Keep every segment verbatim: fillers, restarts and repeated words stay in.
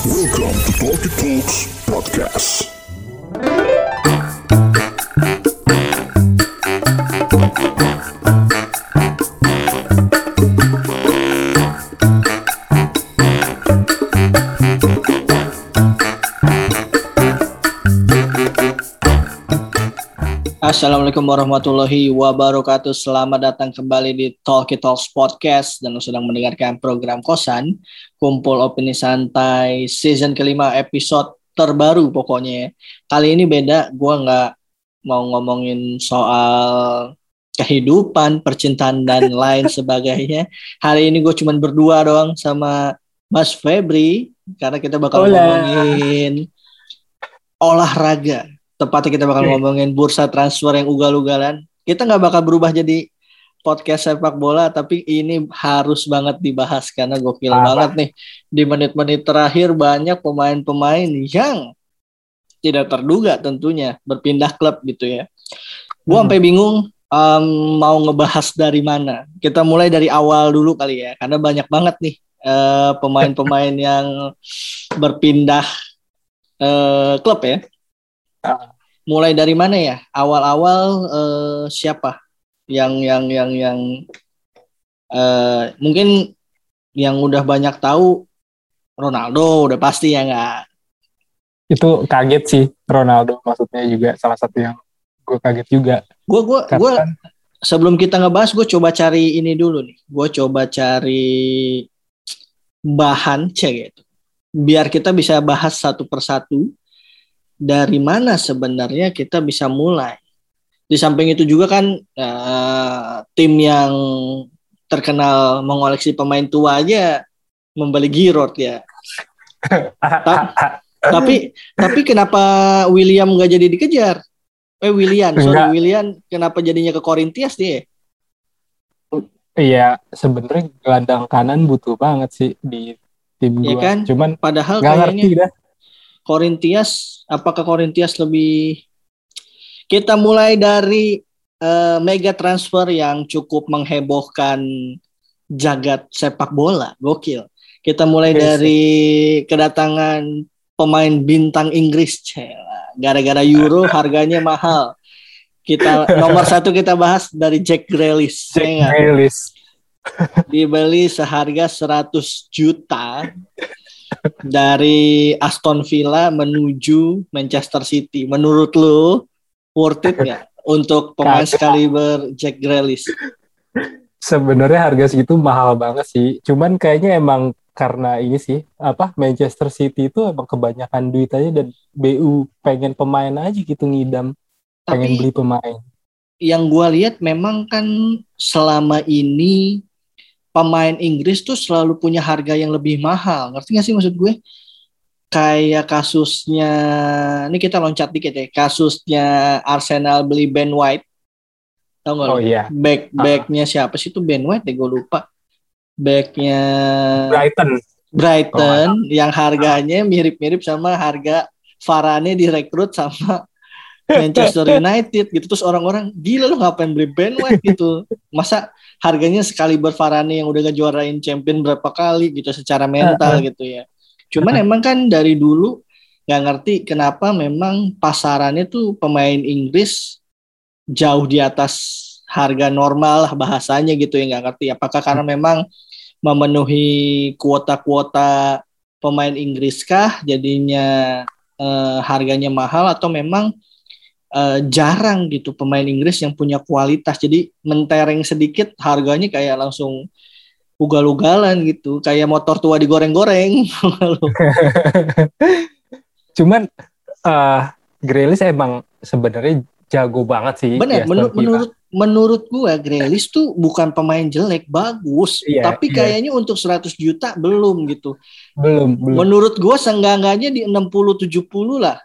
Welcome to Talkie Talks Podcast. Assalamualaikum warahmatullahi wabarakatuh. Selamat datang kembali di Talkie Talks Podcast dan sedang mendengarkan program Kosan, Kumpul Opini Santai season kelima episode terbaru pokoknya. Kali ini beda, gue nggak mau ngomongin soal kehidupan, percintaan dan lain sebagainya. Hari ini gue cuma berdua doang sama Mas Febri karena kita bakal Hola. ngomongin olahraga. Tepatnya kita bakal ngomongin bursa transfer yang ugal-ugalan. Kita nggak bakal berubah jadi podcast sepak bola, tapi ini harus banget dibahas karena gokil Apa? banget nih. Di menit-menit terakhir banyak pemain-pemain yang tidak terduga tentunya berpindah klub gitu ya. Gue Hmm. sampai bingung um, mau ngebahas dari mana. Kita mulai dari awal dulu kali ya, karena banyak banget nih uh, pemain-pemain yang berpindah uh, klub ya. Mulai dari mana ya? Awal-awal eh, siapa yang yang yang yang eh, mungkin yang udah banyak tahu Ronaldo udah pasti ya nggak? Itu kaget sih Ronaldo, maksudnya juga salah satu yang gue kaget juga. Gue gue Karena gue kan sebelum kita ngebahas gue coba cari ini dulu nih. Gue coba cari bahan cek gitu. Biar kita bisa bahas satu persatu. Dari mana sebenarnya kita bisa mulai. Di samping itu juga kan uh, tim yang terkenal mengoleksi pemain tua aja membeli Giroud ya. Ta- tapi tapi kenapa William nggak jadi dikejar? Eh William, sorry Enggak. William, kenapa jadinya ke Corinthians dia? iya sebenarnya gelandang kanan butuh banget sih di tim Ya gue. kan? Cuman Padahal nggak ngerti kayaknya dah. Corinthians, apakah Corinthians lebih? Kita mulai dari uh, mega transfer yang cukup menghebohkan jagat sepak bola, gokil. Kita mulai Yes. dari kedatangan pemain bintang Inggris, Cela. Gara-gara Euro harganya mahal. Kita nomor satu kita bahas dari Jack Grealish, Jack ya nggak? Grealish. Dibeli seharga seratus juta dari Aston Villa menuju Manchester City. Menurut lu worth it nggak untuk pemain Kagak. sekaliber Jack Grealish? Sebenarnya harga segitu mahal banget sih. Cuman kayaknya emang karena ini sih apa Manchester City itu emang kebanyakan duit aja dan B U pengen pemain aja gitu ngidam, pengen Tapi beli pemain. yang gue lihat memang kan selama ini pemain Inggris tuh selalu punya harga yang lebih mahal. Ngerti gak sih maksud gue? Kayak kasusnya, ini kita loncat dikit ya, kasusnya Arsenal beli Ben White. Tahu gak Oh lo? iya, Back, Ah. backnya siapa sih tuh Ben White deh, gue lupa. Backnya Brighton. Brighton yang harganya mirip-mirip sama harga Varane direkrut sama Manchester United gitu. Terus orang-orang gila lu ngapain beli Ben White gitu. Masa harganya sekaliber Varane yang udah ngejuarain champion berapa kali gitu secara mental gitu ya. Cuman emang kan dari dulu gak ngerti kenapa memang pasarannya tuh pemain Inggris jauh di atas harga normal lah bahasanya gitu ya, gak ngerti. Apakah karena memang memenuhi kuota-kuota pemain Inggris kah jadinya eh, harganya mahal atau memang Uh, jarang gitu pemain Inggris yang punya kualitas, jadi mentereng sedikit harganya kayak langsung ugal-ugalan gitu, kayak motor tua digoreng-goreng. Cuman uh, Grealish emang sebenarnya jago banget sih di Bener, Aston menur- Villa. menurut menurut gua Grealish tuh bukan pemain jelek, bagus, Iya, tapi iya. kayaknya untuk seratus juta belum gitu. Belum, belum. Menurut gua seenggak-enggaknya di enam puluh tujuh puluh lah.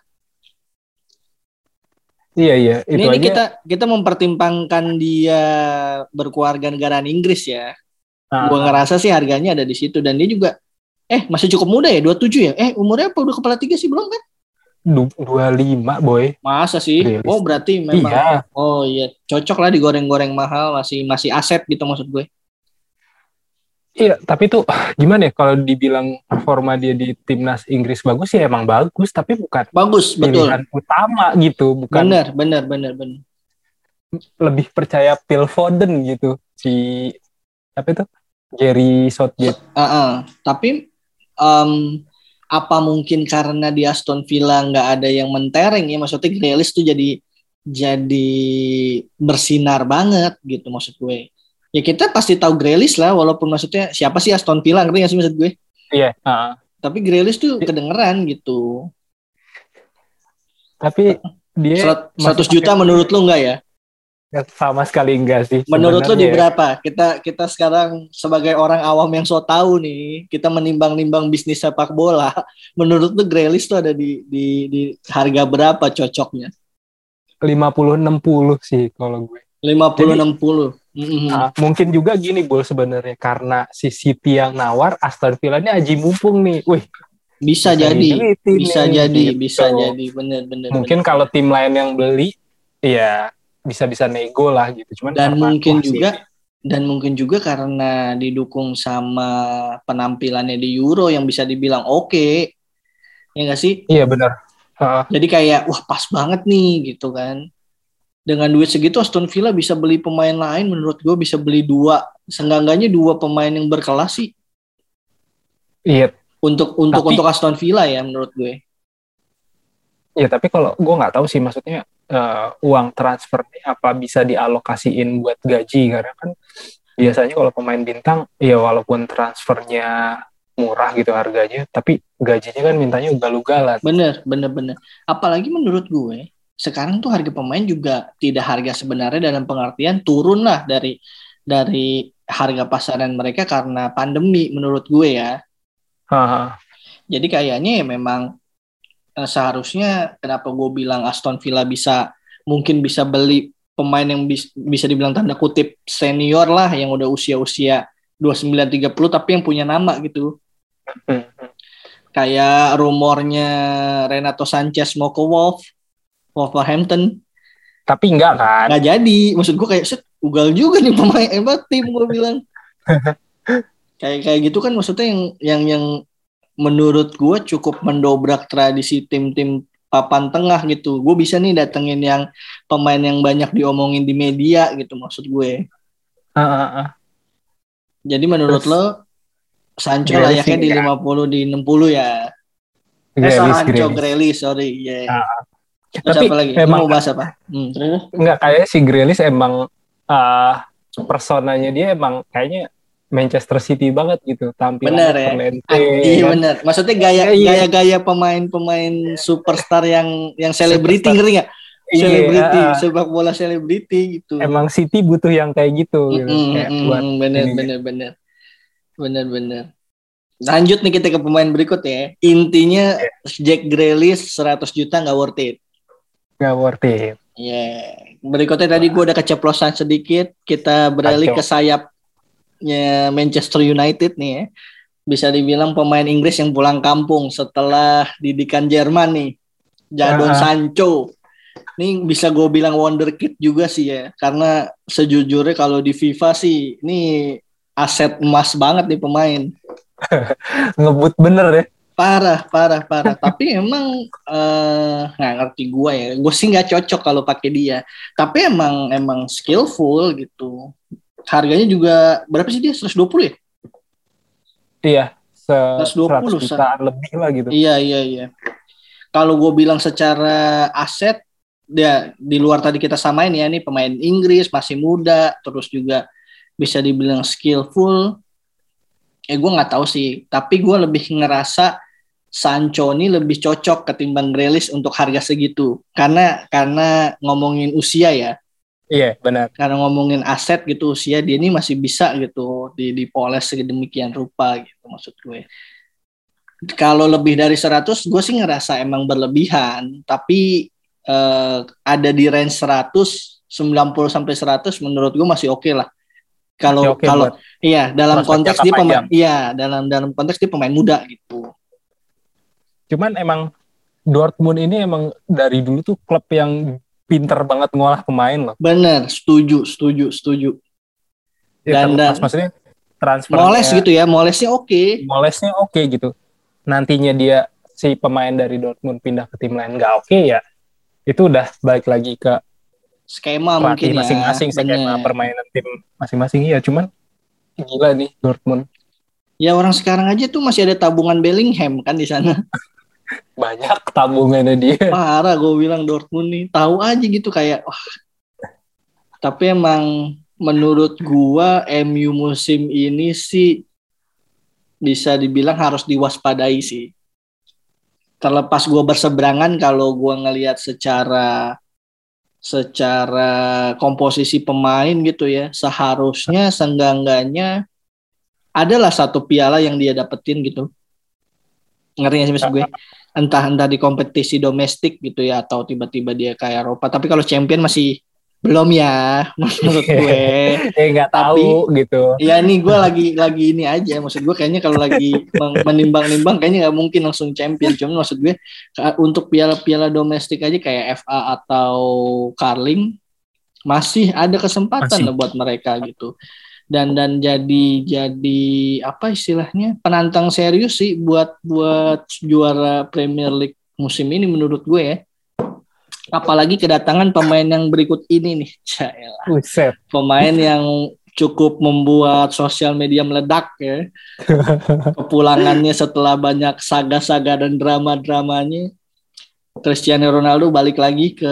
Iya, iya. Itu Ini, ini aja. kita kita mempertimbangkan dia berkeluarga negaraan Inggris ya. Ah, Gua ngerasa sih harganya ada di situ, dan dia juga eh masih cukup muda ya, dua puluh tujuh ya. Eh umurnya apa udah kepala tiga sih belum kan? du- dua puluh lima boy. Masa sih? Grealish. Oh berarti memang Iya. oh iya cocok lah digoreng-goreng mahal, masih masih aset gitu maksud gue. Iya, tapi tuh gimana ya kalau dibilang performa dia di timnas Inggris bagus ya emang bagus, tapi bukan Bagus, pilihan betul. utama gitu, bukan Benar, benar, benar, benar. lebih percaya Phil Foden gitu si apa itu Gary Southgate. Uh, uh. Tapi um, apa mungkin karena di Aston Villa nggak ada yang mentereng ya, maksudnya Grealish tuh jadi jadi bersinar banget gitu maksud gue. Ya kita pasti tahu Grealish lah, walaupun maksudnya siapa sih Aston Villa, ngerti gak sih maksud gue? Iya. Uh, Tapi Grealish tuh kedengeran gitu. tapi dia seratus juta menurut lu enggak ya? Sama sekali enggak sih. Menurut lu di sebenarnya. berapa? Kita kita sekarang sebagai orang awam yang so tahu nih, kita menimbang-nimbang bisnis sepak bola. Menurut lu Grealish tuh ada di di di harga berapa cocoknya? lima puluh enam puluh sih kalau gue. lima puluh enam puluh. Mm-hmm. Nah, mungkin juga gini Bol sebenarnya karena si City yang nawar, Aston Villa ini aji mumpung nih. Wih, bisa, bisa jadi, bisa nih, jadi, gitu. bisa jadi, bener-bener. Mungkin bener. Kalau tim lain yang beli, ya bisa-bisa nego lah gitu. Cuman dan mungkin juga, sih. dan mungkin juga karena didukung sama penampilannya di Euro yang bisa dibilang oke, okay. Ya nggak sih? Iya benar. Uh. Jadi kayak wah pas banget nih gitu kan. Dengan duit segitu Aston Villa bisa beli pemain lain, menurut gue bisa beli dua, seenggaknya dua pemain yang berkelas sih. Iya. Untuk untuk tapi, untuk Aston Villa ya menurut gue. Iya tapi kalau gue nggak tahu sih maksudnya uh, uang transfer ini apa bisa dialokasiin buat gaji karena kan biasanya kalau pemain bintang ya walaupun transfernya murah gitu harganya, tapi gajinya kan mintanya ugal-ugalan. Bener bener bener. Apalagi menurut gue. Sekarang tuh harga pemain juga tidak harga sebenarnya dalam pengertian turun lah dari dari harga pasaran mereka karena pandemi menurut gue ya. Ha-ha. Jadi kayaknya ya memang eh, seharusnya kenapa gue bilang Aston Villa bisa mungkin bisa beli pemain yang bis, bisa dibilang tanda kutip senior lah yang udah usia-usia dua puluh sembilan tiga puluh tapi yang punya nama gitu. Hmm. Kayak rumornya Renato Sanchez mau ke Wolves. Wolverhampton, tapi enggak kan? Nggak jadi, maksud gue kayak set ugal juga nih pemain emang tim gue bilang. kayak kayak gitu kan maksudnya yang yang yang menurut gue cukup mendobrak tradisi tim-tim papan tengah gitu. Gue bisa nih datengin yang pemain yang banyak diomongin di media gitu maksud gue. Uh, uh, uh. Jadi menurut Terus, lo Sancho layaknya di lima puluh ya. Di enam puluh ya. Eh Sancho Grealish, sorry. Yeah. Uh. Terus tapi apa lagi? emang mau bahas apa? Hmm, enggak kayak si Grealish emang uh, personanya dia emang kayaknya Manchester City banget gitu tampilannya. Bener ya. Ah, iya kan? Bener. Maksudnya gaya gaya gaya pemain-pemain superstar yang yang selebriti ngerti nggak? Selebriti, uh, sepak bola selebriti gitu. Emang City butuh yang kayak gitu. Mm-hmm, gitu. Kayak mm-hmm, buat bener ini. bener bener bener bener. Lanjut nih kita ke pemain berikut ya. Intinya yeah. Jack Grealish seratus juta nggak worth it. Gak worth it. Iya. Yeah. Berikutnya tadi gue udah keceplosan sedikit. Kita beralih Acok. ke sayapnya Manchester United nih ya. Bisa dibilang pemain Inggris yang pulang kampung setelah didikan Jerman nih. Jadon uh-huh. Sancho. Ini bisa gue bilang wonderkid juga sih ya. Karena sejujurnya kalau di FIFA sih ini aset emas banget nih pemain. Ngebut bener ya. Parah, parah, parah. Tapi emang nggak uh, ngerti gue ya. Gue sih nggak cocok kalau pakai dia. Tapi emang emang skillful gitu. Harganya juga berapa sih dia? seratus dua puluh ya? Iya, seratus dua puluh jutaan lebih lah gitu. Iya, iya, iya. Kalau gue bilang secara aset, dia di luar tadi kita samain ya, nih pemain Inggris masih muda, terus juga bisa dibilang skillful. Eh gue nggak tahu sih. Tapi gue lebih ngerasa Sancho ini lebih cocok ketimbang Grealish untuk harga segitu. Karena karena ngomongin usia ya. Iya, benar. Karena ngomongin aset gitu, usia dia ini masih bisa gitu di dipoles sedemikian rupa gitu maksud gue. Kalau lebih dari seratus gue sih ngerasa emang berlebihan, tapi eh, ada di range seratus, sembilan puluh sampai seratus menurut gue masih oke okay lah. Kalau okay, kalau iya dalam konteks dia pemain iya dalam dalam konteks dia pemain muda gitu. Cuman emang Dortmund ini emang dari dulu tuh klub yang pinter banget ngolah pemain loh. Bener, setuju, setuju, setuju. Ya, dan, dan maksudnya transfer moles gitu ya, molesnya oke. Okay. Molesnya oke okay gitu. Nantinya dia si pemain dari Dortmund pindah ke tim lain nggak oke okay, ya itu udah balik lagi ke skema mungkin ya, masing-masing, skema permainan tim masing-masing ya. Cuman gila nih Dortmund. Ya orang sekarang aja tuh masih ada tabungan Bellingham kan di sana. Banyak tabungannya dia. Parah gue bilang Dortmund nih, tahu aja gitu kayak wah. Tapi emang menurut gua M U musim ini sih bisa dibilang harus diwaspadai sih. Terlepas gua berseberangan kalau gua ngelihat secara secara komposisi pemain gitu ya, seharusnya seenggak-enggaknya adalah satu piala yang dia dapetin gitu. Ngerti gak sih maksud gue? Entah-entah di kompetisi domestik gitu ya, atau tiba-tiba dia kayak Eropa. Tapi kalau champion masih belum ya, menurut gue. Eh nggak tahu gitu. Ya nih gue lagi lagi ini aja. Maksud gue kayaknya kalau lagi menimbang-nimbang kayaknya nggak mungkin langsung champion. Cuma maksud gue untuk piala-piala domestik aja kayak F A atau Carling masih ada kesempatan lah buat mereka gitu. Dan dan jadi jadi apa istilahnya penantang serius sih buat buat juara Premier League musim ini menurut gue ya. Apalagi kedatangan pemain yang berikut ini nih, Caelah. Pemain yang cukup membuat sosial media meledak ya. Kepulangannya setelah banyak saga-saga dan drama-dramanya, Cristiano Ronaldo balik lagi ke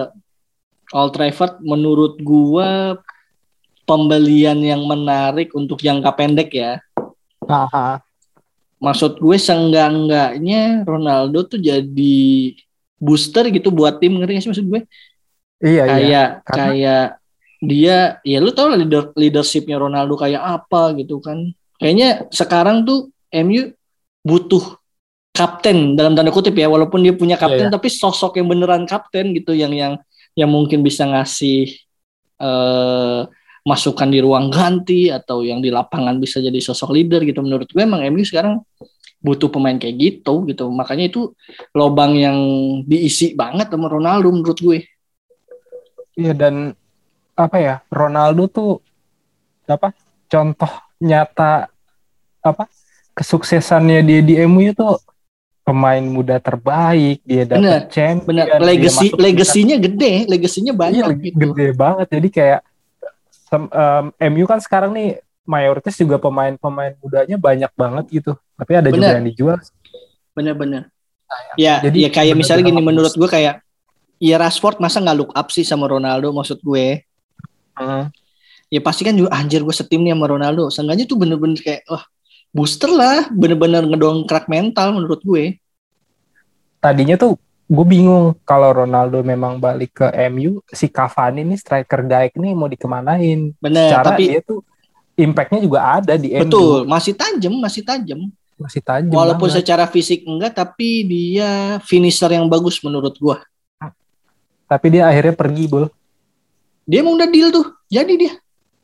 Old Trafford. Menurut gua pembelian yang menarik untuk jangka pendek ya. Aha. Maksud gue seenggak-enggaknya Ronaldo tuh jadi booster gitu buat tim, ngerti gak sih maksud gue? Iya, kayak iya. Karena... kayak dia, ya lu tau lah leader, leadershipnya Ronaldo kayak apa gitu kan. Kayaknya sekarang tuh M U butuh kapten dalam tanda kutip ya, walaupun dia punya kapten, yeah, yeah. tapi sosok yang beneran kapten gitu, yang yang yang mungkin bisa ngasih uh, masukan di ruang ganti atau yang di lapangan bisa jadi sosok leader gitu. Menurut gue emang M U sekarang butuh pemain kayak gitu gitu. Makanya itu lobang yang diisi banget sama Ronaldo menurut gue. Iya, dan apa ya, Ronaldo tuh apa contoh nyata apa kesuksesannya dia di M U itu pemain muda terbaik, dia dapat champion. Bener, legacy legasinya gede, legasinya banyak. Iya, gitu. Gede banget. Jadi kayak um, M U kan sekarang nih mayoritas juga pemain-pemain mudanya banyak banget gitu. Tapi ada bener. juga yang dijual. Bener-bener. Ya, jadi ya kayak misalnya gini, menurut gue kayak ya Rashford masa nggak look up sih sama Ronaldo, maksud gue. Hmm. Ya pasti kan juga anjir gue setim nih sama Ronaldo. Seenggaknya tuh bener-bener kayak wah booster lah, bener-bener ngedongkrak mental menurut gue. Tadinya tuh gue bingung kalau Ronaldo memang balik ke M U, si Cavani nih striker gaek nih mau dikemanain. Bener, secara tapi dia tuh impact-nya juga ada di M U. Betul, masih tajam, masih tajam. Masih tajam. Walaupun banget. Secara fisik enggak, tapi dia finisher yang bagus menurut gua. Tapi dia akhirnya pergi, Bol. Dia mau udah deal tuh, jadi dia.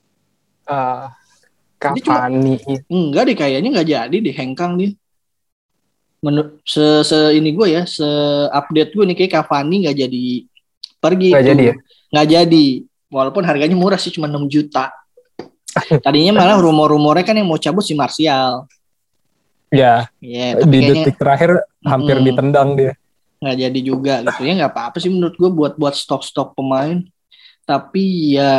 Uh, Cavani. Cuma, enggak deh, kayaknya enggak jadi deh, hengkang dia. Menurut se, se ini gua ya, se update gua nih kayak Cavani enggak jadi pergi. Enggak jadi ya? Enggak jadi. Walaupun harganya murah sih, cuma enam juta. Tadinya malah rumor-rumornya kan yang mau cabut si Martial. Ya, yeah, di kayaknya, detik terakhir hampir mm, ditendang dia. Nggak jadi juga gitu ya, nggak apa-apa sih menurut gue buat buat stok-stok pemain. Tapi ya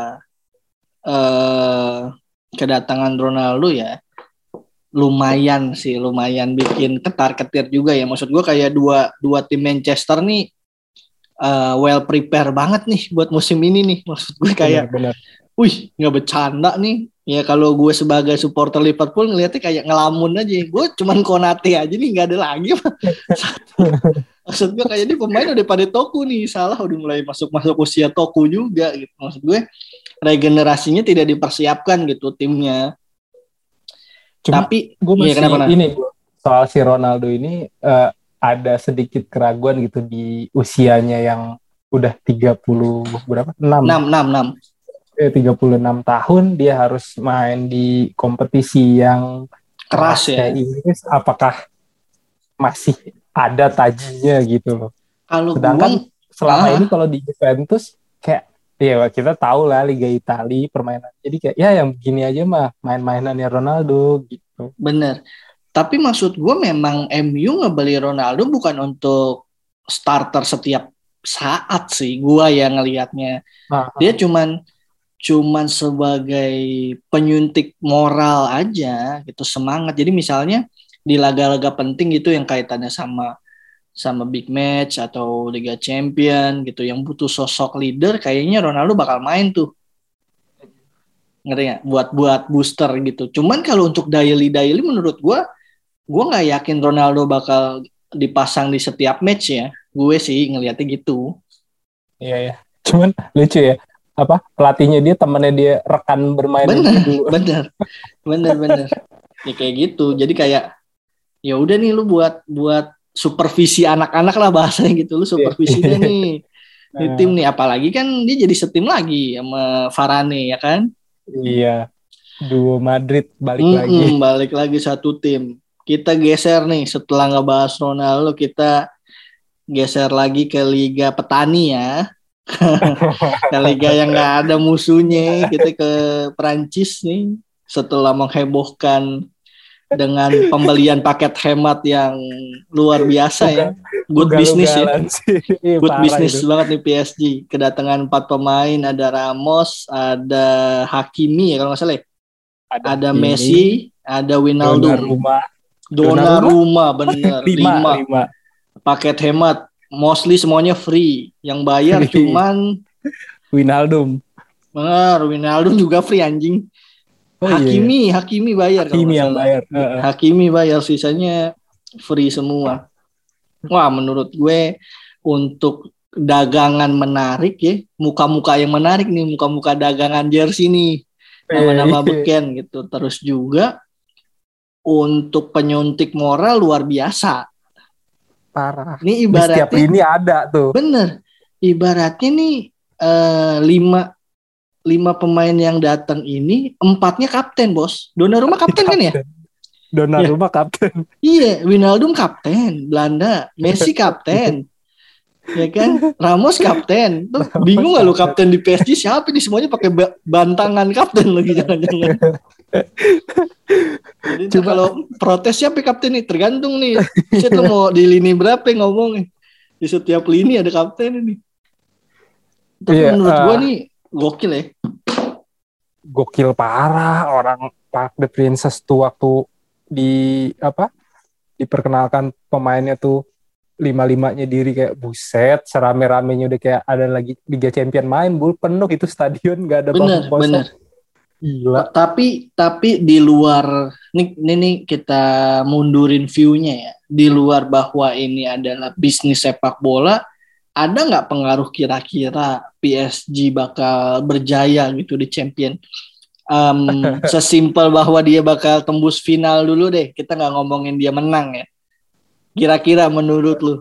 eh, kedatangan Ronaldo ya lumayan sih, lumayan bikin ketar-ketir juga ya. Maksud gue kayak dua dua tim Manchester nih uh, well prepare banget nih buat musim ini nih. Maksud gue kayak benar, benar. Wih, nggak bercanda nih. Ya kalau gue sebagai supporter Liverpool ngeliatnya kayak ngelamun aja. Gue cuman Konate aja nih, nggak ada lagi. Maksud gue kayak ini pemain udah pada Toku nih. Salah udah mulai masuk-masuk usia Toku juga gitu. Maksud gue regenerasinya tidak dipersiapkan gitu timnya. Cuma tapi gue masih ya kenapa, ini soal si Ronaldo ini uh, ada sedikit keraguan gitu di usianya yang udah tiga puluh berapa? enam enam tiga puluh enam tahun dia harus main di kompetisi yang keras ya. Inggris, apakah masih ada tajinya gitu loh. Kalau sedangkan gua, selama ah. ini kalau di Juventus kayak Iya, kita tahu lah Liga Italia permainan. Jadi kayak ya yang begini aja mah main-mainannya Ronaldo gitu. Bener. Tapi maksud gue memang M U ngebeli Ronaldo bukan untuk starter setiap saat sih. Gue yang ngelihatnya. Nah, Dia cuman cuman sebagai penyuntik moral aja gitu, semangat. Jadi misalnya di laga-laga penting gitu yang kaitannya sama sama big match atau Liga Champion gitu yang butuh sosok leader, kayaknya Ronaldo bakal main tuh. Ngerti nggak? Buat buat booster gitu. Cuman kalau untuk daily daily menurut gue, gue nggak yakin Ronaldo bakal dipasang di setiap match ya. Gue sih ngelihatnya gitu. iya ya. Cuman lucu ya. Apa pelatihnya dia temannya dia rekan bermain Bener, dulu. bener, bener, bener. Ya kayak gitu. Jadi kayak ya udah nih lu buat buat supervisi anak-anak lah bahasanya gitu. Lu supervisinya nih di tim nih. Apalagi kan dia jadi setim lagi sama Varane ya kan. Iya. Duo Madrid balik Mm-mm, lagi. balik lagi satu tim. Kita geser nih setelah ngebahas Ronaldo, kita geser lagi ke Liga Petani ya. Ke liga yang nggak ada musuhnya, kita ke Perancis nih setelah menghebohkan dengan pembelian paket hemat yang luar biasa ya, good business ya, good business banget nih P S G. Kedatangan empat pemain, ada Ramos, ada Hakimi ya kalau nggak salah, ada, ada Messi, ada Wijnaldum, Donnarumma, Donnarumma bener, lima, lima. lima Paket hemat. Mostly semuanya free. Yang bayar free. Cuman Wijnaldum. Benar, Wijnaldum juga free anjing. Oh, Hakimi, iya. Hakimi bayar. Hakimi yang bayar. Uh-uh. Hakimi bayar, sisanya free semua. Wah, menurut gue untuk dagangan menarik ya, muka-muka yang menarik nih, muka-muka dagangan jersey nih, nama-nama beken gitu. Terus juga untuk penyuntik moral luar biasa. Parah. Ini ibaratnya di setiap ini ada tuh. Bener. Ibaratnya nih uh, lima lima pemain yang datang ini empatnya kapten, Bos. Donnarumma kapten, kapten kan ya? Donnarumma ya. Kapten. Iya, Wijnaldum kapten Belanda, Messi kapten. Ya kan? Ramos kapten. Tuh bingung gak lu kapten di P S G siapa nih, semuanya pakai bantangan kapten lagi jangan-jangan. Jadi Cuma, kalau protes siapa kapten nih tergantung nih. Saya tuh mau di lini berapa ngomong. Di setiap lini ada kapten ini. Tapi yeah, menurut uh, gua nih gokil ya. Gokil parah orang Park the Princess tuh waktu di apa? Diperkenalkan pemainnya tuh lima-limanya diri kayak buset, serame-ramenya udah kayak ada lagi Liga Champion main, bul penuh itu stadion nggak ada bangku kosong. Bener. Gila. Tapi tapi di luar nih, nih kita mundurin view-nya ya. Di luar bahwa ini adalah bisnis sepak bola, ada nggak pengaruh kira-kira P S G bakal berjaya gitu di Champion? Um, sesimpel bahwa dia bakal tembus final dulu deh. Kita nggak ngomongin dia menang ya. Kira-kira menurut lu?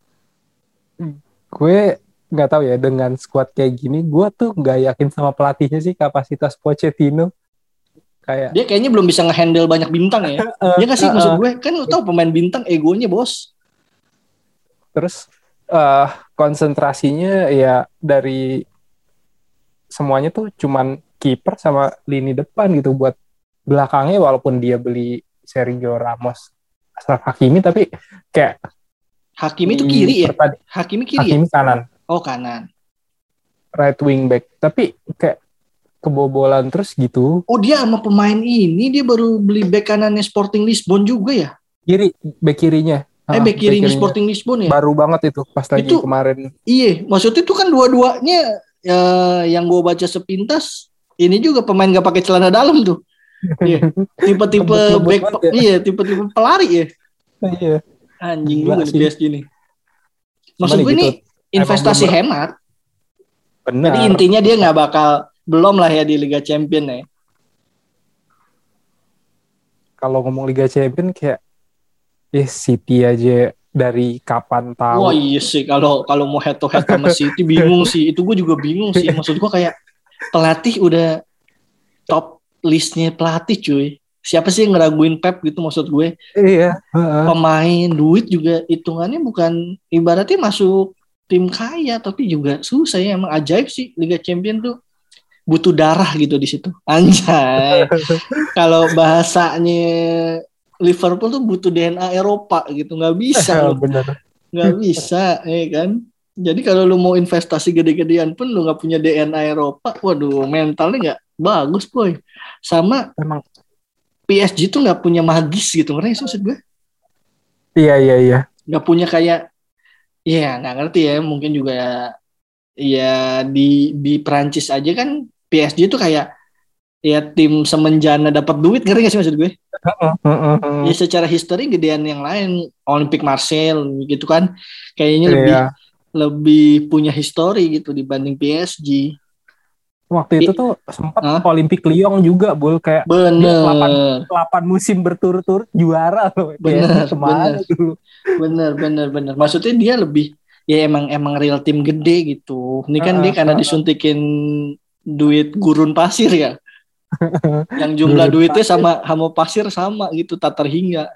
Gue nggak tahu ya, dengan squad kayak gini gue tuh nggak yakin sama pelatihnya sih, kapasitas Pochettino kayak dia kayaknya belum bisa ngehandle banyak bintang ya. uh, ya nggak sih uh, maksud gue kan lu tahu pemain bintang egonya bos. Terus uh, konsentrasinya ya dari semuanya tuh cuman kiper sama lini depan gitu, buat belakangnya walaupun dia beli Sergio Ramos, Ashraf Hakimi, tapi kayak Hakimi itu kiri ya? Hakimi kiri Hakimi ya? kanan. Oh kanan. Right wing back. Tapi kayak kebobolan terus gitu. Oh dia sama pemain ini dia baru beli back kanannya Sporting Lisbon juga ya? Kiri, back kirinya. Eh back kirinya Sporting Lisbon ya? Baru banget itu pas lagi itu, kemarin. Iya, maksudnya itu kan dua-duanya ya, yang gue baca sepintas ini juga pemain gak pakai celana dalam tuh. Iya. Tipe-tipe back, ya? Iya, tipe-tipe pelari ya. Iya. Anjing juga nih P S G nih. Maksud gue ini investasi hemat. Benar. Jadi intinya dia nggak bakal belum lah ya di Liga Champion ya. Kalau ngomong Liga Champion kayak eh City aja dari kapan tahu. Wah iya sih, kalau kalau mau head to head sama City bingung sih. Itu gue juga bingung sih. Maksud gue kayak pelatih udah top listnya pelatih cuy. Siapa sih yang ngeraguin Pep gitu maksud gue. Iya. Uh-uh. Pemain, duit juga hitungannya bukan, ibaratnya masuk tim kaya tapi juga susah ya, emang ajaib sih Liga Champions tuh. Butuh darah gitu di situ. Anjay. Kalau bahasanya Liverpool tuh butuh D N A Eropa gitu, nggak bisa loh. Bener. Nggak bisa, ya kan? Jadi kalau lu mau investasi gede-gedean pun lu nggak punya D N A Eropa, waduh mentalnya nggak bagus boy. Sama Emang. P S G tuh nggak punya magis gitu, ngerti sih maksud gue? Iya iya iya. Nggak punya kayak, ya nggak ngerti ya, mungkin juga ya di di Prancis aja kan P S G tuh kayak ya tim semenjana dapat duit, ngerti nggak sih maksud gue? Ya secara history gedean yang lain, Olympique Marseille gitu kan, kayaknya lebih Iya. lebih punya history gitu dibanding P S G. Waktu itu tuh sempat Hah? Olympique Lyon juga, Bul, kayak dia Bener, delapan musim berturut-turut juara loh. bener, Kemana bener, dulu? bener, bener, bener. Maksudnya dia lebih, ya emang emang real tim gede gitu. Ini kan Uh, dia karena uh, uh. disuntikin duit gurun pasir ya, yang jumlah Gurun duitnya pasir. sama sama pasir sama gitu, tak terhingga.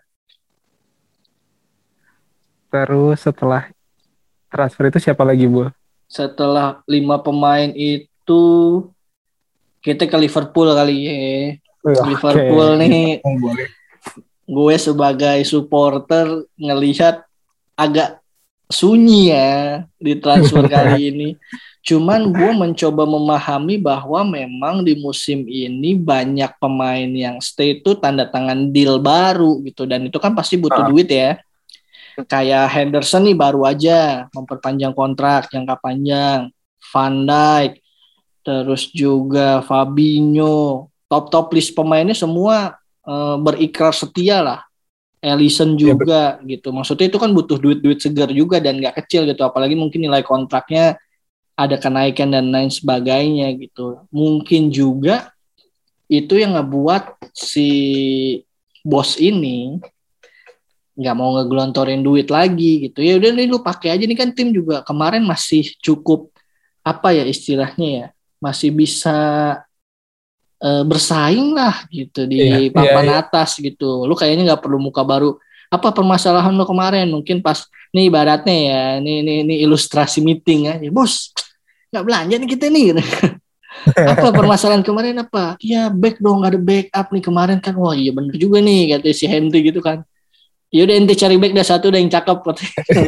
Terus setelah transfer itu siapa lagi, Bul? Setelah lima pemain itu kita ke Liverpool kali ya. Liverpool Oke, nih, Liverpool boleh. gue sebagai supporter ngelihat agak sunyi ya di transfer kali ini. Cuman gue mencoba memahami bahwa memang di musim ini banyak pemain yang stay itu tanda tangan deal baru gitu, dan itu kan pasti butuh Ah. duit ya. Kayak Henderson nih baru aja memperpanjang kontrak jangka panjang, Van Dijk, terus juga Fabinho, top-top list pemainnya semua uh, berikrar setia lah. Alisson juga ya, gitu. Maksudnya itu kan butuh duit-duit segar juga dan gak kecil gitu. Apalagi mungkin nilai kontraknya ada kenaikan dan lain sebagainya gitu. Mungkin juga itu yang ngebuat si bos ini nggak mau ngegelontorin duit lagi gitu. Ya udah nih lu pakai aja, nih kan tim juga kemarin masih cukup apa ya istilahnya ya, masih bisa uh, bersaing lah gitu di Iya, papan iya, iya. atas gitu. Lu kayaknya nggak perlu muka baru. Apa permasalahan lu kemarin? Mungkin pas nih ibaratnya ya, nih nih nih ilustrasi meeting ya, bos nggak belanja nih kita nih. Apa permasalahan kemarin apa? Ya back dong, nggak ada backup nih kemarin kan. Wah iya bener juga nih kata si Henry gitu kan. Ya udah ente cari back dah satu, udah yang cakep katanya.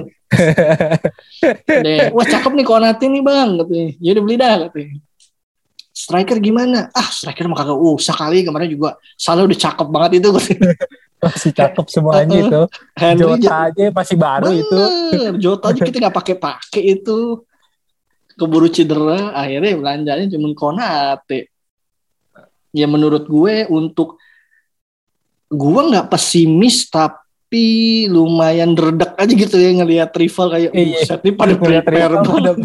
Deh, wah cakep nih Konate nih bang katanya. Ya udah beli dah katanya. Striker gimana? Ah striker mah kagak usah kali, kemarin juga Salah udah cakep banget itu katanya. Masih cakep semuanya Uh-uh. itu. Henry Jota j- aja masih baru bener. itu. Jota aja kita nggak pakai-pakai itu. Keburu cedera, akhirnya belanjanya cuma Konate. Ya menurut gue untuk gue nggak pesimis tapi lumayan dredeg aja gitu ya ngelihat rival kayak buset nih pada prepare banget.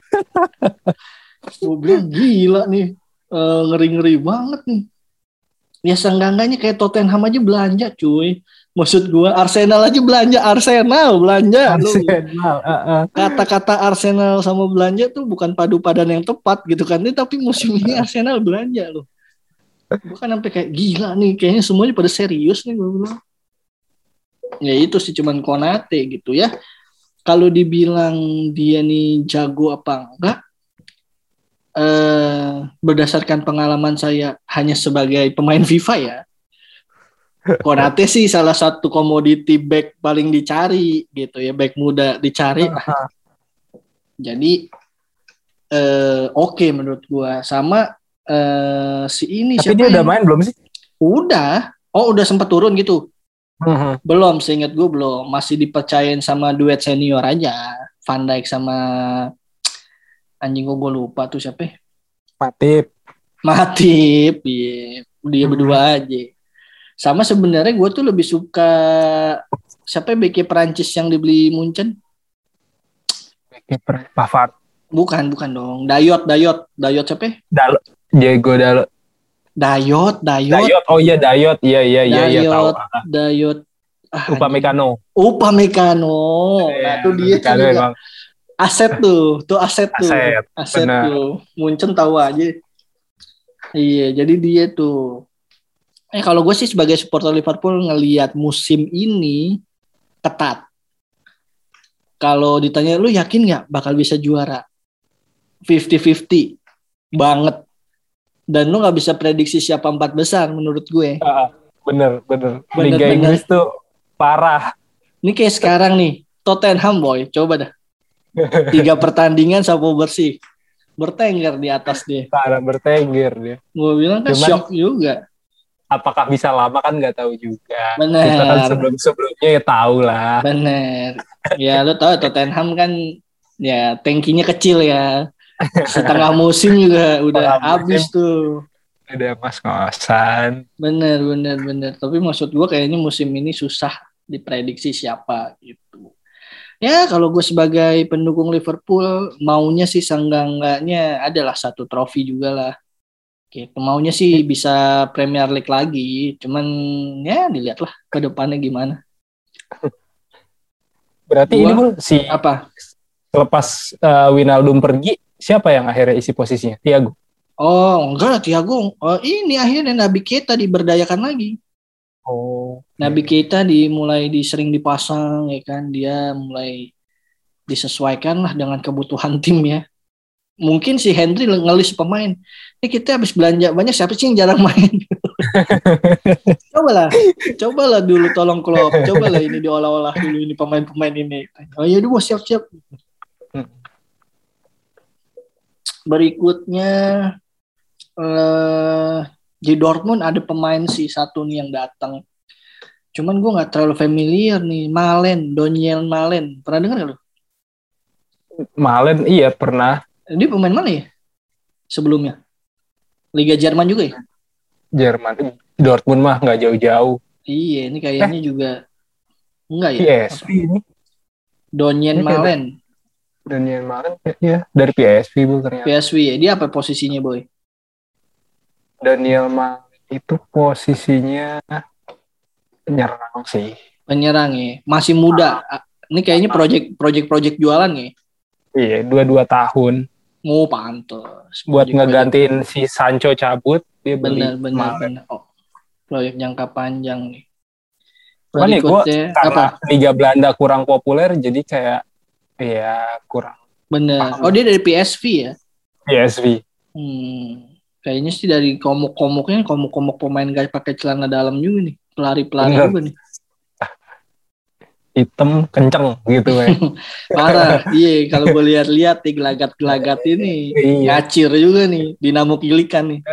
Gue bilang gila nih, uh, ngeri-ngeri banget nih. Ya seenggak-enggaknya kayak Tottenham aja belanja cuy. Maksud gue Arsenal aja belanja, Arsenal belanja. Arsenal, uh, uh. Kata-kata Arsenal sama belanja tuh bukan padu padan yang tepat gitu kan. Ini tapi musim ini Arsenal belanja loh. Gue kan sampai kayak gila nih, kayaknya semuanya pada serius nih gue bilang. Ya itu sih cuman Konate gitu ya. Kalau dibilang dia nih jago apa enggak, eh, berdasarkan pengalaman saya hanya sebagai pemain FIFA ya, Konate sih salah satu komoditi back paling dicari gitu ya, back muda dicari. Uh-huh. Jadi eh, oke okay menurut gue. Sama Uh, si ini tapi siapa dia udah yang... main belum sih? Udah. Oh udah sempat turun gitu. Uh-huh. Belum, seingat gue belum. Masih dipercayain sama duet senior aja. Van Dijk sama anjing gue lupa tuh siapa. Matip. Matip. Yeah. Dia hmm. berdua aja. Sama sebenarnya gue tuh lebih suka siapa bek Perancis yang dibeli Munchen? Bek Pavard. Bukan, bukan dong. Dayot, Dayot, Dayot siapa? Dalo. Diego Dalo. Dayot, Dayot. Dayot, oh iya Dayot, iya iya iya iya tahu. Dayot. Ah, Upamecano. Upamecano. Nah, itu dia tuh juga emang. Aset tuh, tuh aset tuh. Aset, aset bener. tuh. Munchen tahu aja. Iya, jadi dia tuh. Eh kalau gue sih sebagai supporter Liverpool ngelihat musim ini ketat. kalau ditanya lu yakin nggak bakal bisa juara? fifty fifty banget. Dan lu nggak bisa prediksi siapa empat besar menurut gue. Ah, bener, bener. Bener, Liga bener. Inggris tuh parah. Ini kayak sekarang nih, Tottenham boy, coba dah. Tiga pertandingan sapu bersih. Bertengger di atas dia. Parah, bertengger dia. Gue bilang kan Cuman, shock juga. apakah bisa lama kan nggak tahu juga. Bener. Kita kan sebelum-sebelumnya ya tahu lah. Bener. Ya lu tahu Tottenham kan ya tankinya kecil ya. Setengah musim juga udah Setengah habis musim. tuh. Ada mas-ngosan. Bener, bener, bener. Tapi maksud gue kayaknya musim ini susah diprediksi siapa gitu. Ya kalau gue sebagai pendukung Liverpool maunya sih seenggak-enggaknya adalah satu trofi juga lah. Gitu. Maunya sih bisa Premier League lagi. Cuman ya dilihatlah ke depannya gimana. Berarti Gua, ini pun si apa? Lepas uh, Wijnaldum pergi, siapa yang akhirnya isi posisinya? Thiago. Oh enggak, Thiago. Oh, ini akhirnya Naby Keita diberdayakan lagi. Oh. Naby Keita dimulai disering dipasang ya kan, dia mulai disesuaikan lah dengan kebutuhan tim ya. Mungkin si Henry ngelis pemain. Ini kita habis belanja banyak, siapa sih yang jarang main? Cobalah, cobalah dulu tolong Klopp, cobalah ini diolah-olah dulu ini pemain-pemain ini. Oh iya dulu siap-siap. Berikutnya eh, di Dortmund ada pemain sih satu nih yang datang. Cuman gue nggak terlalu familiar nih, Malen, Daniel Malen. Pernah dengar nggak lo? Malen iya pernah. Dia pemain mana ya? Sebelumnya Liga Jerman juga ya? Jerman. Dortmund mah nggak jauh-jauh. Iya, ini kayaknya eh. juga enggak ya? P S V ini. Daniel Malen. Daniel Malen ya dari P S V bu ternyata. P S V ya. Dia apa posisinya boy? Daniel Malen itu posisinya penyerang sih. Penyerang ya. Masih muda. Ini kayaknya project project project jualan ya. Iya, dua-dua tahun. Oh, pantes. Buat ngegantiin si Sancho cabut, dia beli. Bener, bener, bener. Oh, proyek jangka panjang nih. Cuman ya gue, karena apa? Liga Belanda kurang populer, jadi kayak, ya kurang. Bener. Oh, dia dari P S V ya? P S V. Hmm. Kayaknya sih dari komuk-komuknya, komuk-komuk pemain gak pakai celana dalam juga nih. Pelari-pelari bener. Juga nih. Hitam kenceng gitu ya. Parah, iya kalau gue lihat-lihat nih gelagat-gelagat ini iya. Ngacir juga nih, dinamo kilikan nih.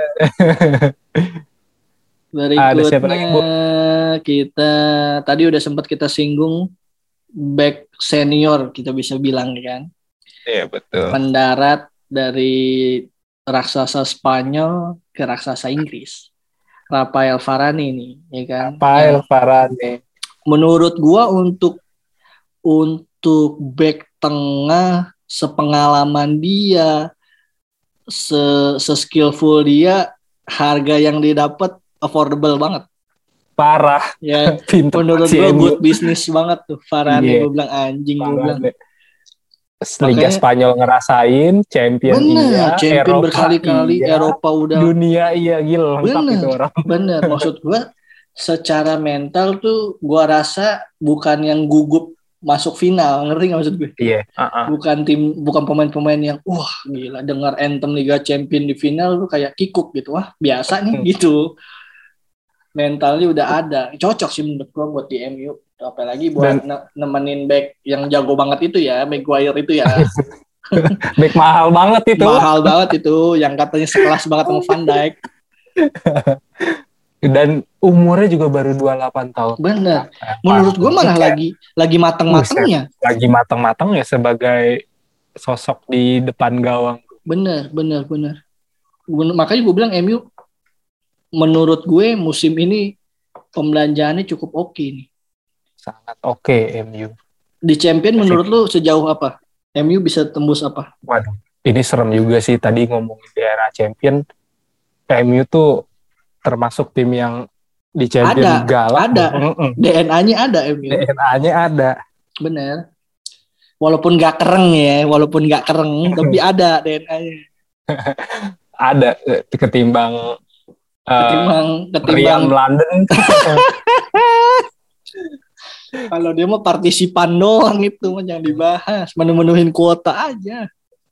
Berikutnya kita tadi udah sempat kita singgung back senior kita bisa bilang kan. Iya betul. Mendarat dari raksasa Spanyol ke raksasa Inggris. Rafael Varane nih, ya kan? Rafael Varane. Menurut gua untuk untuk back tengah sepengalaman dia, se skillful dia, harga yang didapat affordable banget. Parah. Ya, menurut gua good bisnis banget tuh Varane. Yeah. Gua bilang anjing gua bilang. Liga Spanyol ngerasain, champion bener, iya, champion Eropa berkali-kali, iya, Eropa udah. Dunia iya gila lengkap bener, itu orang. Bener, maksud gua secara mental tuh gua rasa bukan yang gugup masuk final, ngerti nggak maksud gue? Iya. Uh-uh. Bukan tim, bukan pemain-pemain yang wah gila dengar anthem Liga Champion di final tuh kayak kikuk gitu, wah biasa nih hmm. gitu. Mentalnya udah ada, cocok sih menurut gua buat di M U. Apalagi buat Dan, nemenin back yang jago banget itu ya, Maguire itu ya. Back mahal banget itu. Mahal banget itu, yang katanya sekelas banget sama Van Dijk. Dan umurnya juga baru dua puluh delapan tahun. Bener. Menurut gue malah kayak, lagi lagi mateng-matengnya. Lagi mateng-mateng ya sebagai sosok di depan gawang. Bener, bener, bener. Makanya gue bilang M U menurut gue musim ini pembelanjaannya cukup oke okay nih. Sangat oke okay, M U. Di Champion menurut lu sejauh apa? M U bisa tembus apa? Waduh, ini serem juga sih tadi ngomongin di era Champion. M U tuh termasuk tim yang di Champion ada, galak. Ada, D N A-nya ada M U. D N A-nya ada. Bener. Walaupun gak kereng ya, walaupun gak kereng, tapi ada D N A-nya. Ada, ketimbang ketimbang, uh, ketimbang London. Kalau dia mah partisipan doang itu mah yang dibahas, menu-menuhin kuota aja.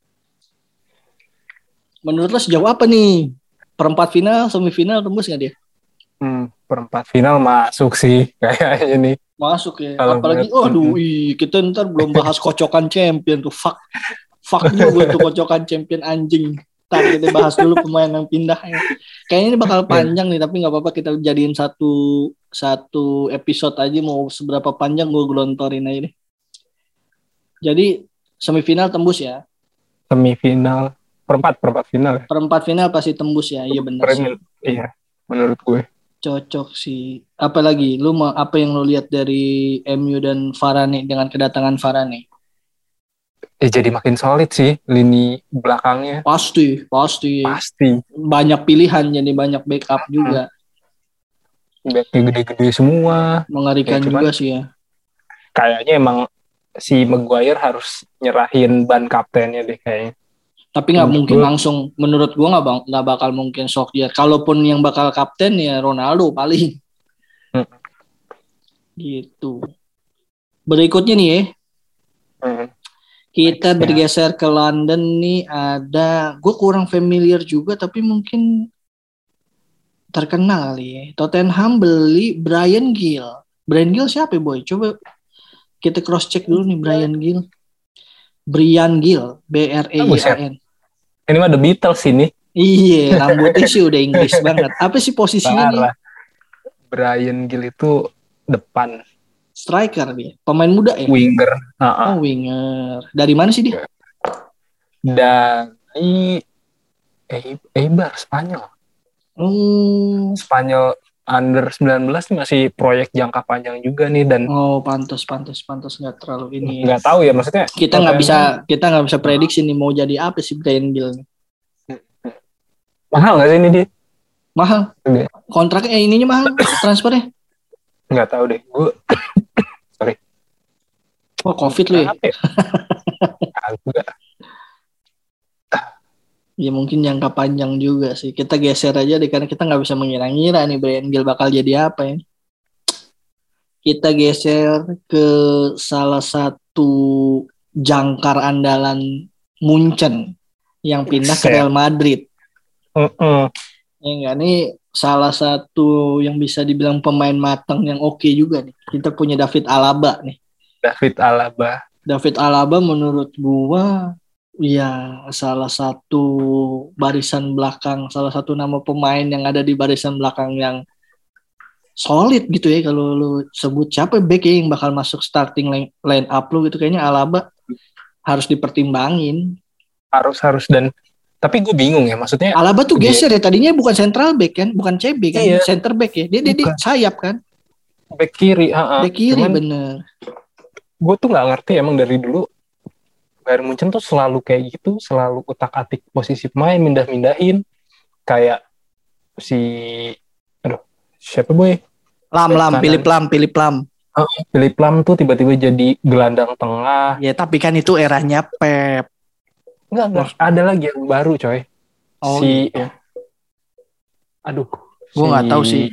Menurut lo sejauh apa nih? Perempat final, semifinal tembus nggak dia? Hmm, perempat final masuk sih kayaknya nih. Masuk ya. Kalau Apalagi, menurut- oh aduh, ih, kita ntar belum bahas kocokan champion tuh. Fuck, fuck juga tuh kocokan champion anjing. Ntar kita bahas dulu pemain yang pindah ya. Kayaknya ini bakal panjang nih, tapi nggak apa-apa kita jadiin satu satu episode aja. Mau seberapa panjang gue gelontorin aja deh. Jadi semifinal tembus ya. Semifinal, perempat perempat final. ya. Perempat final pasti tembus ya. Iya benar sih. Premier, iya, menurut gue. Cocok sih. Apalagi lu mau apa yang lu lihat dari M U dan Varane dengan kedatangan Varane? Eh, jadi makin solid sih lini belakangnya. Pasti, pasti. Pasti. Banyak pilihan jadi banyak backup juga. Backnya gede-gede semua. Mengerikan Ya, cuman- juga sih ya. Kayaknya emang si Maguire harus nyerahin ban kaptennya deh kayaknya. Tapi nggak Menurut mungkin gua- langsung. Menurut gua nggak bang, nggak bakal mungkin Solskjaer. Kalaupun yang bakal kapten ya Ronaldo paling. Hmm. Gitu. Berikutnya nih ya. Hmm. Kita Next, ya. bergeser ke London nih ada, gue kurang familiar juga tapi mungkin terkenal kali ya. Tottenham beli Bryan Gil. Bryan Gil siapa ya, boy? Coba kita cross check dulu nih Bryan Gil. Bryan Gil, B R E Y A N. Ini mah The Beatles ini. Iya, rambutnya sih udah Inggris banget. Apa sih posisinya nih? Parah. Brian Gill itu depan Striker dia, pemain muda ya? winger. Uh-uh. Oh, winger. Dari mana sih dia? Dari E- Eibar Spanyol. Oh, Spanyol under sembilan belas nih masih proyek jangka panjang juga nih dan oh pantas, pantas, pantas nggak terlalu ini. Ya. nggak tahu ya maksudnya Kita nggak bisa, Tottenham kita nggak bisa prediksi nih mau jadi apa sih Bryan Gil nih. mahal nggak sih ini dia? Mahal. Oke. Kontraknya eh, ininya mahal, transfernya. Nggak tahu deh. Gue Oh, Covid lu ya? apa ya? Agak. Ya mungkin jangka panjang juga sih. Kita geser aja deh karena kita nggak bisa mengira-ngira nih Bryan Gil bakal jadi apa ya. Kita geser ke salah satu jangkar andalan Munchen yang pindah ke Set. Real Madrid. Mm-mm. Ya enggak, nih salah satu yang bisa dibilang pemain matang yang oke juga nih. Kita punya David Alaba nih. David Alaba. David Alaba menurut gua ya salah satu barisan belakang, salah satu nama pemain yang ada di barisan belakang yang solid gitu ya. Kalau lu sebut siapa back ya yang bakal masuk starting line, line up lu gitu, kayaknya Alaba harus dipertimbangin. Harus harus dan tapi gue bingung ya maksudnya Alaba tuh Dia- geser ya, tadinya bukan central back kan, bukan C B kan, Iya. center back ya. Dia dia, dia Bukan. sayap kan, back kiri. Uh-uh. back kiri Cuman bener. gue tuh nggak ngerti emang dari dulu Bayern Munchen tuh selalu kayak gitu, selalu utak-atik posisi pemain, mindah-mindahin kayak si aduh siapa boy Lam Lam, kanan. Philip Lam, Philip Lam. Philip Lam tuh tiba-tiba jadi gelandang tengah. Ya tapi kan itu eranya Pep. Enggak, enggak. Ada lagi yang baru coy. Oh, si gitu. aduh Gua nggak tahu sih.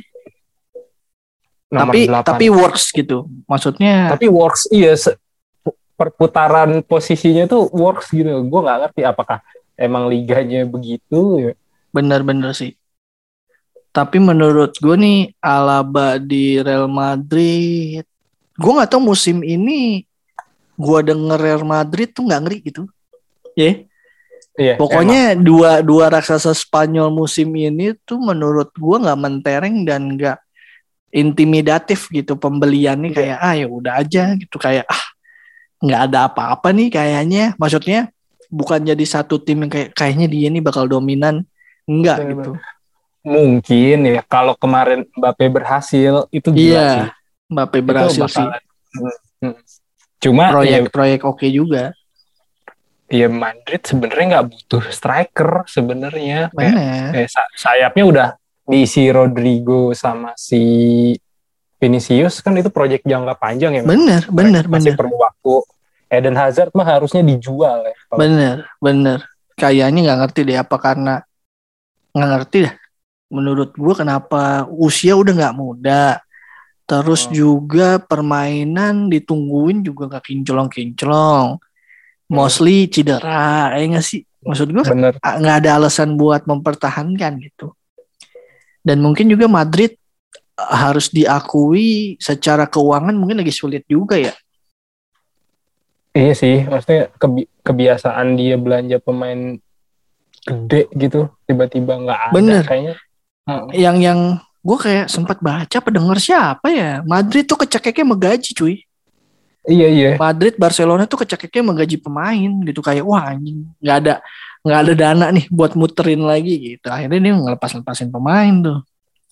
nomor Tapi delapan. tapi works gitu. Maksudnya Tapi works iya se- perputaran posisinya tuh works gitu. Gue nggak ngerti apakah emang liganya begitu ya. bener-bener sih. Tapi menurut gue nih Alaba di Real Madrid, gue nggak tahu musim ini gue denger Real Madrid tuh nggak ngeri gitu. Ya, Iya, pokoknya dua dua raksasa Spanyol musim ini tuh menurut gue nggak mentereng dan nggak intimidatif gitu pembeliannya, kayak ah ya udah aja gitu, kayak ah nggak ada apa-apa nih kayaknya. Maksudnya bukan jadi satu tim yang kayak kayaknya dia nih bakal dominan, enggak Bener-bener. gitu. mungkin ya kalau kemarin Mbappe berhasil itu gila Iya, sih. Mbappe Itu berhasil sih. bakalan- Hmm, hmm. Cuma ya, Proyek-proyek oke juga. ya Madrid sebenarnya nggak butuh striker sebenarnya. Kayak, Benar. eh, sa- sayapnya udah diisi Rodrigo sama si Vinicius kan itu proyek jangka panjang ya. Benar, benar, Masih benar. perlu waktu. Eden Hazard mah harusnya dijual ya. Kalau- Benar, benar. Kayaknya nggak ngerti deh apa karena nggak ngerti dah. Menurut gua kenapa usia udah nggak muda. Terus Oh. juga permainan ditungguin juga gak kinclong-kinclong. Mostly cedera, ya nggak sih? Maksud gue Bener. nggak ada alasan buat mempertahankan gitu. Dan mungkin juga Madrid harus diakui secara keuangan mungkin lagi sulit juga ya. Iya sih, maksudnya kebi- kebiasaan dia belanja pemain gede gitu, tiba-tiba nggak ada Bener. kayaknya. Hmm. Yang yang gue kayak sempat baca pendengar siapa ya? Madrid tuh kecekeknya menggaji cuy. Iya iya. Madrid, Barcelona tuh kecekeknya menggaji pemain gitu kayak wah anjing nggak ada nggak ada dana nih buat muterin lagi gitu. Akhirnya dia ngelepas-lepasin pemain tuh.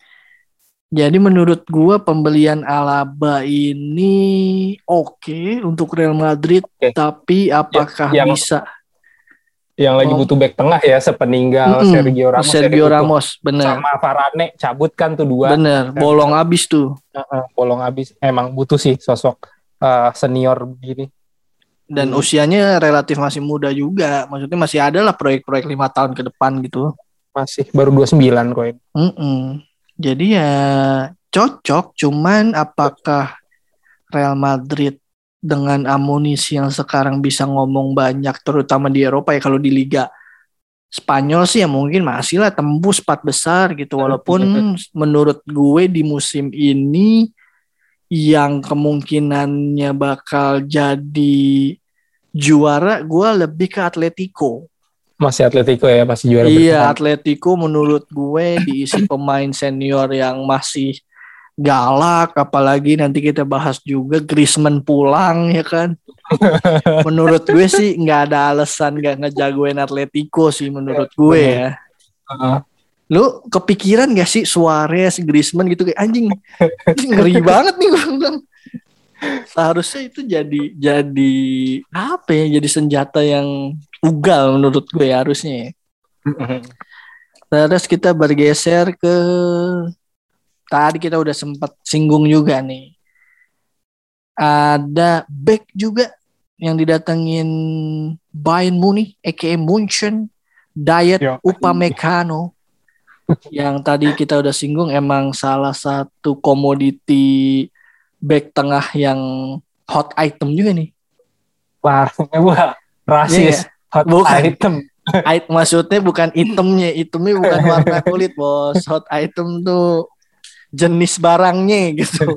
Jadi menurut gua pembelian Alaba ini oke untuk Real Madrid, Oke. tapi apakah yang- bisa? Yang lagi Oh. butuh back tengah ya, sepeninggal Mm-mm, Sergio Ramos. Sergio ya, dia butuh. Ramos, bener, Sama Varane cabut kan tuh dua. bener, Dan- bolong abis tuh. Uh-uh, bolong abis. Emang butuh sih sosok uh, senior begini. Dan Hmm. usianya relatif masih muda juga, maksudnya masih ada lah proyek-proyek lima tahun ke depan gitu. Masih baru dua puluh sembilan koin. Mm-mm. Jadi ya cocok, cuman apakah Real Madrid dengan amunisi yang sekarang bisa ngomong banyak, terutama di Eropa ya, kalau di Liga Spanyol sih ya mungkin masih lah tembus empat besar gitu, walaupun menurut gue di musim ini yang kemungkinannya bakal jadi juara gue lebih ke Atletico. Masih Atletico ya, masih juara Iya, bertahan. Atletico menurut gue diisi pemain senior yang masih galak, apalagi nanti kita bahas juga Griezmann pulang ya kan. Menurut gue sih nggak ada alasan nggak ngejagoin Atletico sih menurut gue ya. Uh-uh. Lu kepikiran gak sih Suarez, Griezmann gitu kayak anjing ngeri banget nih gue bilang. Seharusnya itu jadi jadi apa ya? Jadi senjata yang ugal menurut gue harusnya ya. Terus kita bergeser ke tadi kita udah sempat singgung juga nih. Ada back juga yang didatengin Bayern Munich, aka Munchen, Dayot Yo. Upamecano. Yang tadi kita udah singgung emang salah satu komoditi back tengah yang hot item juga nih. Wah, wah, rasis. Iya. Hot Bukan. item. It- maksudnya bukan itemnya, itemnya bukan warna kulit bos. Hot item tuh jenis barangnya gitu.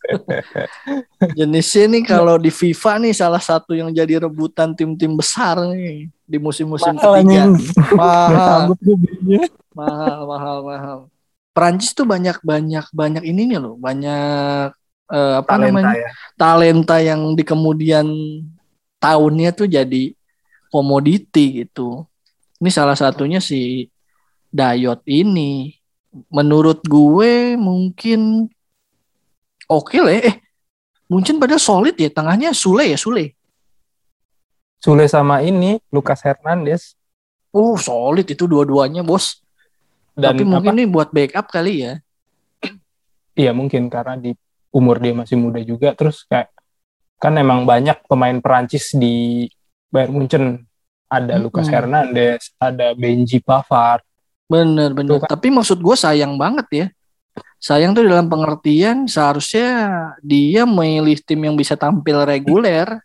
Jenisnya nih kalau di FIFA nih salah satu yang jadi rebutan tim-tim besar nih di musim-musim Mahal, ketiga. anjing. Mahal, Sanggup gue belinya. mahal, mahal, mahal. Perancis tuh banyak banyak banyak ininya loh, banyak eh, apa Talenta namanya ya. talenta yang di kemudian tahunnya tuh jadi komoditi gitu. Ini salah satunya si Dayot ini. Menurut gue mungkin oke lah ya. Eh, mungkin pada solid ya. Tengahnya Sule ya, Sule. Sule sama ini Lucas Hernandez. Oh, solid itu dua-duanya, bos. Dan Tapi mungkin apa? ini buat backup kali ya. Iya mungkin karena di umur dia masih muda juga. Terus kayak kan emang banyak pemain Perancis di Bayern Munchen. Ada Mm-mm. Lucas Hernandez, ada Benji Pavard. Bener, bener. Tuh kan. Tapi maksud gue sayang banget ya. Sayang tuh dalam pengertian seharusnya dia memilih tim yang bisa tampil reguler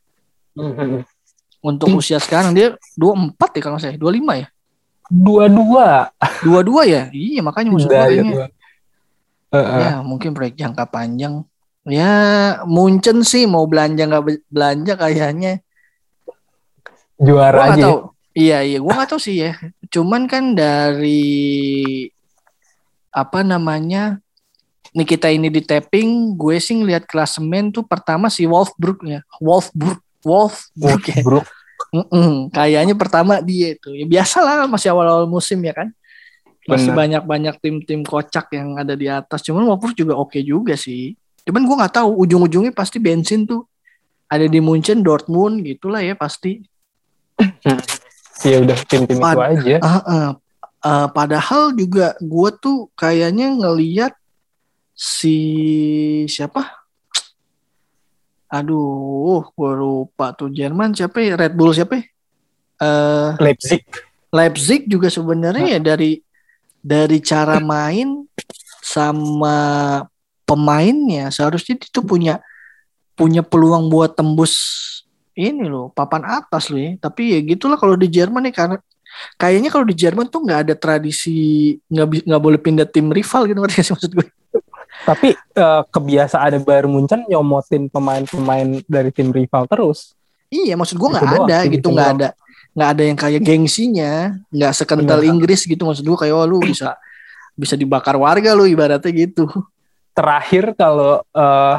untuk usia sekarang. Dia dua puluh empat ya kalau nggak salah, dua puluh lima ya. Dua-dua. dua puluh dua ya? Iya, makanya maksud gue Dayot, kayaknya Bang. Uh-uh. ya mungkin proyek jangka panjang. Ya Munchen sih mau belanja nggak be- belanja kayaknya. Juara Gua nggak aja. tahu. Iya iya, gua nggak tahu sih ya. Cuman kan dari apa namanya? Nih kita ini di tapping, gue sih ngeliat klasemen tuh pertama si Wolfsburg ya. Wolfsburg, Wolfsburg ya. Bro. Mm-mm, kayaknya pertama dia itu. Ya biasalah masih awal-awal musim ya kan. Masih Benar. banyak-banyak tim-tim kocak yang ada di atas. Cuman Wolfsburg juga oke juga sih. Cuman gue nggak tahu ujung-ujungnya pasti bensin tuh ada di Munchen, Dortmund gitulah ya pasti. Ya udah tim-tim itu Pad- aja. Uh, uh, uh, padahal juga gue tuh kayaknya ngeliat si siapa? Aduh, gue lupa tuh Jerman siapa ya? Red Bull siapa? Ya? Uh, Leipzig. Leipzig juga sebenarnya ya dari dari cara main sama pemainnya seharusnya itu punya punya peluang buat tembus ini loh papan atas loh ya. Tapi ya gitulah kalau di Jerman nih karena kayaknya kalau di Jerman tuh nggak ada tradisi nggak nggak boleh pindah tim rival gitu ngerti sih maksud gue. Tapi uh, kebiasaan Bayern Munchen nyomotin pemain-pemain dari tim rival terus. Iya maksud gue nggak ada gitu nggak ada nggak ada yang kayak gengsinya nggak sekental bener. Inggris gitu maksud gue kayak oh, lu bisa bisa dibakar warga lu ibaratnya gitu. Terakhir kalau uh,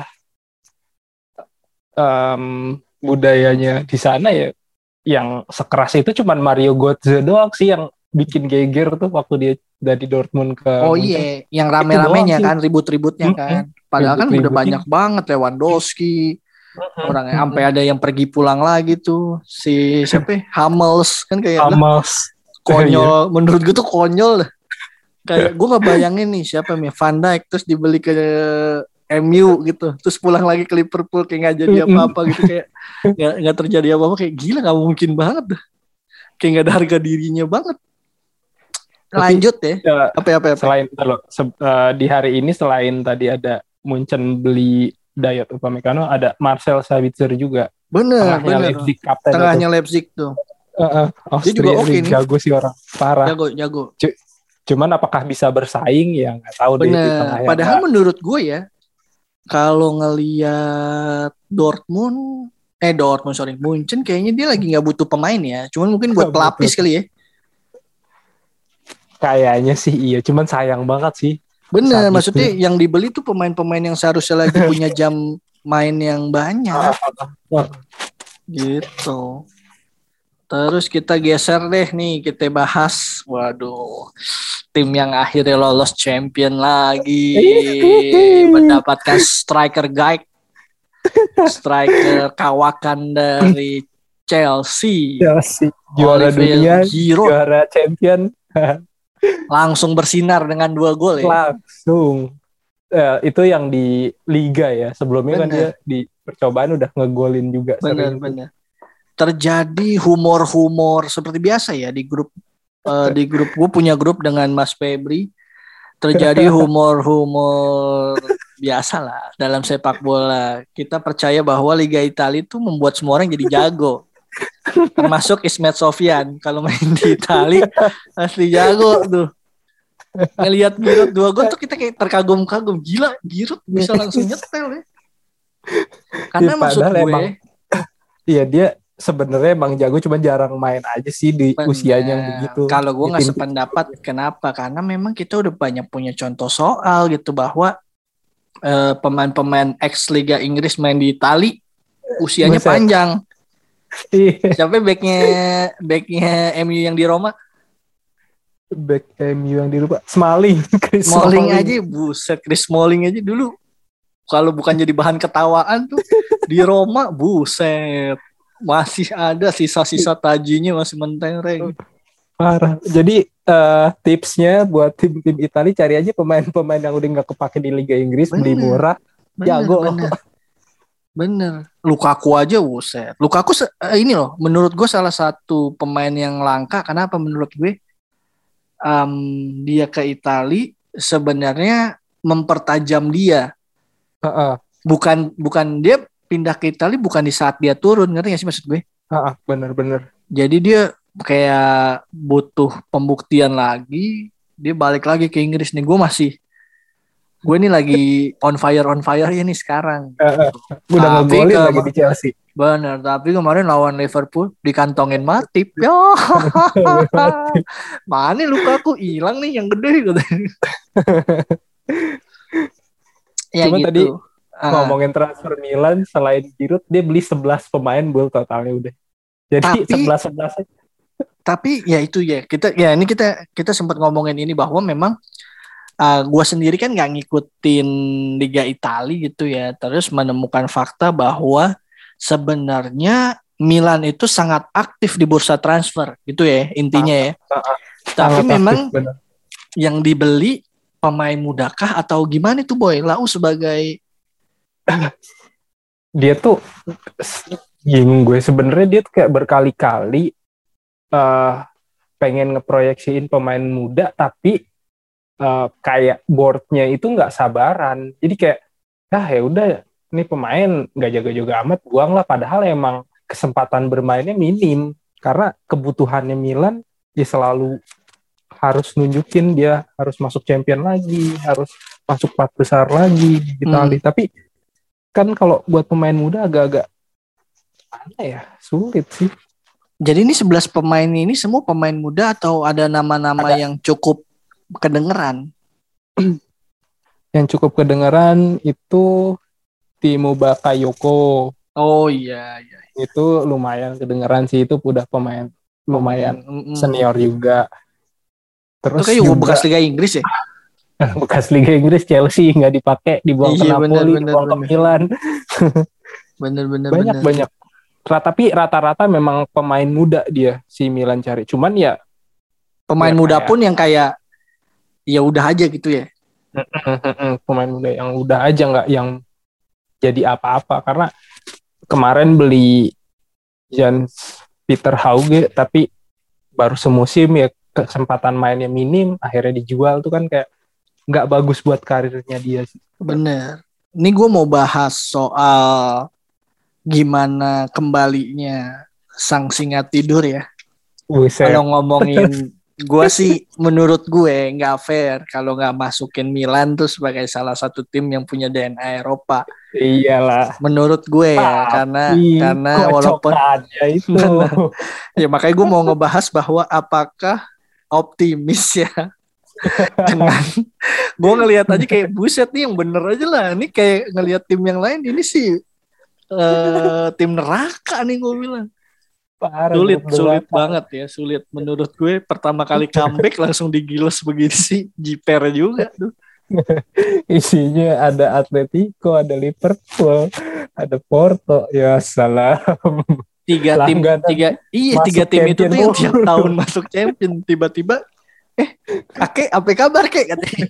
um, budayanya di sana ya yang sekeras itu cuman Mario Götze doang sih yang bikin geger tuh waktu dia dari Dortmund ke oh iya yang rame-ramenya kan ribut-ributnya hmm, kan padahal kan udah banyak banget Lewandowski hmm, orang sampai ada yang pergi pulang lagi tuh si siapa Hummels kan kayak Hummels konyol menurut gue tuh konyol kayak gue nggak bayangin nih siapa nih Van Dijk terus dibeli ke M U gitu terus pulang lagi ke Liverpool kayak nggak jadi apa-apa gitu kayak nggak nggak terjadi apa-apa kayak gila nggak mungkin banget kayak nggak ada harga dirinya banget. Lanjut ya. ya apa apa apa selain kalau se- uh, di hari ini selain tadi ada Munchen beli Dayot Upamecano ada Marcel Sabitzer juga bener tengahnya bener Leipzig kapten tengahnya itu. Leipzig tuh uh, uh, Austria juga oke nih jago sih orang parah jago jago C- cuman apakah bisa bersaing ya nggak tahu deh di tengahnya padahal gak... menurut gue ya kalau ngelihat Dortmund eh Dortmund sorry Munchen kayaknya dia lagi nggak butuh pemain ya cuman mungkin buat pelapis kali ya. Kayaknya sih iya, cuman sayang banget sih. Bener, maksudnya itu. Yang dibeli tuh pemain-pemain yang seharusnya lagi punya jam main yang banyak. Gitu. Terus kita geser deh nih, kita bahas. Waduh, tim yang akhirnya lolos champion lagi. Mendapatkan striker guide. Striker kawakan dari Chelsea. Chelsea, juara Olivier dunia, Giroud. Juara champion. Langsung bersinar dengan dua gol ya. Langsung. Uh, itu yang di Liga ya. Sebelumnya bener. Kan dia di percobaan udah ngegolin juga. Benar-benar. Terjadi humor-humor seperti biasa ya di grup uh, di grup gue punya grup dengan Mas Febri. Terjadi humor-humor biasa lah dalam sepak bola. Kita percaya bahwa Liga Italia itu membuat semua orang jadi jago. Termasuk Ismet Sofyan kalau main di Itali asli jago tuh. Ngelihat Giroud dua gol tuh kita kayak terkagum-kagum, gila Giroud bisa langsung nyetel ya. Karena ya, maksud gue emang, iya dia sebenarnya emang jago cuma jarang main aja sih di bener. Usianya yang begitu. Kalau gue nggak sependapat kenapa? Karena memang kita udah banyak punya contoh soal gitu bahwa eh, pemain-pemain ex Liga Inggris main di Itali usianya Masa. panjang. Siapa backnya backnya M U yang di Roma? Back M U yang di Roma Smalling. Chris Smalling aja buset Chris Smalling aja dulu kalau bukan jadi bahan ketawaan tuh di Roma buset masih ada sisa-sisa tajinya masih mentereng. Parah. Jadi uh, tipsnya buat tim-tim Italia cari aja pemain-pemain yang udah nggak kepake di Liga Inggris beli murah jago. Bener. Bener, Lukaku aja buset. Lukaku ini loh, menurut gue salah satu pemain yang langka. Kenapa menurut gue? Um, dia ke Itali sebenarnya mempertajam dia. Uh-uh. Bukan bukan dia pindah ke Itali bukan di saat dia turun, ngerti gak sih maksud gue? Uh-uh, bener-bener. Jadi dia kayak butuh pembuktian lagi. Dia balik lagi ke Inggris nih. Gue masih gue nih lagi on fire on fire ya nih sekarang. Uh, uh, udah ngegolin lagi di Chelsea. Bener, tapi kemarin lawan Liverpool dikantongin Matip. Ya. Mana Lukaku hilang nih yang gede gitu. Ya cuma gitu. Tadi uh, ngomongin transfer Milan selain Giroud dia beli sebelas pemain gol totalnya udah. Jadi sebelas sebelas. Tapi ya itu ya kita ya ini kita kita sempat ngomongin ini bahwa memang Uh, gue sendiri kan nggak ngikutin Liga Italia gitu ya, terus menemukan fakta bahwa sebenarnya Milan itu sangat aktif di bursa transfer gitu ya intinya ya. Uh, uh, uh, Tapi memang aktif, yang dibeli pemain mudakah atau gimana itu Boy? Lau sebagai dia tuh bingung gue sebenarnya dia tuh kayak berkali-kali uh, pengen ngeproyeksiin pemain muda tapi Uh, kayak boardnya itu nggak sabaran, jadi kayak ah ya udah ini pemain nggak jaga-jaga amat, buang lah. Padahal emang kesempatan bermainnya minim karena kebutuhannya Milan ya selalu harus nunjukin dia harus masuk champion lagi, harus masuk empat besar lagi di Italia. Hmm. Tapi kan kalau buat pemain muda agak-agak mana ya, sulit sih. Jadi ini sebelas pemain ini semua pemain muda atau ada nama-nama ada. yang cukup kedengeran? Yang cukup kedengeran itu Timo Bakayoko. Oh iya, iya. Itu lumayan kedengeran sih, itu udah pemain lumayan mm-hmm. senior juga. Terus itu kayak juga bekas Liga Inggris ya? Bekas Liga Inggris Chelsea nggak dipakai, dibuang iya, ke Napoli, bener, dibuang bener. ke Milan. Bener-bener. Banyak bener. banyak. Tapi rata-rata memang pemain muda dia si Milan cari. Cuman ya pemain ya, muda kayak, pun yang kayak ya udah aja gitu ya. Pemain muda yang udah aja nggak yang jadi apa-apa, karena kemarin beli Jan Peter Hauge tapi baru semusim ya, kesempatan mainnya minim, akhirnya dijual tuh kan kayak nggak bagus buat karirnya dia sih. Bener. Ini gue mau bahas soal gimana kembalinya sang singa tidur ya. Kalau ngomongin gue sih menurut gue nggak fair kalau nggak masukin Milan tuh sebagai salah satu tim yang punya D N A Eropa. Iyalah. Menurut gue ya, tapi karena karena walaupun itu. Ya makanya gue mau ngebahas bahwa apakah optimis ya dengan gue ngelihat aja kayak buset nih yang bener aja lah. Ini kayak ngelihat tim yang lain ini sih uh, tim neraka nih gue bilang. Parah, sulit sulit banget ya, sulit menurut gue. Pertama kali comeback langsung digiles begini sih, jiper juga tuh. Isinya ada Atletico, ada Liverpool, ada Porto, ya salam. Tiga tim, tiga iya tiga tim itu tuh yang tiap tahun masuk champion, tiba-tiba eh kakek apa kabar kek katanya.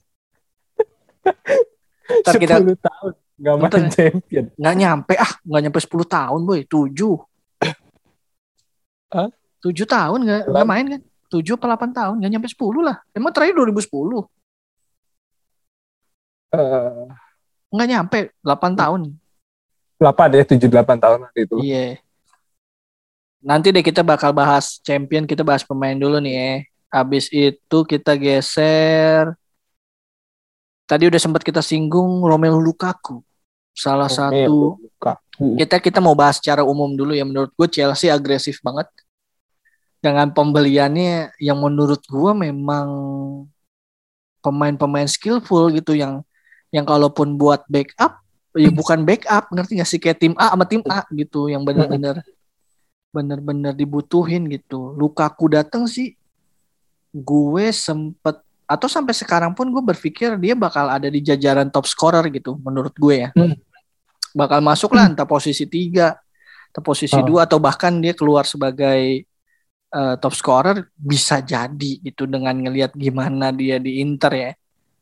sepuluh tahun nggak main champion. Nggak nyampe ah, nggak nyampe sepuluh tahun boy, tujuh. Hah? Tujuh tahun nggak nggak main kan? Tujuh atau delapan tahun, nggak nyampe sepuluh lah. Emang terakhir dua ribu sepuluh. Uh, nggak nyampe delapan tahun. Delapan ya, tujuh delapan tahun nanti itu. Iya. Yeah. Nanti deh kita bakal bahas champion, kita bahas pemain dulu nih ya. Habis itu kita geser. Tadi udah sempat kita singgung Romelu Lukaku. Salah Romelu satu. Lukaku. Kita kita mau bahas secara umum dulu ya. Menurut gue Chelsea agresif banget dengan pembeliannya yang menurut gue memang pemain-pemain skillful gitu, yang yang kalaupun buat backup ya bukan backup, ngerti nggak sih, kayak tim A sama tim A gitu, yang benar-benar benar-benar dibutuhin gitu. Lukaku datang sih gue sempet, atau sampai sekarang pun gue berpikir dia bakal ada di jajaran top scorer gitu menurut gue ya. Hmm. Bakal masuk lah entah posisi tiga atau posisi oh. dua, atau bahkan dia keluar sebagai uh, top scorer bisa jadi gitu dengan ngelihat gimana dia di Inter ya.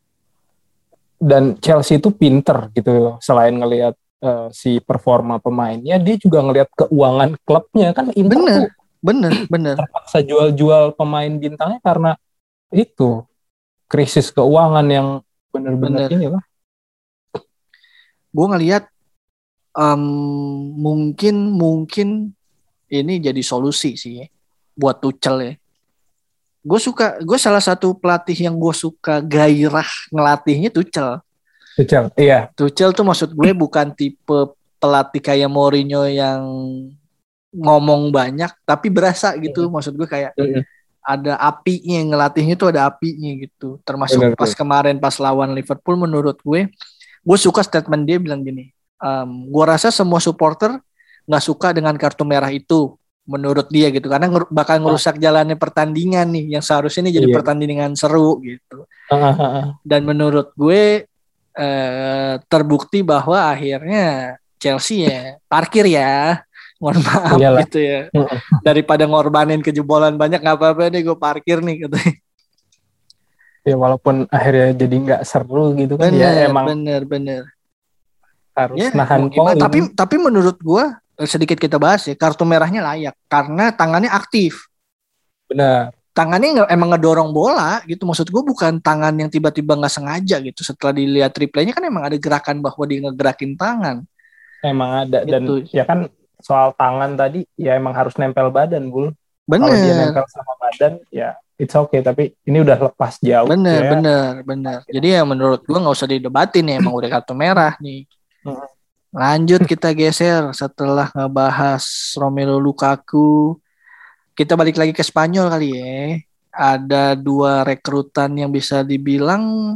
Dan Chelsea itu pinter gitu, selain ngelihat uh, si performa pemainnya, dia juga ngelihat keuangan klubnya kan. Inter bener, tuh bener, bener. terpaksa jual-jual pemain bintangnya karena itu krisis keuangan yang bener-bener ini lah. Gue ngelihat um, mungkin mungkin ini jadi solusi sih ya, buat Tuchel ya. Gue suka, gue salah satu pelatih yang gue suka gairah ngelatihnya Tuchel. Tuchel, iya. Tuchel tuh maksud gue bukan tipe pelatih kayak Mourinho yang ngomong banyak tapi berasa gitu. Mm. Maksud gue kayak mm. ada apinya, ngelatihnya tuh ada apinya gitu. Termasuk bener, pas bener. Kemarin pas lawan Liverpool, menurut gue, gue suka statement dia bilang gini, um, gue rasa semua supporter nggak suka dengan kartu merah itu. Menurut dia gitu, karena nger- bakal ngerusak jalannya pertandingan nih, yang seharusnya ini jadi iya. pertandingan seru gitu. Dan menurut gue eh, terbukti bahwa akhirnya Chelsea ya parkir ya, mohon maaf Iyalah. gitu ya. Daripada ngorbanin kejebolan banyak, nggak apa-apa deh gue parkir nih katanya. Ya walaupun akhirnya jadi nggak seru gitu kan, bener, ya emang bener bener harus ya, nahan poin. Tapi tapi menurut gue sedikit kita bahas ya, kartu merahnya layak karena tangannya aktif. Benar. tangannya nggak emang ngedorong bola gitu. Maksud gue bukan tangan yang tiba-tiba nggak sengaja gitu. Setelah dilihat replaynya kan emang ada gerakan bahwa dia ngegerakin tangan. Emang ada dan Gitu. ya kan soal tangan tadi ya emang harus nempel badan, Bul. Bener. Kalau dia nempel sama badan ya it's okay, tapi ini udah lepas jauh. Bener, ya. bener, bener. Jadi ya menurut gue nggak usah didebatin ya, emang udah kartu merah nih. Hmm. Lanjut kita geser setelah ngebahas Romelu Lukaku. Kita balik lagi ke Spanyol kali ya. Ada dua rekrutan yang bisa dibilang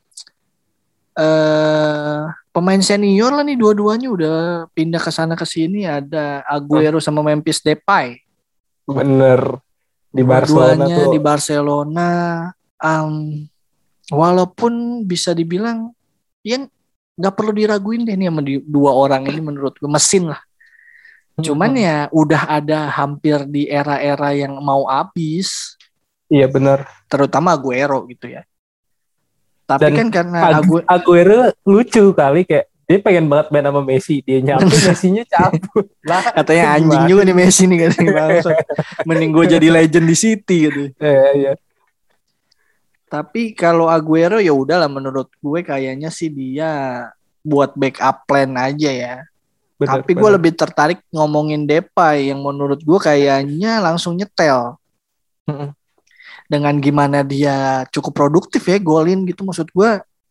eh, pemain senior lah nih, dua-duanya udah pindah ke sana ke sini. Ada Aguero sama Memphis Depay. Bener. Di Barcelona Dua-duanya tuh. di Barcelona. Um, walaupun bisa dibilang yang nggak perlu diraguin deh nih sama di, dua orang ini menurut gue mesin lah. Cuman ya udah ada hampir di era-era yang mau habis. Iya benar. Terutama Aguero gitu ya. Tapi Dan kan karena Ag- Aguero, Aguero lucu kali, kayak dia pengen banget main sama Messi, dia nyampe Messinya cabut. Lah, katanya anjing gimana? juga nih Messi nih katanya, bangsat. Mending gue jadi legend di City gitu. Iya, iya. Tapi kalau Aguero ya udahlah, menurut gue kayaknya sih dia buat backup plan aja ya. Bener, Tapi gue bener. lebih tertarik ngomongin Depay yang menurut gue kayaknya langsung nyetel. Mm-mm. Dengan gimana dia cukup produktif ya, golin gitu. Maksud gue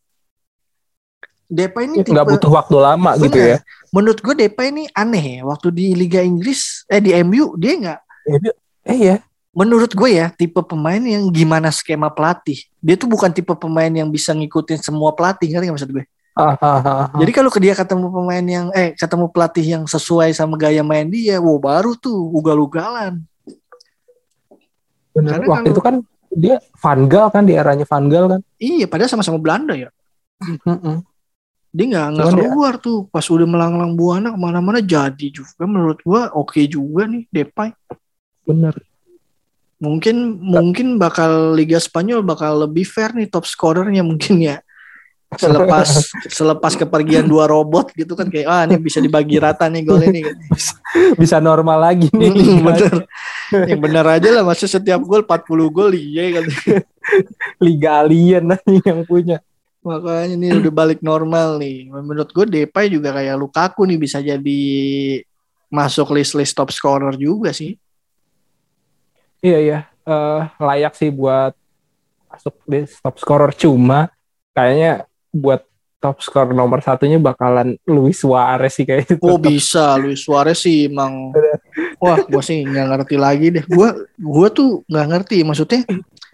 Depay ini tipe, nggak butuh waktu lama bener, gitu ya. menurut gue Depay ini aneh ya. Waktu di Liga Inggris, eh di M U dia nggak. Eh ya. Menurut gue ya tipe pemain yang gimana skema pelatih. Dia tuh bukan tipe pemain yang bisa ngikutin semua pelatih, ngerti nggak maksud gue? Ah, ah, ah, ah. Jadi kalau ke dia ketemu pemain yang eh ketemu pelatih yang sesuai sama gaya main dia, wow baru tuh ugal-ugalan. Bener. Karena Waktu kalau- itu kan dia Van Gaal kan, di eranya Van Gaal kan. Iya, padahal sama-sama Belanda ya. Mm-mm. Dia nggak nggak Cuman dia- keluar tuh pas udah melanglang buana kemana-mana, jadi juga menurut gua oke juga nih Depay. Bener. Mungkin mungkin bakal Liga Spanyol bakal lebih fair nih top scorernya mungkin ya. Selepas selepas kepergian dua robot gitu kan, kayak ah ini bisa dibagi rata nih gol ini. Bisa normal lagi nih. Hmm, bener. Yang bener aja lah, masa setiap gol empat puluh gol iya kan. Liga alien nih yang punya. Makanya ini udah balik normal nih. Menurut gue Depay juga kayak Lukaku nih bisa jadi masuk list-list top scorer juga sih. Iya iya. Eh, layak sih buat masuk di top scorer, cuma kayaknya buat top scorer nomor satunya bakalan Luis Suarez sih kayaknya. Oh bisa, Luis Suarez sih emang. Wah, gue sih nggak ngerti lagi deh. Gue gue tuh nggak ngerti maksudnya.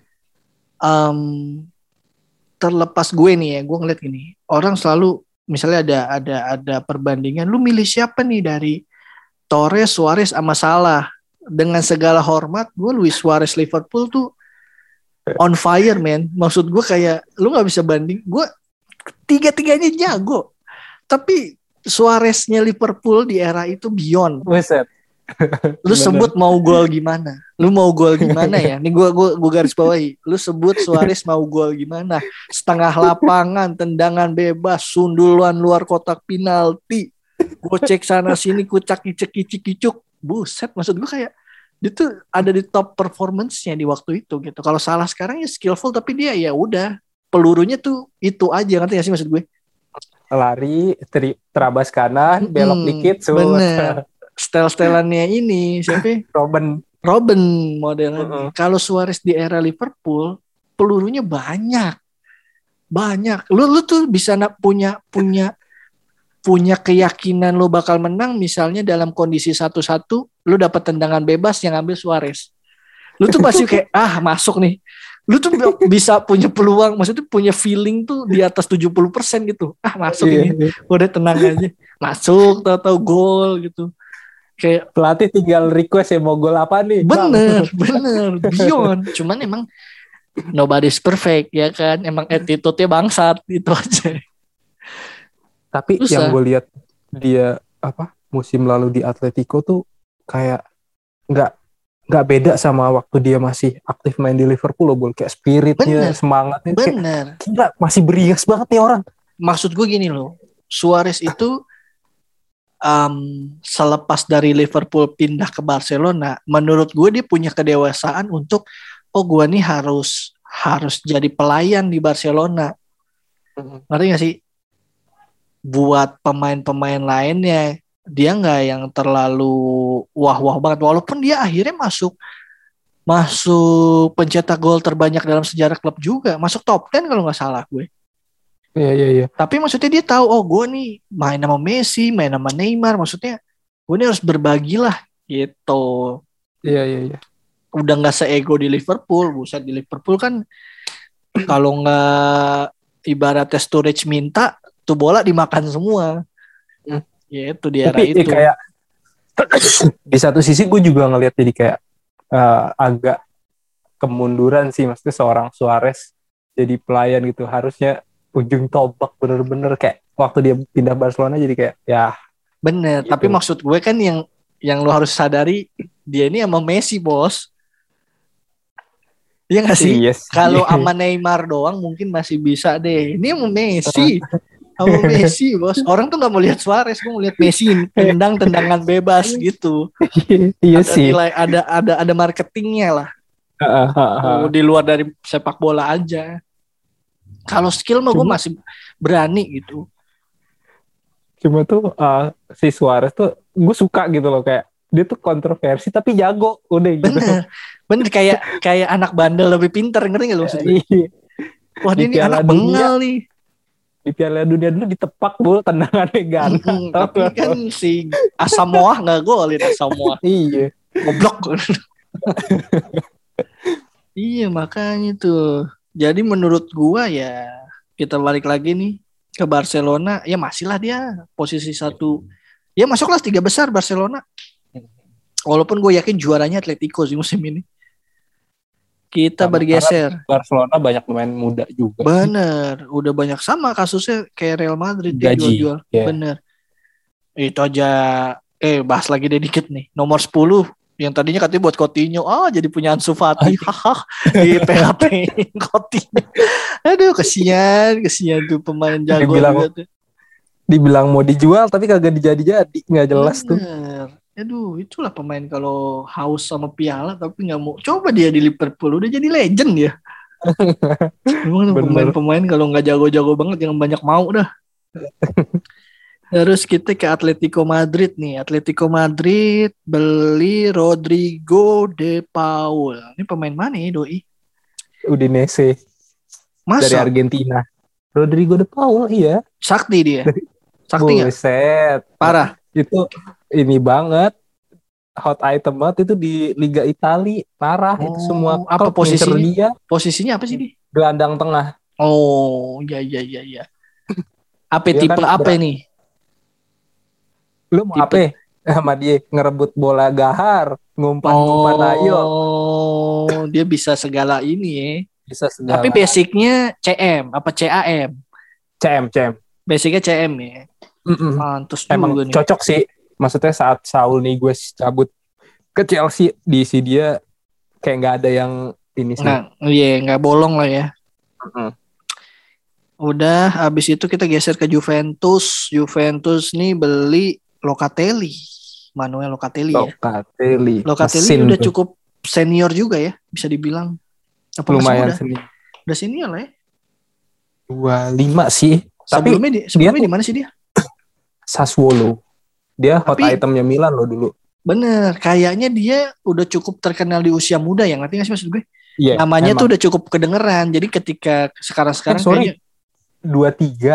Um, terlepas gue nih ya, gue ngeliat gini. Orang selalu misalnya ada ada ada perbandingan. Lu milih siapa nih dari Torres, Suarez sama Salah? Dengan segala hormat, gue Luis Suarez Liverpool tuh on fire man. Maksud gue kayak lu nggak bisa banding. Gue tiga-tiganya jago. Tapi Suareznya Liverpool di era itu beyond. Buset. Lu Bener. sebut mau gol gimana? Lu mau gol gimana ya? Nih gue gue gue garis bawahi. Lu sebut Suarez mau gol gimana? Setengah lapangan, tendangan bebas, sundulan luar kotak penalti, gocek sana sini, kucak kicik kicik kicuk. Buset, maksud gue kayak dia tuh ada di top performance-nya di waktu itu gitu. Kalau Salah sekarang ya skillful, tapi dia ya udah pelurunya tuh itu aja, ngerti gak sih maksud gue? Lari, tri, terabas kanan, belok Hmm, dikit, shoot. bener. Style-stylannya ini siapa? Robin. Robin modelnya. Uh-uh. Kalau Suarez di era Liverpool, pelurunya banyak, banyak. Lu lu tuh bisa nak punya punya punya keyakinan lu bakal menang misalnya dalam kondisi satu-satu, lu dapat tendangan bebas yang ambil Suarez. Lu tuh pasti kayak ah masuk nih. Lu tuh bisa punya peluang, maksudnya punya feeling tuh di atas tujuh puluh persen gitu. Ah masuk Iya, ini. iya. Udah tenang aja. Masuk tahu-tahu gol gitu. Kayak Pelatih tinggal request ya mau gol apa nih. Bang? bener, bener, beyond. Cuman emang nobody's perfect ya kan. Emang attitude-nya bangsat itu aja. Tapi Susah. yang gue lihat dia apa musim lalu di Atletico tuh kayak nggak nggak beda sama waktu dia masih aktif main di Liverpool loh, Bol. Kayak spiritnya, Bener. semangatnya kayak Bener. gila, masih berias banget nih orang. Maksud gue gini loh. Suarez itu um, selepas dari Liverpool pindah ke Barcelona, menurut gue dia punya kedewasaan untuk oh gue nih harus harus jadi pelayan di Barcelona. Ngerti gak sih? Buat pemain-pemain lainnya dia nggak yang terlalu wah-wah banget, walaupun dia akhirnya masuk masuk pencetak gol terbanyak dalam sejarah klub juga, masuk top sepuluh kalau nggak salah gue. Iya iya iya. Tapi maksudnya dia tahu, oh gue nih main sama Messi, main sama Neymar, maksudnya gue nih harus berbagi lah gitu. Iya iya iya. Udah nggak seego di Liverpool, buset di Liverpool kan kalau nggak ibaratnya Sturridge minta tuh bola dimakan semua. Hmm. Ya itu di era tapi, itu. Tapi kayak di satu sisi gue juga ngelihat jadi kayak uh, agak kemunduran sih, maksudnya seorang Suarez jadi pelayan gitu, harusnya ujung tombak bener-bener kayak waktu dia pindah Barcelona jadi kayak ya bener gitu. Tapi maksud gue kan yang yang lo harus sadari dia ini sama Messi bos, iya gak sih? Yes. Kalau sama Neymar doang mungkin masih bisa deh, ini sama Messi sama Messi bos, orang tuh gak mau lihat Suarez, gue mau lihat Messi tendang tendangan bebas gitu. Iya ada sih, nilai, ada ada ada marketingnya lah. Uh, uh, uh. Oh, di luar dari sepak bola aja. Kalau skill mah gue masih berani gitu. Cuma tuh uh, si Suarez tuh gue suka gitu loh, kayak dia tuh kontroversi tapi jago udah gitu. Bener, bener kayak kayak anak bandel lebih pintar, ngerti nggak lo maksudnya? Wah dia ini anak bengal nih. Di Piala Dunia dulu ditepak bu tendangannya Ghana. Hmm, tapi kan si Asamoah nggak golin Asamoah. Iya. Goblok. Iya makanya tuh. Jadi menurut gua ya kita balik lagi nih ke Barcelona, ya masih lah dia posisi satu, ya masuklah tiga besar Barcelona. Walaupun gue yakin juaranya Atletico sih musim ini. Kita sama bergeser. Barcelona banyak pemain muda juga. Bener, udah banyak sama kasusnya kayak Real Madrid dia jual-jual. Yeah. Bener. Itu aja. Eh bahas lagi deh dikit nih. Nomor sepuluh yang tadinya katanya buat Coutinho, ah jadi punya Ansu Fati, haha, di P H P Coutinho. Aduh kesian, kesian tuh pemain jago dibilang, juga tuh. Dibilang mau dijual tapi kagak dijadi-jadi, nggak jelas bener. Tuh. Aduh itulah pemain kalau haus sama piala tapi nggak mau. Coba dia di Liverpool udah jadi legend ya. Memang pemain-pemain kalau nggak jago-jago banget jangan banyak mau dah. Terus kita ke Atletico Madrid nih. Atletico Madrid beli Rodrigo de Paul. Ini pemain mana ya doi? Udinese. Masa? Dari Argentina. Rodrigo de Paul iya. Sakti dia. Sakti nggak? Buset. Parah. Itu ini banget. Hot item banget itu di Liga Italia. Parah oh, itu semua. Apa posisinya? Dia. Posisinya apa sih dia? Gelandang tengah. Oh iya iya iya. iya. Apa tipe kan apa ber- ini? Lu mau apa sama dia ngerebut bola gahar, ngumpan-ngumpan oh, ayo. Oh, dia bisa segala ini ya. Bisa segala. Tapi basicnya C M apa C A M? C M, C M. Basicnya C M ya. Mantus emang juga nih. Cocok sih. Maksudnya saat Saul Niguez cabut ke Chelsea, diisi dia kayak nggak ada yang ini sih. Nah, iya nggak bolong lah ya. Mm-hmm. Udah, habis itu kita geser ke Juventus. Juventus nih beli Locatelli, Manuel Locatelli ya. Locatelli. Locatelli Mesin udah tuh. cukup senior juga ya, bisa dibilang. Apa lumayan udah? senior. Udah senior lah ya. dua puluh lima sih. Sebelumnya di, sebelumnya di mana sih dia? Sassuolo. Dia hot Tapi, itemnya Milan loh dulu. Bener, kayaknya dia udah cukup terkenal di usia muda ya, ngerti gak sih maksud gue? Yeah, namanya emang. tuh udah cukup kedengeran. Jadi ketika sekarang-sekarang eh, sorry. kayaknya dua puluh tiga.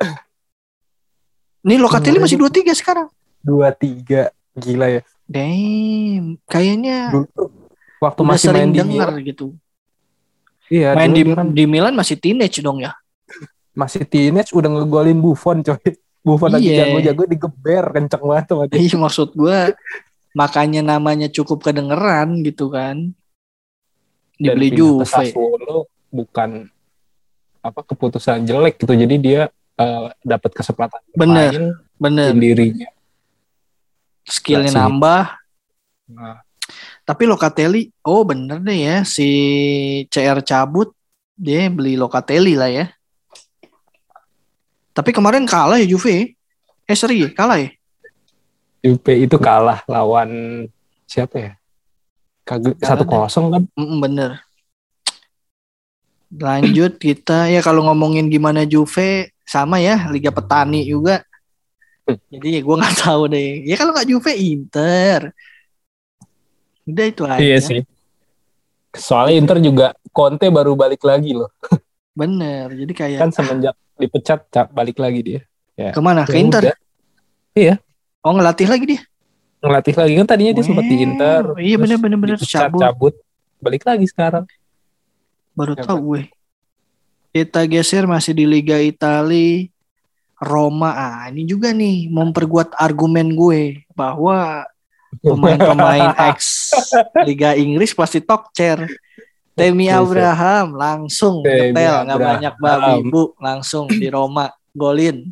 Nih Locatelli masih dua puluh tiga sekarang. dua puluh tiga. Gila ya. Damn, kayaknya dulu, waktu udah masih sering main dengar di gitu. Iya, main di, kan, di Milan masih teenage dong ya. Masih teenage udah ngegolin Buffon coy. Buffon lagi Iya. jago-jago digeber kenceng banget sama dia. Iya maksud gue makanya namanya cukup kedengeran gitu kan. Dibeli Juve. Sassuolo bukan apa keputusan jelek gitu. Jadi dia uh, dapat kesempatan bener, bener. Dirinya. Skillnya Masih. nambah. Nah. Tapi Locatelli, oh bener deh ya si C R cabut dia beli Locatelli lah ya. Tapi kemarin kalah ya Juve. Eh seri kalah ya? Juve itu kalah lawan siapa ya? Kagak satu kosong kan? Mm-mm, bener. Lanjut kita ya kalau ngomongin gimana Juve sama ya Liga Petani juga. Jadi ya gue nggak tahu deh. Ya kalau nggak Juve Inter. Udah itu aja. Iya sih. Soalnya Inter juga Conte baru balik lagi loh. Bener. Jadi kayak Kan semenjak dipecat balik lagi dia. Ya. Kemana? Ke Ya Inter? udah. Iya. Oh ngelatih lagi dia? Ngelatih lagi kan tadinya dia sempat di Inter. Iya bener-bener bener dipecat, cabut. cabut. Balik lagi sekarang. Baru Ya, tahu gue. Kita geser masih di Liga Italia. Roma, ah ini juga nih memperkuat argumen gue bahwa pemain-pemain ex Liga Inggris pasti talk chair. Temi Abraham langsung ngetel, nggak banyak babi bu, langsung di Roma golin.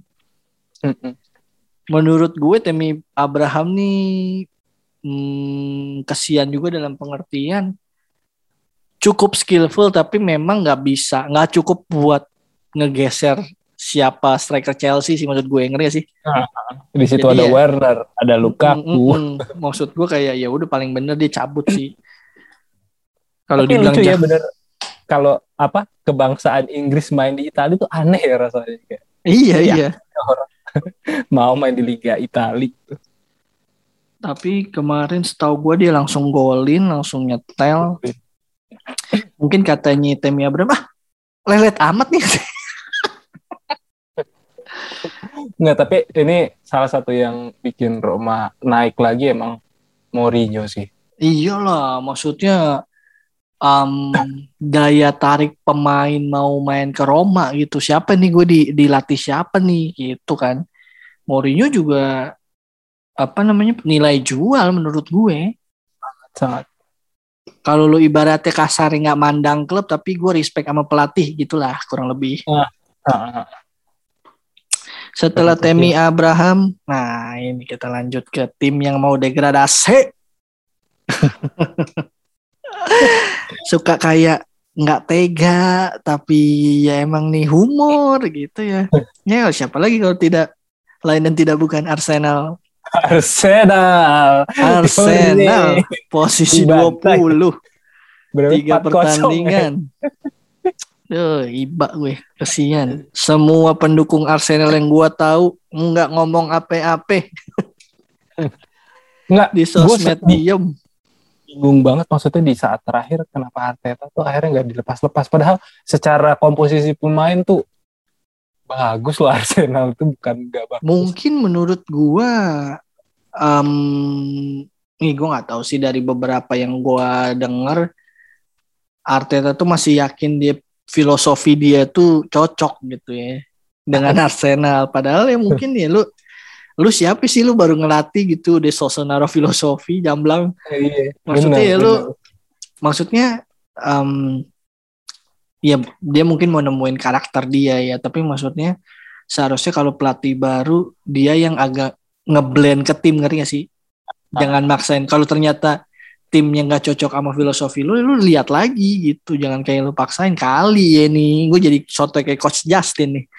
Menurut gue Temi Abraham nih hmm, kesian juga dalam pengertian cukup skillful tapi memang nggak bisa, nggak cukup buat ngegeser siapa striker Chelsea sih maksud gue, ngerti gak sih? Nah, di situ Jadi ada ya, Werner, ada Lukaku. Mm, mm, mm. Maksud gue kayak ya udah paling bener dia cabut sih. Kalau Tapi dibilang lucu ya jah- bener. Kalau apa kebangsaan Inggris main di Italia tuh aneh ya rasanya kayak. Iya Ya, iya. orang mau main di Liga Italia. Tapi kemarin setahu gue dia langsung golin, langsung nyetel. Mungkin katanya Temi Abraham, ah lelet amat nih. Nggak, tapi ini salah satu yang bikin Roma naik lagi emang Mourinho sih. Iyalah, maksudnya um, daya tarik pemain mau main ke Roma gitu. Siapa nih gue di, dilatih siapa nih gitu kan. Mourinho juga apa namanya nilai jual menurut gue. Sangat. Kalau lu ibaratnya kasar nggak mandang klub tapi gue respect sama pelatih gitulah kurang lebih. Nah, nah, Setelah Temi Abraham, nah ini kita lanjut ke tim yang mau degradasi. Suka kayak nggak tega, tapi ya emang nih humor gitu ya. Ya siapa lagi kalau tidak lain dan tidak bukan Arsenal. Arsenal. Arsenal posisi dua puluh. Tiga pertandingan. Duh, iba gue, kesian. Semua pendukung Arsenal yang gue tahu nggak ngomong ape-ape. Nggak, di sosmed diem. Bingung banget maksudnya di saat terakhir kenapa Arteta tuh akhirnya nggak dilepas-lepas. Padahal secara komposisi pemain tuh bagus loh Arsenal tuh bukan nggak bagus. Mungkin menurut gue, um, nih gue nggak tahu sih dari beberapa yang gue denger, Arteta tuh masih yakin dia filosofi dia tuh cocok gitu ya dengan Arsenal. Padahal ya mungkin ya lu lu siapa sih lu baru ngelatih gitu udah sosok naruh filosofi jamblang. Iya, maksudnya bener, ya bener. lu maksudnya um, ya dia mungkin mau nemuin karakter dia ya, tapi maksudnya seharusnya kalau pelatih baru dia yang agak ngeblend ke tim, ngerti gak sih? Jangan maksain. Kalau ternyata timnya nggak cocok sama filosofi lu, lu lihat lagi gitu. Jangan kayak lu paksain kali ya nih. Gue jadi soto kayak Coach Justin nih.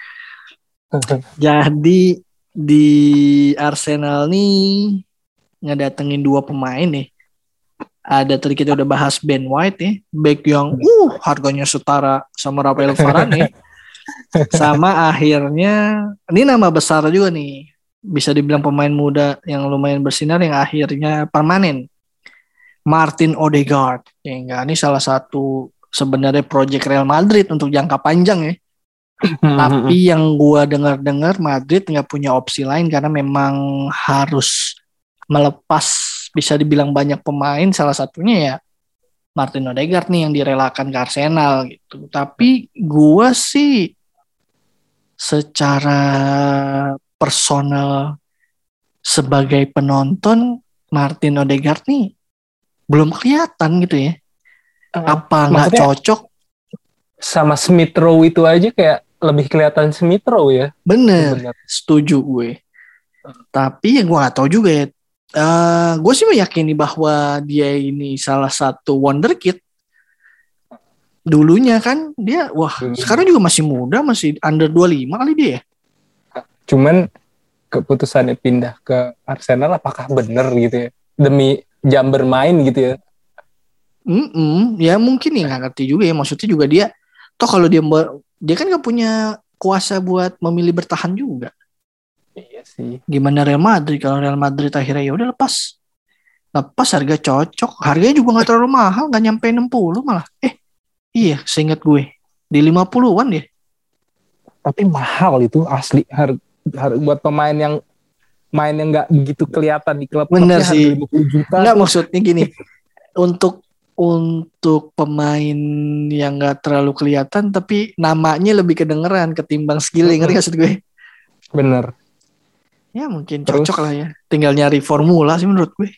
Jadi di Arsenal nih ngedatengin dua pemain nih. Ada tadi kita udah bahas Ben White ya, back yang uh harganya setara sama Rafael Varane. Sama akhirnya ini nama besar juga nih. Bisa dibilang pemain muda yang lumayan bersinar yang akhirnya permanen. Martin Odegaard, ya enggak, ini salah satu sebenarnya proyek Real Madrid untuk jangka panjang ya. Tapi yang gua dengar-dengar Madrid nggak punya opsi lain karena memang harus melepas bisa dibilang banyak pemain, salah satunya ya Martin Odegaard nih yang direlakan ke Arsenal gitu. Tapi gua sih secara personal sebagai penonton Martin Odegaard nih belum kelihatan gitu ya. Apa nggak cocok? Sama Smith Rowe itu aja kayak lebih kelihatan Smith Rowe ya. Bener, Bener. Setuju gue. Tapi ya gue nggak tahu juga ya. Uh, gue sih meyakini bahwa dia ini salah satu wonderkid. Dulunya kan dia, wah Dulu. Sekarang juga masih muda, masih under dua puluh lima kali dia ya. Cuman keputusannya pindah ke Arsenal apakah bener gitu ya? Demi jam bermain gitu ya. Mm-mm, ya mungkin ya nggak ngerti juga ya, maksudnya juga dia Toh kalau dia dia kan nggak punya kuasa buat memilih bertahan juga. Iya sih. Gimana Real Madrid? Kalau Real Madrid akhirnya ya udah lepas. Lepas harga cocok. Harganya juga nggak terlalu mahal, nggak nyampe enam puluh malah. Eh, iya, seingat gue di lima puluhan deh. Tapi mahal itu asli harga har- buat pemain yang main yang nggak begitu kelihatan di klub. Bener harga sih. lima puluh juta. Nggak, tuh. maksudnya gini. Untuk untuk pemain yang nggak terlalu kelihatan tapi namanya lebih kedengeran ketimbang skillnya, ngerti maksud gue? Bener. Ya mungkin Terus- cocok lah ya. Tinggal nyari formula sih menurut gue.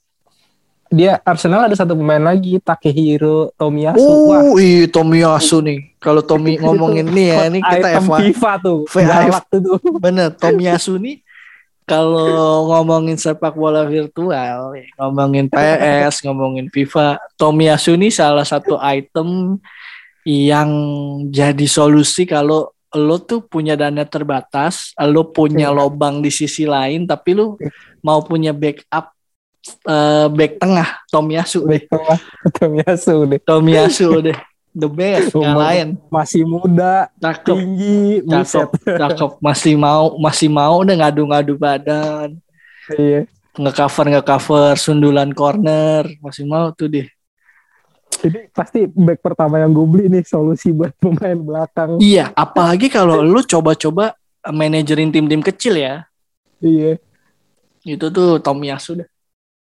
Dia Arsenal ada satu pemain lagi, Takehiro Tomiyasu. Wah, Oh, iya Tomiyasu nih. Kalau Tomi ngomongin nih ya, ini kita item F Y. FIFA tuh. V I F. Galak tuh tuh. Bener, Tomiyasu nih kalau ngomongin sepak bola virtual, ngomongin P S, ngomongin FIFA, Tomiyasu nih salah satu item yang jadi solusi kalau lo tuh punya dana terbatas, lo punya Iya. lobang di sisi lain, tapi lo mau punya backup eh, back tengah, Tomiyasu deh. Back tengah Tomiyasu deh. Tomiyasu deh, the best, nggak Umur lain. Masih muda, Cakep, tinggi, buset. cakep, cakep. Masih mau, masih mau udah ngadu-ngadu badan, Iya. nge-cover nge-cover sundulan corner, masih mau tuh deh. Ini pasti back pertama yang gue beli nih, solusi buat pemain belakang. Iya, apalagi kalau lu coba-coba manajerin tim-tim kecil ya. Iya. Itu tuh Tomiyasu deh.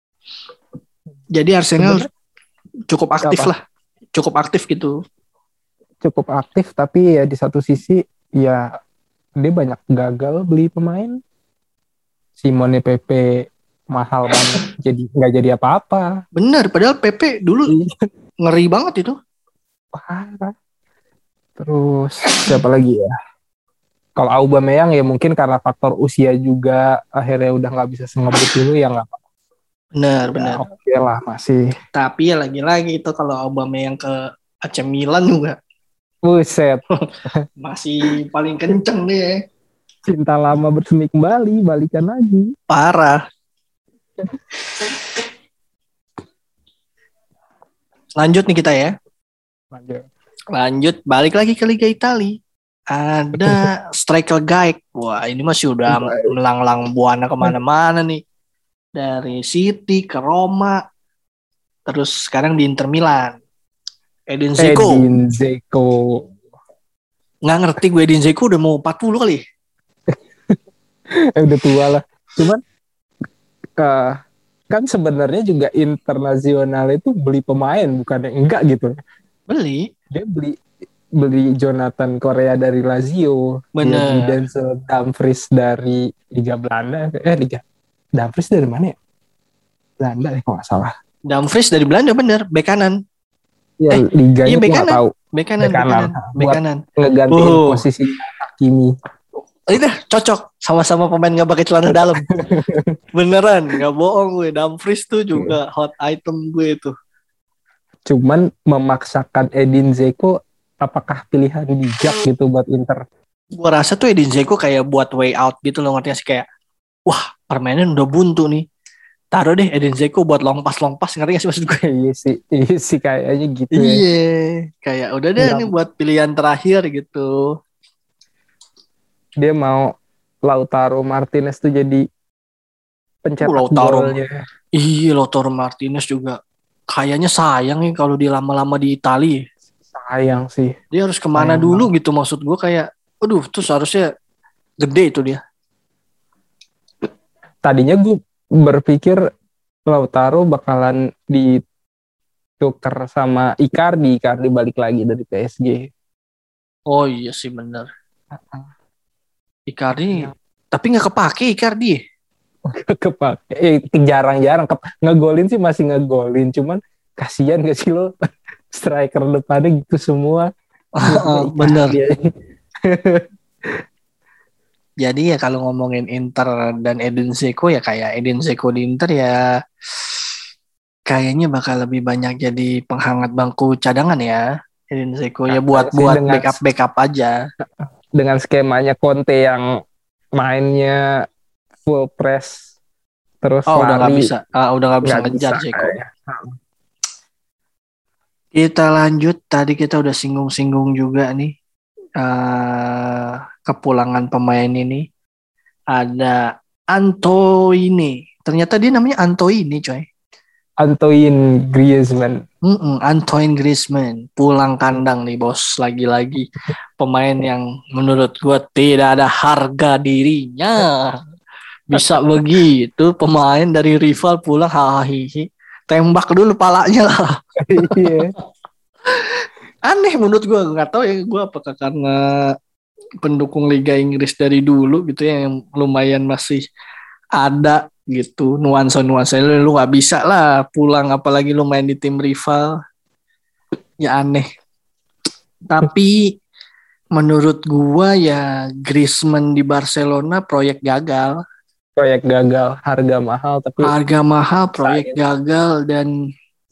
Jadi Arsenal Sebenarnya cukup aktif apa? lah. Cukup aktif gitu. Cukup aktif, tapi ya di satu sisi ya dia banyak gagal beli pemain. Simone Pepe mahal banget, jadi nggak jadi apa-apa. Bener, padahal Pepe dulu ngeri banget itu. Parah. Terus siapa lagi ya? Kalau Aubameyang ya mungkin karena faktor usia juga akhirnya udah nggak bisa sengebut dulu ya nggak apa-apa. Bener, Ya, bener. oke lah masih. Tapi ya lagi-lagi itu kalau Aubameyang ke A C Milan juga Buset, masih paling kenceng deh. cinta lama bersemi kembali, balikan lagi. Parah. Lanjut nih kita ya. Lanjut. Lanjut, balik lagi ke Liga Italia. Ada striker Gaik. Wah, ini masih udah Gaik. melanglang buana kemana-mana nih. Dari City ke Roma. Terus sekarang di Inter Milan. Edin Dzeko. Edin Dzeko. Nggak ngerti gue, Edin Dzeko udah mau empat puluh kali. Eh, udah tua lah. Cuman uh, kan sebenarnya juga internasional itu beli pemain, bukan yang enggak gitu. Beli. Dia beli beli Jonathan Korea dari Lazio, dia beli Bener. Denzel Dumfries dari Liga Belanda, eh Liga Dumfries dari mana ya? Belanda deh kalau nggak salah. Dumfries dari Belanda bener, bek kanan. Ya Eh, liganya iya, bek gue nggak kanan. tahu. Bek kanan, Bek bek kanan. kanan, bek Buat kanan. ngegantiin Oh. posisi Hakimi. Itu cocok sama-sama pemain nggak pakai celana dalam. Beneran, nggak bohong gue. Dumfries tuh juga hot item gue itu. Cuman memaksakan Edin Dzeko apakah pilihan bijak gitu buat Inter? Gue rasa tuh Edin Dzeko kayak buat way out gitu loh, ngerti gak sih, kayak wah permainan udah buntu nih, taruh deh Edin Dzeko buat long pass long pass, ngerti gak sih maksud gue? Iya sih, iya sih kayaknya gitu ya. Iya, kayak udah deh Enggak. nih buat pilihan terakhir gitu. Dia mau Lautaro Martinez tuh jadi pencetak Oh, Lautaro. golnya. Iya, Lautaro Martinez juga kayaknya sayang nih kalau dia lama-lama di Italia. Sayang sih. Dia harus kemana Sayang dulu gitu, maksud gue kayak, aduh, tuh seharusnya gede itu dia. Tadinya gue berpikir Lautaro bakalan ditukar sama Icardi, Icardi balik lagi dari P S G. Oh iya sih bener. Icardi, tapi nggak kepake Icardi. Kepake, eh, jarang-jarang Kep- ngegolin sih masih ngegolin, cuman kasihan gak sih lo striker depannya gitu semua. Bener. Icardi. Jadi ya kalau ngomongin Inter dan Edin Dzeko ya kayak Edin Dzeko di Inter ya kayaknya bakal lebih banyak jadi penghangat bangku cadangan ya. Edin Dzeko ya Katanya buat sih buat dengan- backup backup aja. Dengan skemanya Conte yang mainnya full press terus Oh udah nggak lari bisa, ah, udah nggak bisa nggak ngejar bisa Dzeko. kayaknya. Kita lanjut. Tadi kita udah singgung-singgung juga nih uh, kepulangan pemain ini. Ada Antoine. Ternyata dia namanya Antoine, coy. Antoine Griezmann. Mm-mm, Antoine Griezmann pulang kandang nih bos, lagi-lagi pemain yang menurut gue tidak ada harga dirinya. Bisa begitu pemain dari rival pulang hahaha, tembak dulu palanya lah. Aneh menurut gue, nggak tahu ya gue apakah karena pendukung Liga Inggris dari dulu gitu ya, yang lumayan masih ada gitu nuansa-nuansa lu, lu gak bisa lah pulang apalagi lu main di tim rival, ya aneh. Tapi menurut gua ya Griezmann di Barcelona proyek gagal. Proyek gagal, harga mahal tapi harga mahal, proyek gagal, dan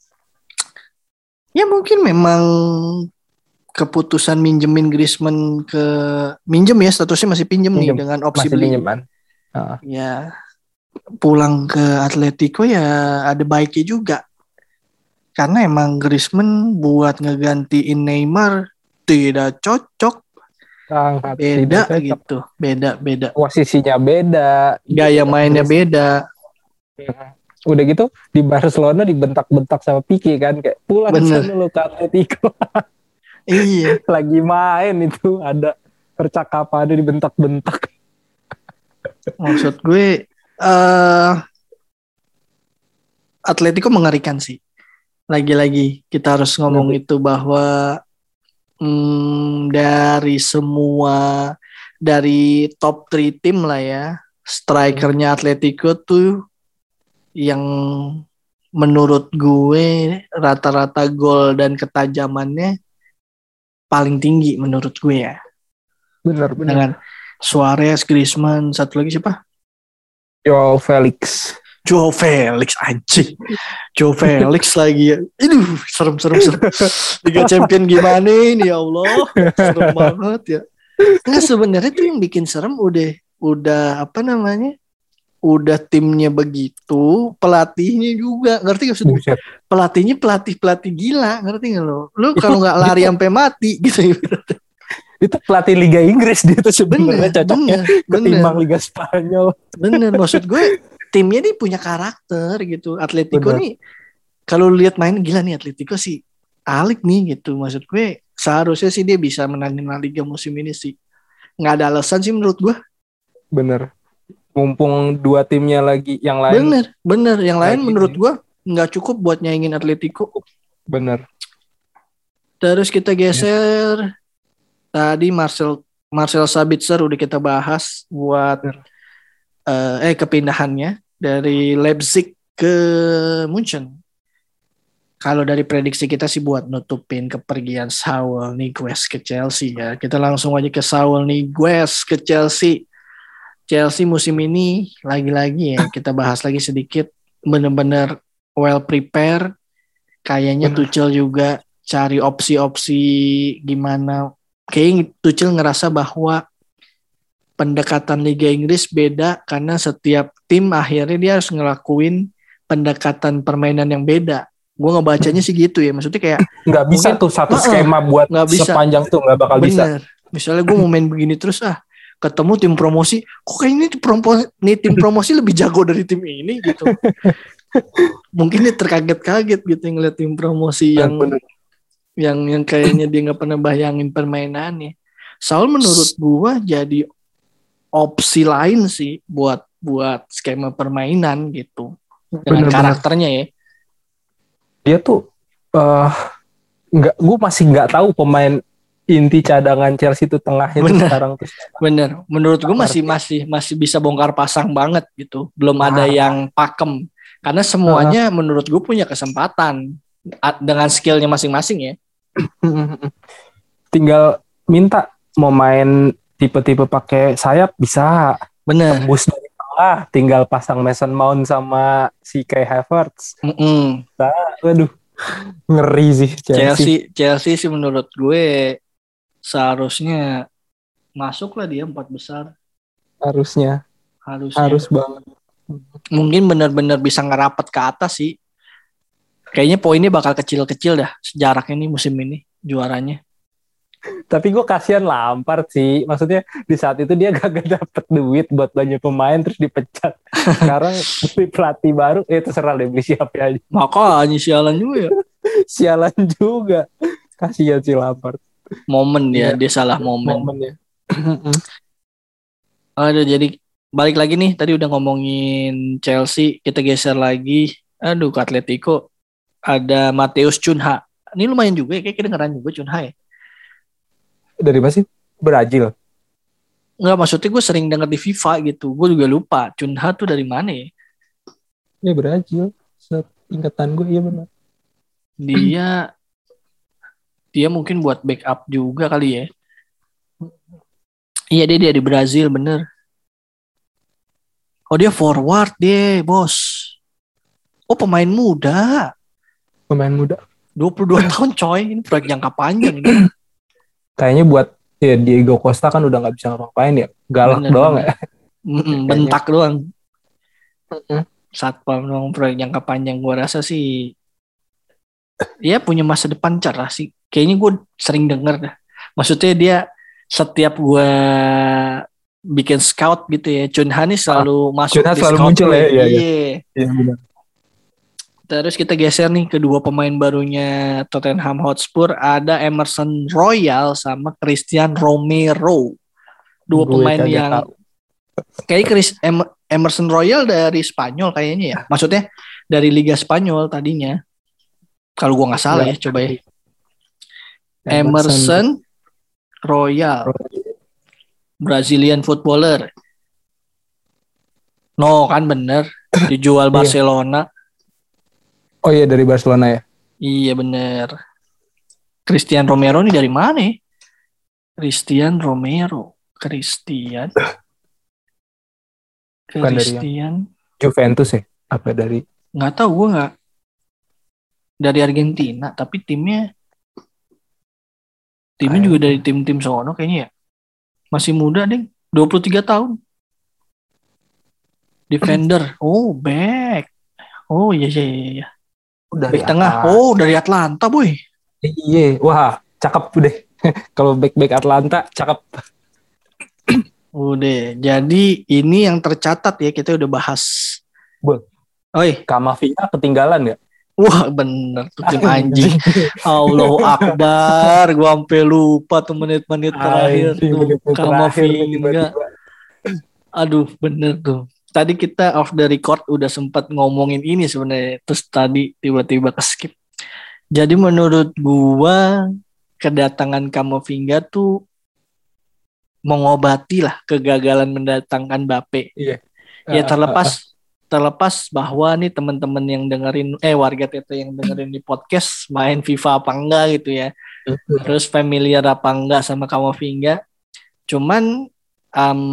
ya mungkin memang keputusan minjemin Griezmann ke minjem ya, statusnya masih pinjem, pinjem nih dengan opsi beli. Uh. Ya pulang ke Atletico ya ada baiknya juga. Karena emang Griezmann buat ngegantiin Neymar tidak cocok. Sangat beda tidak gitu. Beda-beda. Posisinya beda. Gaya mainnya beda. Udah gitu di Barcelona dibentak-bentak sama Pique kan. Kayak pulang sana lu ke Atletico. Iya. Lagi main itu ada percakapan dibentak-bentak. Maksud gue Uh, Atletico mengerikan sih. Lagi-lagi kita harus ngomong hmm. itu bahwa hmm, dari semua dari top tiga tim lah ya, strikernya Atletico tuh yang menurut gue rata-rata gol dan ketajamannya paling tinggi menurut gue ya. Benar, benar. Dengan Suarez, Griezmann, satu lagi siapa? Joao Felix. Joao Felix anjing. Joao Felix lagi. Aduh, serem-serem serem. Liga Champion gimana ini ya Allah? Serem banget ya. Enggak, sebenarnya tuh yang bikin serem udah udah apa namanya? Udah timnya begitu, pelatihnya juga. Ngerti enggak maksudnya? Pelatihnya pelatih-pelatih gila, ngerti enggak lo? Lu kalau enggak lari sampai mati gitu. Itu pelatih Liga Inggris dia tuh sebenarnya cocoknya ketimbang Liga Spanyol. Bener, maksud gue timnya nih punya karakter gitu. Atletico bener. Nih kalau lihat main gila nih Atletico sih alik nih gitu. Maksud gue seharusnya sih dia bisa menangin La Liga musim ini sih. Nggak ada alasan sih menurut gue. Bener. Mumpung dua timnya lagi yang lain. Bener, bener. Yang lain menurut gue nggak cukup buat nyaingin Atletico. Bener. Terus kita geser. Tadi Marcel Marcel Sabitzer udah kita bahas buat uh, eh kepindahannya dari Leipzig ke Munchen. Kalau dari prediksi kita sih buat nutupin kepergian Saul Niguez ke Chelsea ya. Kita langsung aja ke Saul Niguez ke Chelsea. Chelsea musim ini lagi-lagi ya kita bahas lagi sedikit, benar-benar well prepared. Kayaknya Tuchel juga cari opsi-opsi gimana. Kayaknya Tuchel ngerasa bahwa pendekatan Liga Inggris beda karena setiap tim akhirnya dia harus ngelakuin pendekatan permainan yang beda. Gue ngebacanya sih gitu ya, maksudnya kayak nggak bisa mungkin, tuh satu skema uh, buat sepanjang tuh nggak bakal bener. Bisa. Misalnya gue mau main begini terus ah, ketemu tim promosi, kok kayak ini promosi, nih tim promosi lebih jago dari tim ini gitu. Mungkin dia terkaget-kaget gitu ngeliat tim promosi yang bener. yang yang kayaknya dia nggak pernah bayangin permainannya. Saul menurut gua jadi opsi lain sih buat buat skema permainan gitu dengan bener, karakternya ya. Dia tuh uh, nggak, gua masih nggak tahu pemain inti cadangan Chelsea itu tengahnya bener, sekarang tuh. Bener, menurut gua masih masih masih bisa bongkar pasang banget gitu. Belum ah. ada yang pakem karena semuanya ah. menurut gua punya kesempatan. Dengan skillnya masing-masing ya. Tinggal minta mau main tipe-tipe pakai sayap bisa. Bener. Tembus dari tengah, tinggal pasang Mason Mount sama si Kai Havertz. Mm-mm. Nah, aduh, ngeri sih Chelsea. Chelsea. Chelsea sih menurut gue seharusnya masuk lah dia empat besar. Harusnya. Harusnya. Harus banget. Mungkin benar-benar bisa ngerapat ke atas sih. Kayaknya poinnya bakal kecil-kecil dah jarak ini musim ini juaranya. Tapi gue kasihan Lampard sih. Maksudnya di saat itu dia gak dapet duit buat banyak pemain terus dipecat. Sekarang beli pelatih baru, eh terserah deh beli siapa aja. Makanya sialan juga ya. Sialan juga. Kasihan si Lampard. Momen dia, Iya. dia salah momen. Momen ya. Aduh, jadi balik lagi nih. Tadi udah ngomongin Chelsea, kita geser lagi. Aduh, ke Atletico. Ada Matheus Cunha. Ini lumayan juga ya, kayak kedengeran juga Cunha ya. Dari mana sih? Brazil. Enggak, maksudnya gue sering denger di FIFA gitu. Gue juga lupa Cunha tuh dari mana ya. Ya Brazil. Seingatan gue, iya benar. Dia dia mungkin buat backup juga kali ya. Iya, dia dari Brazil, bener. Oh, dia forward deh, bos. Oh, pemain muda. Pemain muda. dua puluh dua tahun coy. Ini proyek jangka panjang ini. Kayaknya buat ya Diego Costa kan udah gak bisa ngapain ya. Galak Bener, doang bener. ya. Mm-mm, bentak doang. Mm-mm. Satpam doang, proyek jangka panjang. Gue rasa sih dia punya masa depan cerah sih. Kayaknya gue sering denger dah. Maksudnya dia setiap gue bikin scout gitu ya, Cunha nih selalu masuk Cunha di selalu scout muncul gue. ya, iya, Iya. Iya benar. Terus kita geser nih kedua pemain barunya Tottenham Hotspur, ada Emerson Royal sama Christian Romero. Dua Gue pemain kagak yang tahu. kayak Chris Em- Emerson Royal dari Spanyol kayaknya ya. Maksudnya dari Liga Spanyol tadinya. Kalau gua nggak salah ya, coba ya. Emerson Royal, Brazilian footballer. No, kan bener. Dijual Barcelona. Oh iya dari Barcelona ya. Iya bener. Christian Romero nih dari mana? ya? Christian Romero. Christian. Bukan dari Christian. Juventus ya? Apa dari? Nggak tahu, gue nggak. Dari Argentina, tapi timnya timnya Kayak- juga dari tim-tim sono kayaknya ya. Masih muda deh, dua puluh tiga tahun. Defender. Oh, back. Oh iya iya iya. Dari Back tengah. Atalanta. Oh, dari Atlanta, boy. Iya, wah cakep deh. Kalau back-back Atlanta cakep. Udah. Jadi ini yang tercatat ya, kita udah bahas. Bol. Oi, Kamavinga ketinggalan ya? wah bener tuh tim anjing. Allahu Akbar, gua sampai lupa tuh menit-menit terakhir Anjing, tuh. menit-menit terakhir nih Kamavinga. tiba-tiba. Aduh, bener tuh. Tadi kita off the record udah sempat ngomongin ini sebenarnya. Terus tadi tiba-tiba ke-skip. Jadi menurut gua kedatangan Kamavinga tuh mengobati lah kegagalan mendatangkan Mbappe. Iya. Ya Ah, terlepas terlepas bahwa nih teman-teman yang dengerin eh warga T T yang dengerin di podcast main FIFA apa enggak gitu ya. Terus familiar apa enggak sama Kamavinga. Cuman um,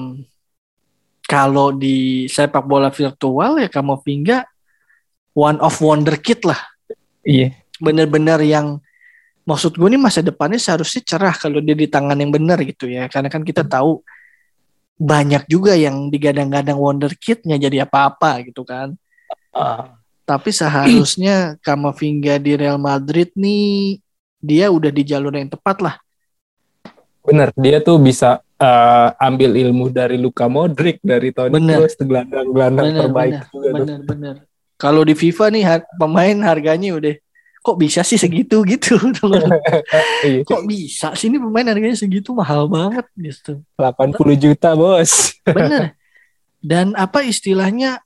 kalau di sepak bola virtual ya Kamavinga one of wonder kid lah. Iya. Bener-bener yang maksud gue nih masa depannya seharusnya cerah kalau dia di tangan yang benar gitu ya. Karena kan kita tahu banyak juga yang digadang-gadang wonder kid-nya jadi apa-apa gitu kan. Ah, Tapi seharusnya Kamavinga di Real Madrid nih dia udah di jalur yang tepat lah. bener, dia tuh bisa eh, ambil ilmu dari Luka Modric, dari Toni Bener. Kroos, gelandang-gelandang Bener, terbaik bener, juga tuh. bener, bener. Kalau di FIFA nih har- pemain harganya udah kok bisa sih segitu gitu. Iya. Kok bisa sih ini pemain harganya segitu, mahal banget gitu. delapan puluh juta bos. Bener. Dan apa istilahnya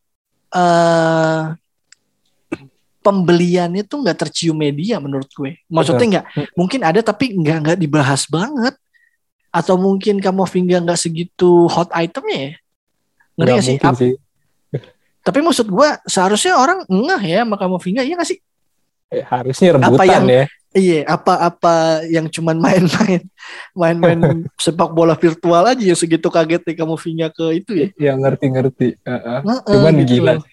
eh pembeliannya tuh nggak tercium media menurut gue. Maksudnya nggak, mungkin ada tapi nggak nggak dibahas banget. Atau mungkin Kamavinga nggak segitu hot itemnya ya. Ngerti Nggak nggak sih? mungkin Ap- sih. Tapi maksud gue seharusnya orang ngeh ya sama Kamavinga, iya nggak sih? Eh, harusnya rebutan Apa yang- ya. Iya, apa-apa yang cuman main-main main-main sepak bola virtual aja ya segitu kagetnya Kamavinga ke itu ya. Yang ngerti-ngerti. Heeh. Heeh, Cuman gitu. gila sih.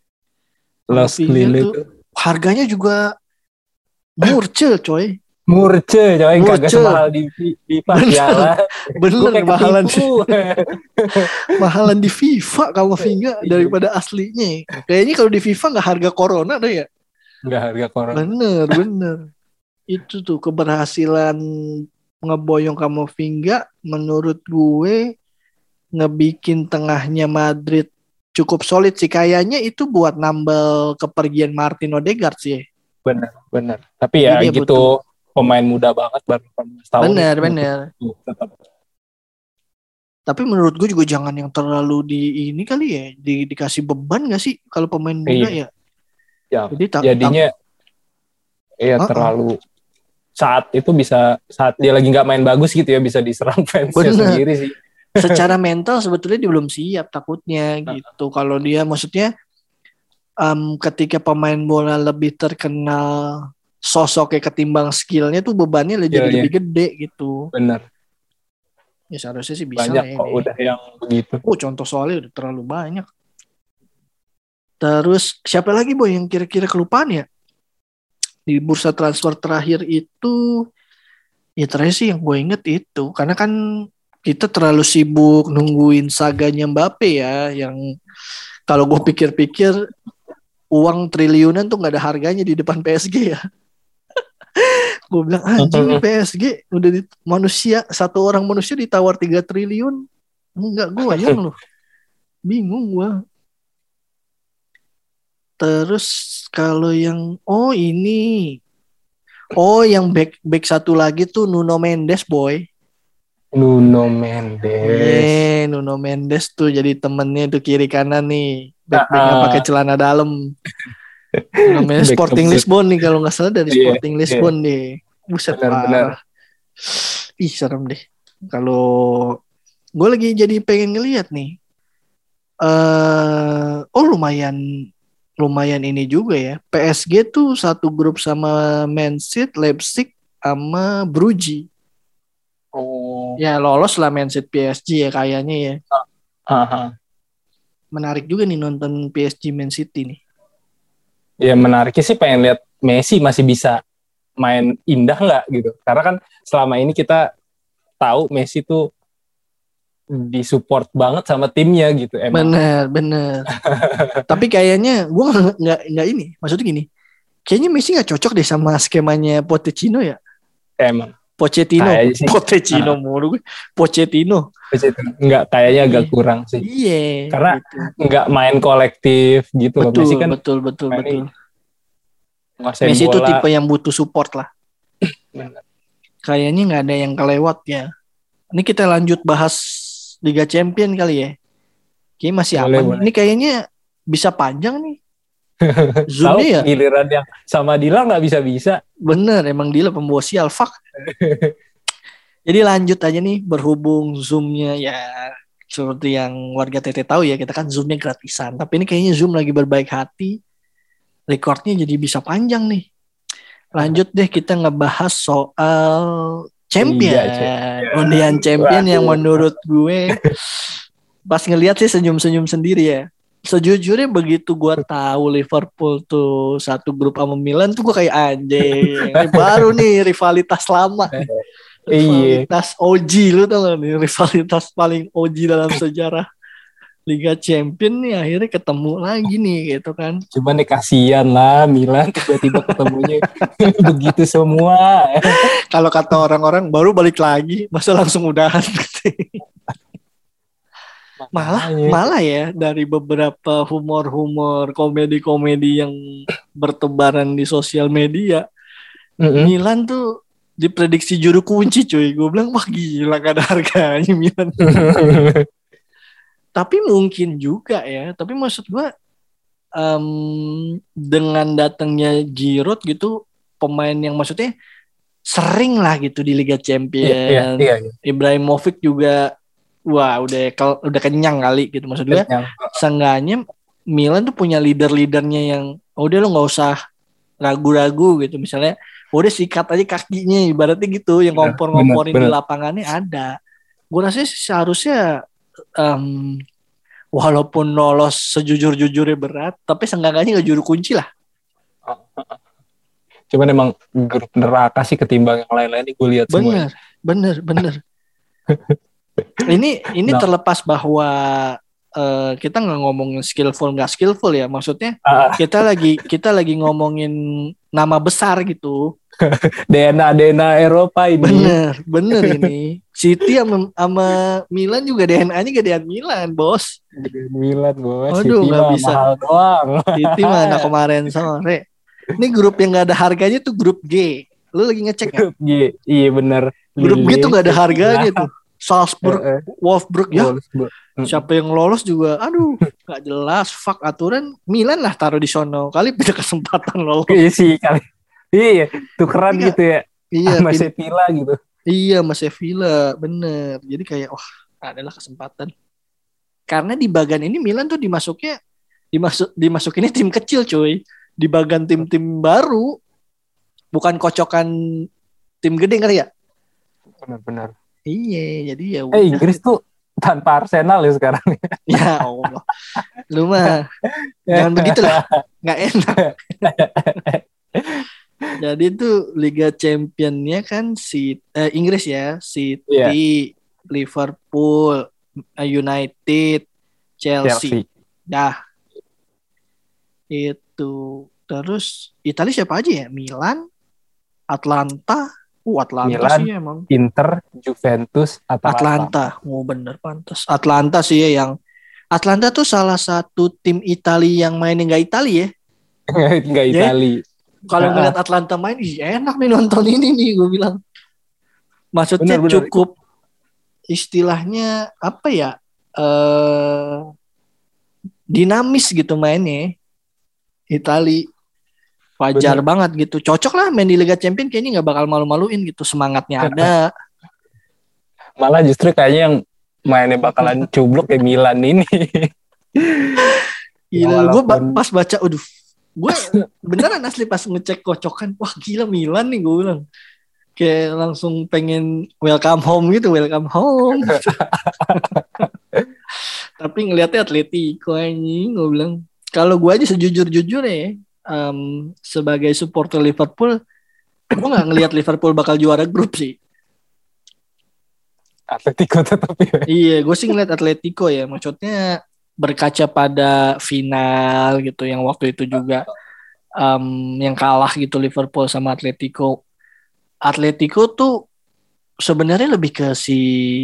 Los Kamavinga Lille tuh itu. harganya juga murcel coy. Murce, coy, kagak Murce. semahal di FIFA Bener. jalan. Bener mahalan ketipu. mahalan di FIFA Kamavinga Iya. daripada aslinya. Kayaknya kalau di FIFA nggak harga Corona deh ya. nggak harga corona. Bener, bener. Itu tuh keberhasilan ngeboyong Camavinga menurut gue ngebikin tengahnya Madrid cukup solid sih. Kayaknya itu buat nambal kepergian Martin Odegaard sih. Bener, bener. Tapi ya Jadi gitu butuh. pemain muda banget baru delapan belas tahun. Bener, itu, bener. Tuh, tetap. Tapi menurut gue juga jangan yang terlalu di ini kali ya, di, dikasih beban gak sih kalau pemain muda Iya. ya? Ya, Jadi ta- jadinya ya Uh-uh. terlalu saat itu bisa saat dia lagi nggak main bagus gitu ya bisa diserang fansnya Bener. sendiri sih. Secara mental sebetulnya dia belum siap takutnya gitu. Kalau dia maksudnya um, ketika pemain bola lebih terkenal sosoknya ketimbang skillnya tuh bebannya jadi Skillnya. lebih gede gitu. Bener. Ya seharusnya sih bisa Banyak lah kok ini. udah yang begitu. Oh contoh soalnya udah terlalu banyak. Terus siapa lagi boy yang kira-kira kelupaan ya? Di bursa transfer terakhir itu ya terakhir sih yang gue inget itu. Karena kan kita terlalu sibuk nungguin saganya Mbappe ya. Yang kalau gue pikir-pikir uang triliunan tuh gak ada harganya di depan P S G ya. Gue bilang anjing P S G udah di, manusia satu orang manusia ditawar tiga triliun. Enggak gue yang loh. Bingung gue. Terus kalau yang oh ini oh yang back back satu lagi tuh Nuno Mendes boy. Nuno Mendes. Yeah, Nuno Mendes tuh jadi temennya tuh kiri kanan nih. Back back nggak Ah. pakai celana dalam. Nuno Mendes Back Sporting to- Lisbon nih kalau nggak salah dari Iya, Sporting Lisbon deh. Buset Benar-benar. parah. Ih serem deh. Kalau gue lagi jadi pengen ngeliat nih. Eh, oh lumayan lumayan ini juga ya. P S G tuh satu grup sama Man City, Leipzig, sama Brugge. Oh. Ya lolos lah Man City P S G ya kayaknya ya. Aha. Menarik juga nih nonton P S G Man City nih. Ya menariknya sih pengen lihat Messi masih bisa main indah nggak gitu. Karena kan selama ini kita tahu Messi tuh disupport banget sama timnya gitu emang. Bener, bener. Tapi kayaknya gue nggak nggak nggak ini. Maksudnya gini, kayaknya Messi nggak cocok deh sama skemanya Pochettino ya. Emang. Pochettino, Kayaknya sih. Pochettino Ah. mulu gue. Pochettino. Nggak, kayaknya agak kurang sih. Iya. Karena gitu. nggak main kolektif gitu loh. Betul, Messi kan betul, betul, main betul. nguasain Messi itu bola. tipe yang butuh support lah. Bener. Kayaknya nggak ada yang kelewat ya. Ini kita lanjut bahas Liga Champion kali ya. Kayaknya masih Boleh, aman. boleh. Ini kayaknya bisa panjang nih. Tahu Zoomnya ya. giliran yang sama Dila nggak bisa-bisa. Bener, emang dia pembawa sial. Fuck. Jadi lanjut aja nih. Berhubung Zoomnya ya seperti yang warga T T tahu ya. Kita kan Zoomnya gratisan. Tapi ini kayaknya Zoom lagi berbaik hati. Recordnya jadi bisa panjang nih. Lanjut deh kita ngebahas soal champion. Liga Champion. Undian champion yang Waduh. menurut gue pas ngeliat sih senyum-senyum sendiri ya. Sejujurnya begitu gue tahu Liverpool tuh satu grup sama Milan tuh gue kayak anjing. Ini baru nih rivalitas lama. Iya. Rivalitas O G lu tau gak nih. Rivalitas paling O G dalam sejarah Liga Champion nih akhirnya ketemu lagi nih gitu kan. Cuman nih kasihan lah Milan tiba-tiba ketemunya begitu semua. Kalau kata orang-orang baru balik lagi, masa langsung udahan. malah Makanya. malah ya dari beberapa humor-humor komedi-komedi yang bertebaran di sosial media, Mm-mm. Milan tuh diprediksi juru kunci cuy. Gue bilang wah gila gak ada harganya Milan. Tapi mungkin juga ya. Tapi maksud gue um, dengan datangnya Giroud gitu, pemain yang maksudnya sering lah gitu di Liga Champions. Iya, iya, iya. Ibrahimovic juga wah udah udah kenyang kali gitu maksud gue. Yang Seenggaknya Milan tuh punya leader-leadernya yang oh, udah lo nggak usah ragu-ragu gitu. Misalnya udah sikat aja kakinya ibaratnya gitu, yang Bener, ngompor-ngomporin bener, di bener. lapangannya ada. Gue rasa seharusnya um, walaupun lolos sejujur-jujurnya berat, tapi seenggaknya nggak juru kunci lah. Cuman emang grup neraka sih ketimbang yang lain-lain gue lihat semua. Bener, bener, bener. ini ini Nah. terlepas bahwa uh, kita nggak ngomongin skillful nggak skillful ya, maksudnya Ah, kita lagi kita lagi ngomongin nama besar gitu. D N A D N A Eropa ini. Bener, bener ini. City sama, sama Milan juga D N A-nya gedean Milan, bos. Milan bos. Aduh, City nggak mah bisa. mahal doang. City mana kemarin sore. Ini grup yang nggak ada harganya tuh grup G. Lu lagi ngecek nggak? Iya, iya bener. Grup G Lille, tuh nggak ada Sevilla, harganya tuh. Salzburg, eh, eh, Wolfsburg ya. Wolfsburg. Mm. Siapa yang lolos juga, aduh, nggak jelas. Fuck aturan. Milan lah taruh di sono. Kali punya kesempatan lolos. Iya sih kali. Iya, tukeran Iya. gitu ya. Iya, Sama pin- Sevilla gitu. iya, sama Sevilla, bener. Jadi kayak, wah, adalah kesempatan. Karena di bagan ini Milan tuh dimasuknya, dimasuk, dimasukinnya tim kecil, cuy. Di bagan tim-tim baru, bukan kocokan tim gede kali ya. Benar-benar. Iya, jadi ya. Eh Inggris tuh tanpa Arsenal ya sekarang. Ya Allah, lu mah jangan begitulah, nggak enak. Jadi tuh Liga Championnya kan si eh, Inggris ya, City, Iya. Liverpool, eh, United, Chelsea. Chelsea. Dah. Itu. Terus Italia siapa aja ya? Milan, Atlanta. Uh, Atlanta Milan, sih emang. Inter, Juventus, Atalanta. Atlanta. Oh bener, pantas. Atlanta sih ya yang Atlanta tuh salah satu tim Italia yang mainin nggak Italia ya. Enggak Ya. Itali. Kalau Ah. ngeliat Atlanta main, ih enak nih nonton ini nih, gue bilang. Maksudnya Bener, bener. cukup istilahnya apa ya? Eh dinamis gitu mainnya. Itali wajar Bener. banget gitu. Cocok lah main di Liga Champions, kayaknya nggak bakal malu-maluin gitu. Semangatnya ada. Malah justru kayaknya yang mainnya bakalan cublok kayak Milan ini. Gila, gue Walaupun- pas baca, aduh, gue beneran asli pas ngecek kocokan, wah gila Milan nih gue bilang. Kayak langsung pengen welcome home gitu, welcome home. Tapi ngelihatnya Atletico anjing, gue bilang. Kalau gue aja sejujur-jujur ya, um, sebagai supporter Liverpool, gue nggak ngelihat Liverpool bakal juara grup sih. Atletico tetap ya. Iya, gue sih ngeliat Atletico ya. Maksudnya berkaca pada final gitu, yang waktu itu juga um, yang kalah gitu Liverpool sama Atletico. Atletico tuh sebenarnya lebih ke si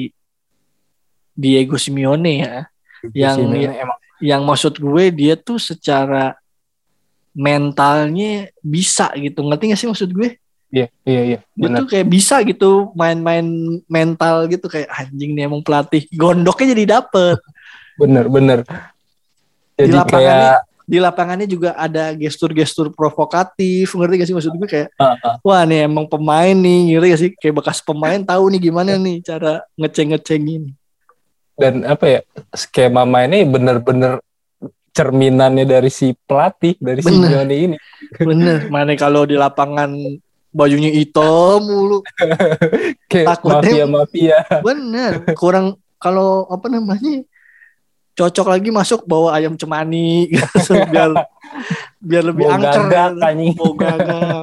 Diego Simeone ya. Yang Simeone emang yang maksud gue dia tuh secara mentalnya bisa gitu. Ngerti gak sih maksud gue? iya iya iya Dia benar. tuh kayak bisa gitu main-main mental gitu, kayak anjing nih emang pelatih. Gondoknya jadi dapet. Bener bener. Di Jadi lapangannya, kayak di lapangannya juga ada gestur-gestur provokatif. Ngerti gak sih maksud gue? Kayak ah, ah. wah nih emang pemain nih, ngerti gak sih? Kayak bekas pemain tahu nih gimana nih cara ngeceng-ngecengin. Dan apa ya, skema mainnya bener-bener cerminannya dari si pelatih, dari si Bener. Simeone ini. Bener. Mana kalau di lapangan bajunya hitam mulu. Kayak Takutnya- mafia-mafia. Bener. Kurang kalau apa namanya? Cocok lagi masuk bawa ayam cemani gitu, biar biar lebih Bau angker. gagak, gitu. anjing. Bau gagak.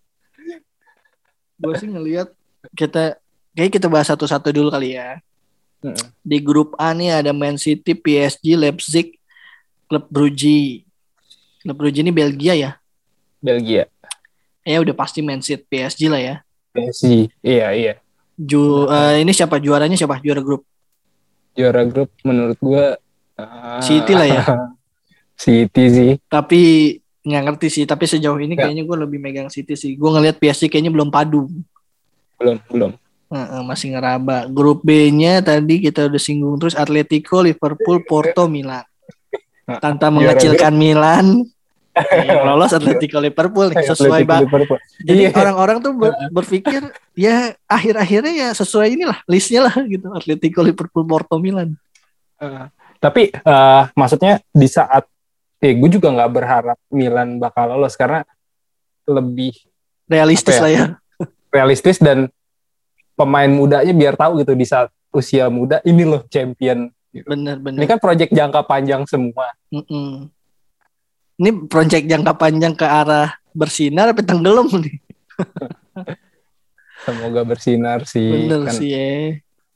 Gue sih ngelihat kita kayak kita bahas satu-satu dulu kali ya. Mm. Di grup A nih ada Man City, P S G, Leipzig, Klub Brugge. Klub Brugge ini Belgia ya. Belgia. Ya udah pasti Man City, P S G lah ya. Messi. Iya iya. Ju, eh, ini siapa juaranya, siapa juara grup? Juara grup menurut gua ah, City lah ya. City sih. Tapi nggak ngerti sih. Tapi sejauh ini Ya. kayaknya gue lebih megang City sih. Gue ngelihat P S G kayaknya belum padu. Belum belum. Heeh, masih ngeraba. Grup B-nya tadi kita udah singgung terus, Atletico, Liverpool, Porto, Milan. Tanpa Juara mengecilkan Milan, yang lolos Atletico, Liverpool nih, sesuai Atletico banget. Liverpool. Jadi Iya. orang-orang tuh ber- berpikir ya akhir-akhirnya ya sesuai inilah listnya lah gitu, Atletico, Liverpool, Porto, Milan. Uh, tapi uh, maksudnya di saat eh gue juga nggak berharap Milan bakal lolos karena lebih Realistis Apa ya? lah ya. realistis dan pemain mudanya biar tahu gitu di saat usia muda ini loh champion. Bener-bener. Ini kan proyek jangka panjang semua. Mm-mm. Ini proyek jangka panjang ke arah bersinar apa tenggelam nih? Semoga bersinar sih. Bener Kan sih ya.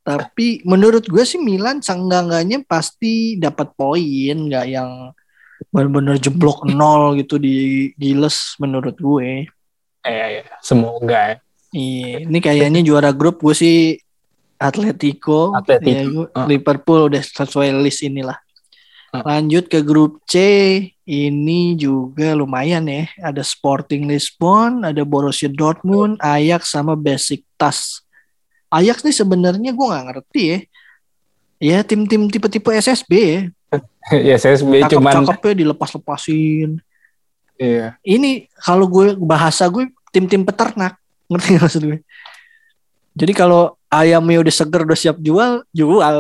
Tapi menurut gue sih Milan seenggak-enggaknya pasti dapat poin, nggak yang benar-benar jeblok nol gitu di Giles menurut gue. Eh, semoga ya. Iya, ini kayaknya juara grup gue sih Atletico, Atletico. ya, gue, uh. Liverpool udah sesuai list inilah. Uh. Lanjut ke grup C, ini juga lumayan ya. Ada Sporting Lisbon, ada Borussia Dortmund, Ajax sama Besiktas. Ajax nih sebenarnya gue nggak ngerti ya. Ya tim-tim tipe-tipe S S B ya. Ya S S B cuman cakep-cakepnya dilepas-lepasin. Iya. Ini kalau gue bahasa gue tim-tim peternak, ngerti gak maksud gue? Jadi kalau ayamnya udah seger udah siap jual, jual.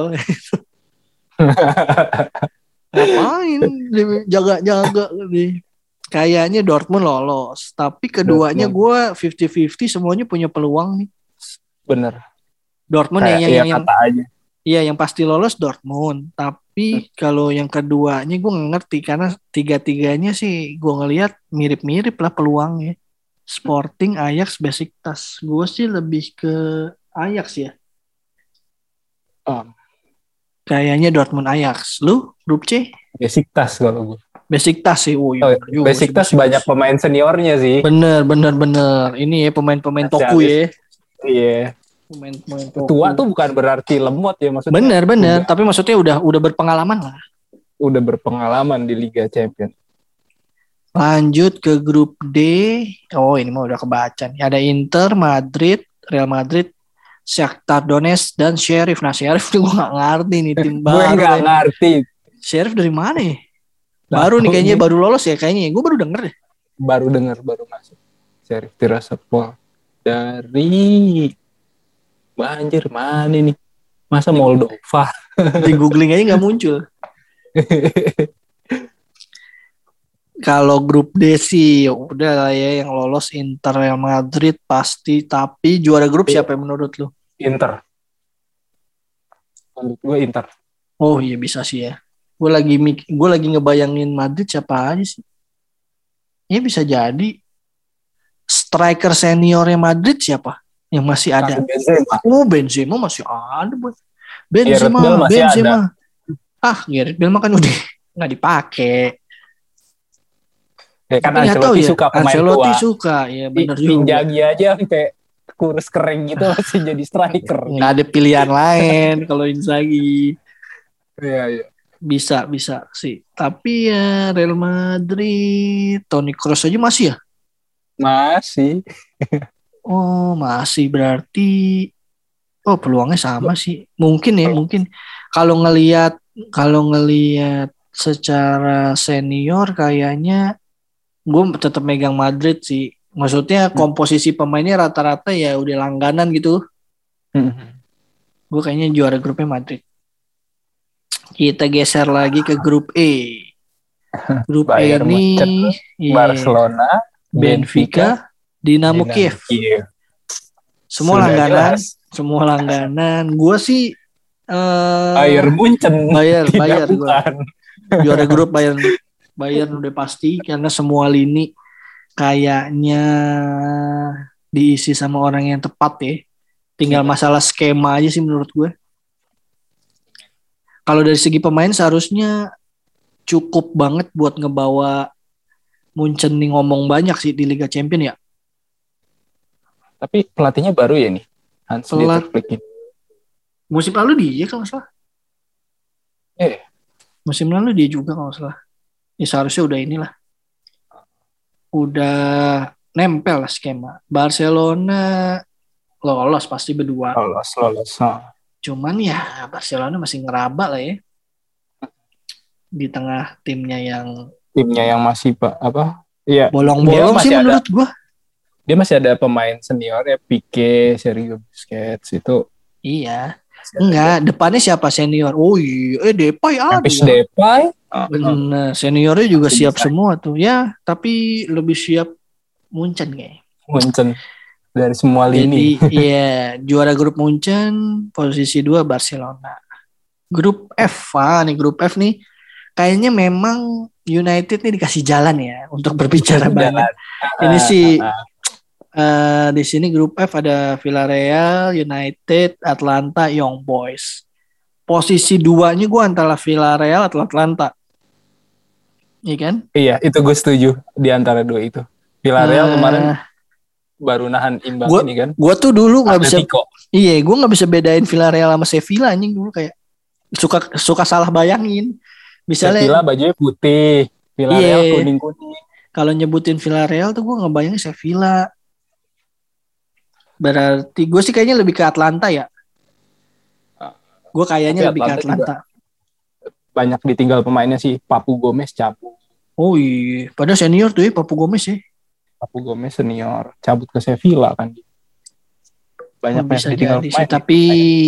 Ngapain? Jaga-jaga nih. Kayaknya Dortmund lolos, tapi keduanya gue fifty-fifty semuanya punya peluang nih. Bener. Dortmund kayak, yang yang iya, yang kata aja. Iya yang pasti lolos Dortmund. Tapi hmm. kalau yang keduanya gue nggak ngerti karena tiga-tiganya sih gue ngelihat mirip-mirip lah peluangnya. Sporting, Ajax, Besiktas. Gue sih lebih ke Ajax ya. Um. Kayaknya Dortmund Ajax. Lu grup C? Besiktas kalau gue. Besiktas sih. Oh, iya, oh, Besiktas banyak pemain seniornya sih. Bener bener bener. Ini ya pemain-pemain toku ya. Iya. Pemain-pemain tua tuh bukan berarti lemot ya maksudnya. Bener bener. Udah, tapi maksudnya udah udah berpengalaman lah. Udah berpengalaman di Liga Champions. Lanjut ke grup D. Oh ini mah udah kebaca nih. Ada Inter, Madrid, Real Madrid, Shakhtar Donetsk dan Sheriff. Nah Sheriff tuh gue gak ngerti nih tim baru. Gue gak ngerti. Sheriff dari mana ya? Baru nih kayaknya baru lolos ya kayaknya. Gue baru denger deh. Baru denger baru masuk. Sheriff Tiraspol dari banjir mana nih? Masa Moldova? Di googling aja gak muncul. Kalau grup D sih udah lah ya yang lolos Inter, Real Madrid pasti. Tapi juara grup siapa menurut lu? Inter. Menurut gue Inter. Oh iya bisa sih ya. Gue lagi gue lagi ngebayangin Madrid siapa aja sih. Ya bisa jadi. Striker seniornya Madrid siapa? Yang masih ada. Benzema. Oh Benzema masih ada buat. Benzema, Benzema. Ada. Ah Gareth Bale mah kan udah nggak dipakai. Ya kan Ancelotti ya, suka pemain Ancelotti tua. suka, ya benar juga. Inzaghi aja sampai kurus kering gitu masih jadi striker. Nggak ada pilihan lain kalau Inzaghi. Iya, iya. Bisa, bisa sih. Tapi ya Real Madrid, Toni Kroos aja masih ya? Masih. Oh, masih berarti oh peluangnya sama sih. Mungkin ya, mungkin kalau ngelihat kalau ngelihat secara senior kayaknya gue tetap megang Madrid sih. Maksudnya komposisi pemainnya rata-rata ya udah langganan gitu. Hmm. Gue kayaknya juara grupnya Madrid. Kita geser lagi ke grup E. Grup E ini yeah. Barcelona, Benfica, Dinamo, Dinamo Kiev. Kiev. Semua Sudah langganan, jelas. semua langganan. Gue sih uh, Bayern Munchen. Bayern, Bayern gue. Juara grup Bayern. Bayern udah pasti karena semua lini kayaknya diisi sama orang yang tepat ya. Tinggal masalah skema aja sih menurut gue. Kalau dari segi pemain seharusnya cukup banget buat ngebawa Munchen nih ngomong banyak sih di Liga Champions ya. Tapi pelatihnya baru ya nih. Hans Dieter Flick. Musim lalu dia kalau salah. Eh, musim lalu dia juga kalau salah. Ya seharusnya udah inilah. Udah nempel lah skema. Barcelona lolos pasti berdua. Lolos, lolos. Oh. Cuman ya Barcelona masih ngeraba lah ya. Di tengah timnya yang timnya yang masih pak apa? Iya. Bolong-bolong sih menurut ada, gua. Dia masih ada pemain senior ya, Pique, Sergio Busquets itu. Iya. Enggak, depannya siapa senior? Oh iya, eh Depay ada. Habis Depay. Benar, seniornya juga siap bisa. Semua tuh. Ya, tapi lebih siap Munchen kayak. Munchen dari semua lini. Jadi, iya, juara grup Munchen, posisi dua Barcelona. Grup F, ah nih grup F nih. Kayaknya memang United nih dikasih jalan ya untuk berbicara banyak. Ini sih eh, di sini grup F ada Villarreal, United, Atlanta, Young Boys. Posisi duanya gue antara Villarreal atau Atlanta. Iya kan? Iya, itu gue setuju di antara dua itu. Villarreal Eh, kemarin baru nahan imbang Gua, ini kan. gua tuh dulu nggak bisa, Atletico. iya, gue nggak bisa bedain Villarreal sama Sevilla anjing dulu kayak suka suka salah bayangin. Sevilla Misalnya, bajunya putih, Villarreal iya, kuning-kuning. kalau nyebutin Villarreal tuh gue ngebayangin Sevilla. Berarti gue sih kayaknya lebih ke Atlanta ya. Gue kayaknya Tapi lebih ke Atlanta juga Atlanta. banyak ditinggal pemainnya sih. Papu Gomez cabut. Oh iya, padahal senior tuh ya Papu Gomez ya. Papu Gomez senior cabut ke Sevilla kan. Banyak Oh, yang bisa ditinggal jadi pemain. sih, tapi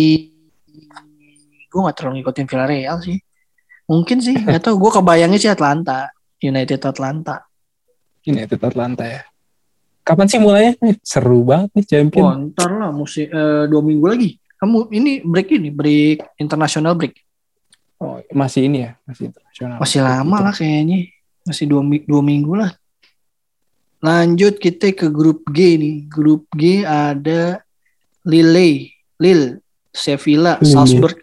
gue nggak terlalu ngikutin Villarreal sih. Mungkin sih, nggak tahu. Gue kebayangnya sih Atlanta, United Atlanta. Ini itu Atlanta ya. Kapan sih mulainya? Eh, seru banget nih champion. Wah, ntar lah musim eh, dua minggu lagi. Kamu ini break ini, break international break. Oh, masih ini ya, masih internasional. Masih lama lah kayaknya, masih dua, dua minggu lah. Lanjut kita ke grup G nih. Grup G ada Lille, Lille, Sevilla, Lille. Salzburg.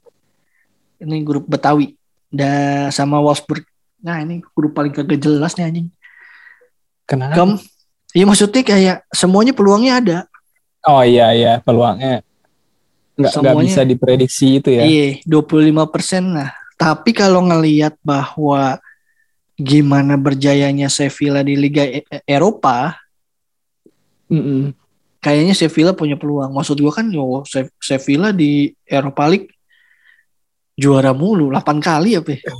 Ini grup Betawi. Dan sama Wolfsburg. Nah ini grup paling kagak jelas nih anjing. Kenapa? Kem, iya maksudnya kayak semuanya peluangnya ada. Oh iya iya peluangnya nggak nggak Semuanya. bisa diprediksi itu ya. Iya, dua puluh lima persen lah. Tapi kalau ngelihat bahwa gimana berjayanya Sevilla di Liga e- Eropa, Mm-mm. kayaknya Sevilla punya peluang. Maksud gua kan yo Se- Sevilla di Eropa League juara mulu, delapan kali apa ya?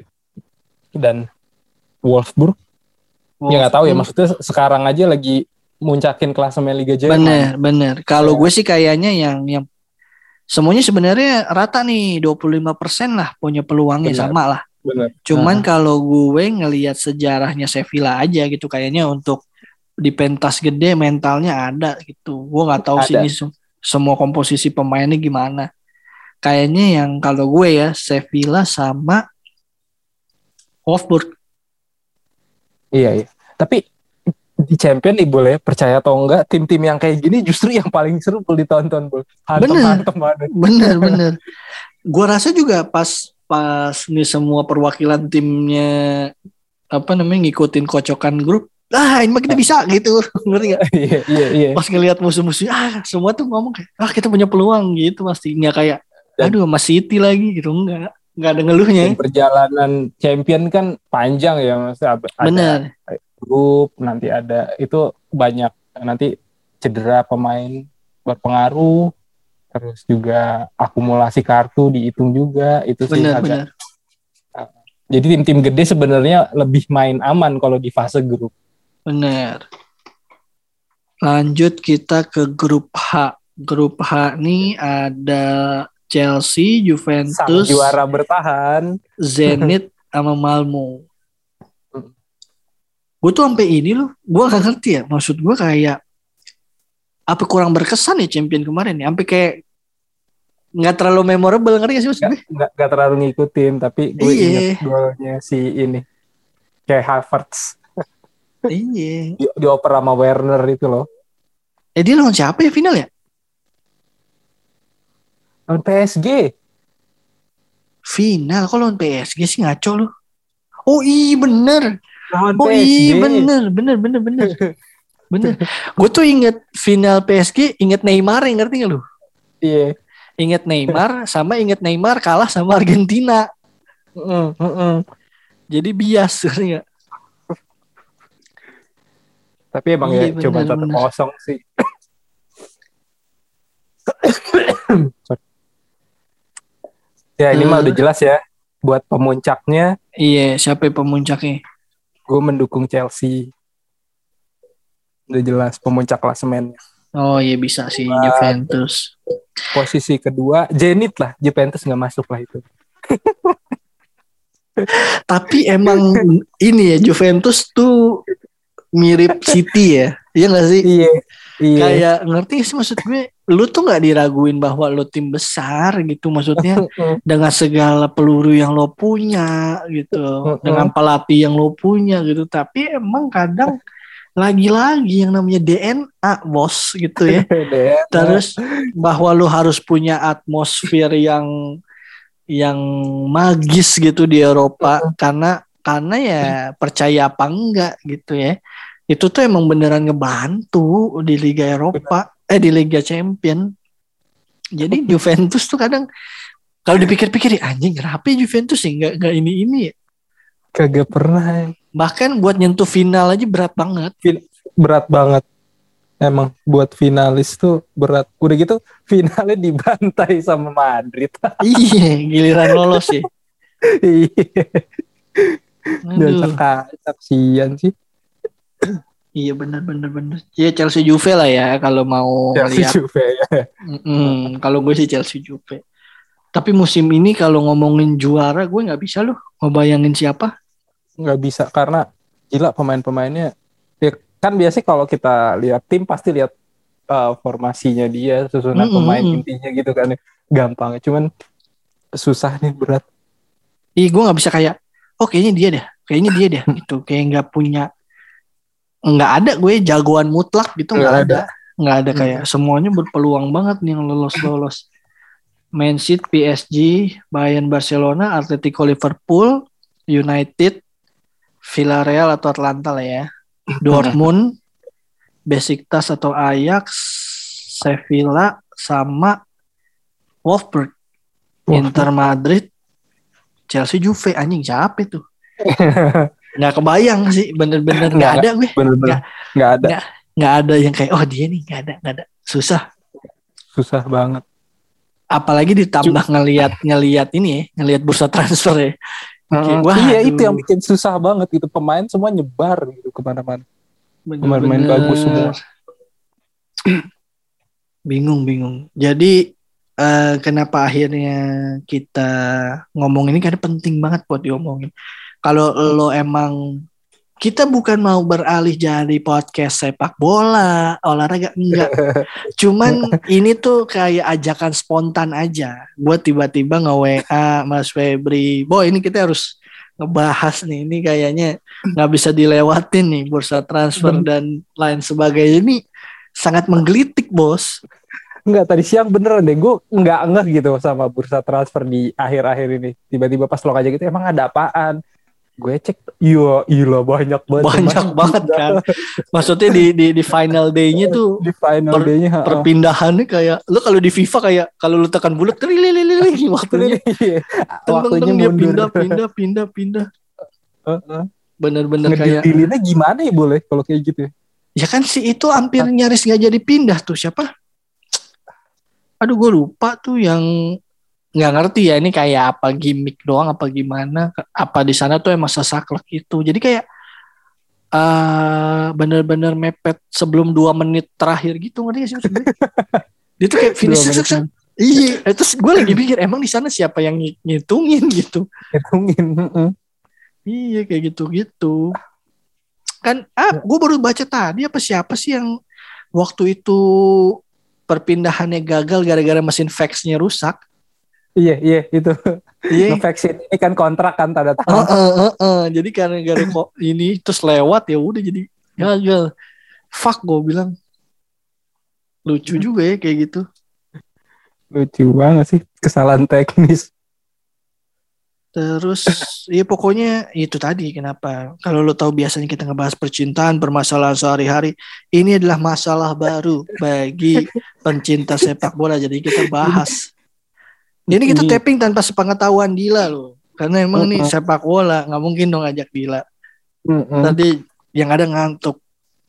Dan Wolfsburg ya nggak tahu ya, maksudnya sekarang aja lagi muncakin klasemen Liga Jerman. Bener, bener. Kalau Ya. gue sih kayaknya yang yang semuanya sebenarnya rata nih, dua puluh lima persen lah punya peluangnya. Benar. Sama lah. Benar. Cuman Nah, kalau gue ngelihat sejarahnya Sevilla aja gitu, kayaknya untuk di pentas gede mentalnya ada gitu. Gue nggak tahu sih Ada. ini se- semua komposisi pemainnya gimana. Kayaknya yang kalau gue ya Sevilla sama Wolfsburg. iya iya. Tapi di champion nih boleh percaya atau enggak, tim-tim yang kayak gini justru yang paling seru Bul, ditonton Bul. Hantem-hantem ada. Bener bener. Gue rasa juga pas pas nih semua perwakilan timnya apa namanya ngikutin kocokan grup. Ah ini mah kita bisa gitu. Ngerti gak? Iya iya iya. Pas ngelihat musuh-musuh ah semua tuh ngomong kayak ah kita punya peluang gitu pasti. Nggak kayak Dan- aduh sama City lagi gitu. Enggak. Enggak ada ngeluhnya. Dan perjalanan champion kan panjang ya, maksudnya ada Bener. grup, nanti ada itu banyak, nanti cedera pemain berpengaruh, terus juga akumulasi kartu dihitung juga, itu sih Bener agak. bener. Jadi tim-tim gede sebenarnya lebih main aman kalau di fase grup. Bener. Lanjut kita ke grup H. Grup H nih ada Chelsea, Sang Juventus, juara bertahan. Zenit sama Malmo. Gue tuh sampai ini loh, gue gak ngerti ya. Maksud gue kayak apa kurang berkesan ya champion kemarin ya. Sampai kayak nggak terlalu memorable, ngerti gak sih maksud gue? Nggak, nggak terlalu ngikutin, tapi gue Iya. inget golnya si ini, kayak Havertz Iya. di, dioper sama Werner itu loh. Eh dia lawan siapa ya final ya? Lawan P S G. Final, kok lawan P S G sih ngaco loh. Oh iya bener. Lawan Oh P S G. iya bener, bener, bener, bener. Bener. Gue tuh inget final P S G, inget Neymar, ngerti gak lu? Iya. Inget Neymar, sama inget Neymar kalah sama Argentina. Mm, mm, mm. Jadi bias, ngerti gak? Tapi emang Iya, ya cuma bener, satu bener. kosong sih. Sorry. Ya ini Eh. mah udah jelas ya. Buat pemuncaknya, Iya, siapa yang pemuncaknya? gue mendukung Chelsea. Udah jelas pemuncak klasemennya. Oh iya bisa sih Juventus. Posisi kedua Zenit lah, Juventus nggak masuk lah itu. Tapi emang ini ya Juventus tuh mirip City ya. Iya gak sih? Iya, iya. Kayak ngerti gak sih maksud gue? Lu tuh gak diraguin bahwa lu tim besar gitu. Maksudnya dengan segala peluru yang lo punya gitu. Dengan pelatih yang lo punya gitu. Tapi emang kadang lagi-lagi yang namanya D N A bos gitu ya. Terus bahwa lu harus punya atmosfer yang yang magis gitu di Eropa karena karena ya percaya apa enggak gitu ya. Itu tuh emang beneran ngebantu di Liga Eropa, eh di Liga Champion. Jadi Juventus tuh kadang kalau dipikir-pikir ya anjing rapi Juventus sih nggak nggak ini ini ya. Kagak pernah. Bahkan buat nyentuh final aja berat banget. Berat banget. Emang buat finalis tuh berat. Udah gitu finalnya dibantai sama Madrid. Iya, giliran lolos sih. Iya. Dan cekak sian sih. Iya benar benar benar. Ya Chelsea Juve lah ya kalau mau Chelsea lihat. Juve ya. Mm-mm, kalau gue sih Chelsea Juve. Tapi musim ini kalau ngomongin juara gue nggak bisa loh ngebayangin siapa. Nggak bisa karena gila pemain-pemainnya ya, kan biasanya kalau kita lihat tim pasti lihat uh, formasinya dia, susunan mm-hmm. pemain intinya gitu kan, gampang cuman susah nih, berat. Ih gue nggak bisa kayak oh kayaknya dia deh kayaknya dia deh gitu, kayak nggak punya, nggak ada gue jagoan mutlak gitu, nggak ada nggak ada kayak hmm. semuanya berpeluang banget nih yang lolos-lolos. Man City, P S G, Bayern, Barcelona, Atletico, Liverpool, United, Villarreal atau Atlanta lah ya, Dortmund, Besiktas atau Ajax, Sevilla sama Wolfsburg, Inter Madrid, Chelsea, Juve. Anjing siapa itu? Nggak kebayang sih, bener-bener nggak ada gue. Bener-bener nggak ada. Nggak, nggak ada yang kayak oh dia nih, nggak ada, nggak ada. Susah. Susah banget. Apalagi ditambah Cuk. ngelihat ngelihat ini ya, ngelihat bursa transfer ya. Hmm, wah, iya aduh. Itu yang bikin susah banget gitu, pemain semua nyebar gitu kemana-mana, pemain-pemain bagus semua. Bingung bingung. Jadi uh, kenapa akhirnya kita ngomong ini, karena penting banget buat diomongin. Kalau lo emang, kita bukan mau beralih jadi podcast sepak bola, olahraga, enggak. Cuman ini tuh kayak ajakan spontan aja. Buat tiba-tiba nge-W A Mas Febri, boy ini kita harus ngebahas nih. Ini kayaknya gak bisa dilewatin nih, bursa transfer dan lain sebagainya. Ini sangat menggelitik bos. Enggak, tadi siang beneran deh, gue nggak ngeh gitu sama bursa transfer di akhir-akhir ini. Tiba-tiba pas lo aja gitu, emang ada apaan? Gue cek, iya, iya banyak banget. Banyak banget kan. Maksudnya di di di final day-nya tuh, di final per, day-nya perpindahannya kayak, lu kalau di FIFA kayak kalau lu tekan bulat, lilililili waktunya. Waktunya dia pindah, pindah, pindah, pindah. Uh-uh. Bener-bener kayak. Ngedilinnya gimana ya boleh kalau kayak gitu ya? Ya kan sih itu hampir nyaris nggak jadi pindah tuh, siapa? Aduh gue lupa tuh yang. Nggak ngerti ya ini kayak apa, gimmick doang apa gimana, apa di sana tuh emang sesaklek itu. Jadi kayak uh, bener-bener mepet sebelum dua menit terakhir gitu, ngerti gak sih maksudnya? Dia tuh kayak finish sek-sek. Iya, terus gue lagi pikir emang di sana siapa yang ngitungin gitu. Ngitungin. Iya kayak gitu-gitu. Kan ah gue baru baca tadi apa siapa sih yang waktu itu perpindahannya gagal gara-gara mesin faxnya rusak. Iya, iya itu. Iya. Vaksin ini kan kontrak kan tanda tangan. Uh, uh, uh, uh. Jadi karena gara kok ini terus lewat ya udah jadi gagal. Fuck gue bilang. Lucu juga ya kayak gitu. Lucu banget sih, kesalahan teknis. Terus ya pokoknya itu tadi kenapa kalau lo tahu biasanya kita ngebahas percintaan, permasalahan sehari-hari, ini adalah masalah baru bagi pencinta sepak bola, jadi kita bahas. Jadi kita tapping tanpa sepengetahuan Dila loh. Karena emang uh-uh. nih sepak bola, gak mungkin dong ajak Dila. Uh-uh. Tadi yang ada ngantuk.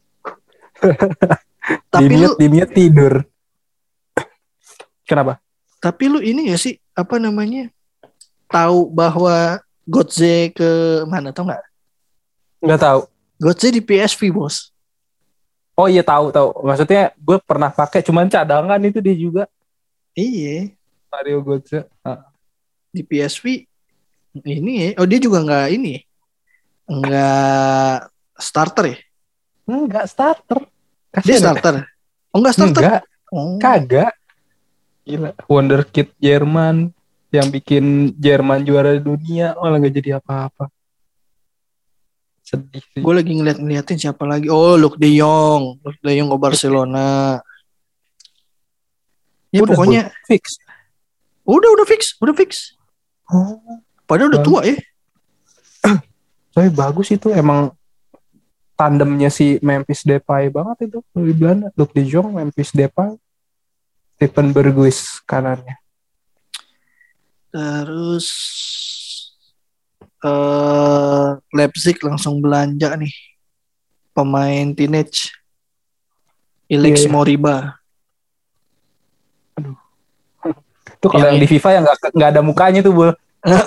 Tapi di-mute, lu di-mute tidur. Kenapa? Tapi lu ini gak sih, apa namanya, tahu bahwa Götze ke mana, tau gak? Gak tahu. Götze di P S V bos. Oh iya tahu tahu. Maksudnya gue pernah pakai, cuman cadangan itu dia juga. Iya. Mario Götze di P S V ini ya. Oh dia juga nggak ini, nggak starter ya? Nggak starter. Kasian dia starter. Ya? Oh nggak starter? Nggak. Oh. Kagak. Gila. Wonderkid Jerman yang bikin Jerman juara dunia, malah nggak jadi apa-apa. Sedih sih. Gue lagi ngeliat-ngeliatin siapa lagi. Oh, Luke De Jong. Luke De Jong ke Barcelona. Ya Udah, pokoknya Bu, fix. udah udah fix, udah fix. Oh, Padahal udah tua ya. tapi bagus itu emang tandemnya si Memphis Depay banget itu di Belanda. Luke De Jong, Memphis Depay, Steven Bergwijn kanannya. Terus uh, Leipzig langsung belanja nih pemain teenage Alex Iya, iya. Moriba. Itu kalau Yang yang di FIFA yang nggak nggak ada mukanya tuh, Bul.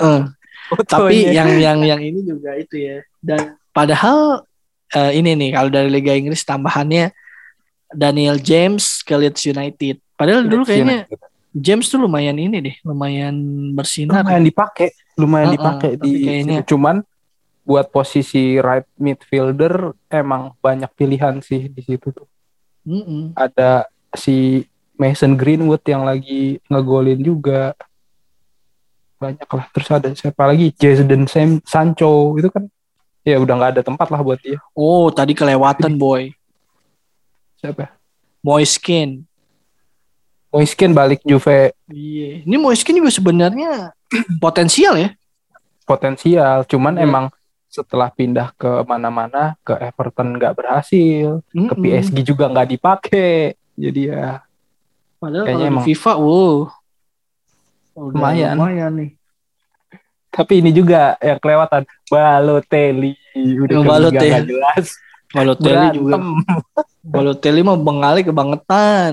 Tapi yang yang yang ini juga itu ya. Dan padahal uh, ini nih kalau dari Liga Inggris tambahannya Daniel James ke Leeds United. Padahal dulu kayaknya James tuh lumayan ini deh, lumayan bersinar. Lumayan dipakai, lumayan Uh-uh, dipakai tapi di kayaknya- situ. Cuman buat posisi right midfielder emang banyak pilihan sih di situ tuh. Mm-mm. Ada si Mason Greenwood yang lagi ngegolin juga. Banyak lah. Terus ada siapa lagi? Jadon Sam- Sancho itu kan ya udah nggak ada tempat lah buat dia. Oh, tadi kelewatan boy. Siapa? Moiskin. Moiskin balik Juve, Iya. Ini Moiskin juga sebenarnya potensial ya. potensial. Cuman Iya. emang setelah pindah ke mana-mana, ke Everton nggak berhasil, ke Mm-mm. P S G juga nggak dipakai. Jadi ya Padahal kayaknya kalau emang- di FIFA, wow. Udah Lumayan. lumayan nih. tapi ini juga yang kelewatan Balotelli udah Yang ke Balotelli. liga nggak jelas. Balotelli juga. Berantem. Balotelli mah bengali kebangetan.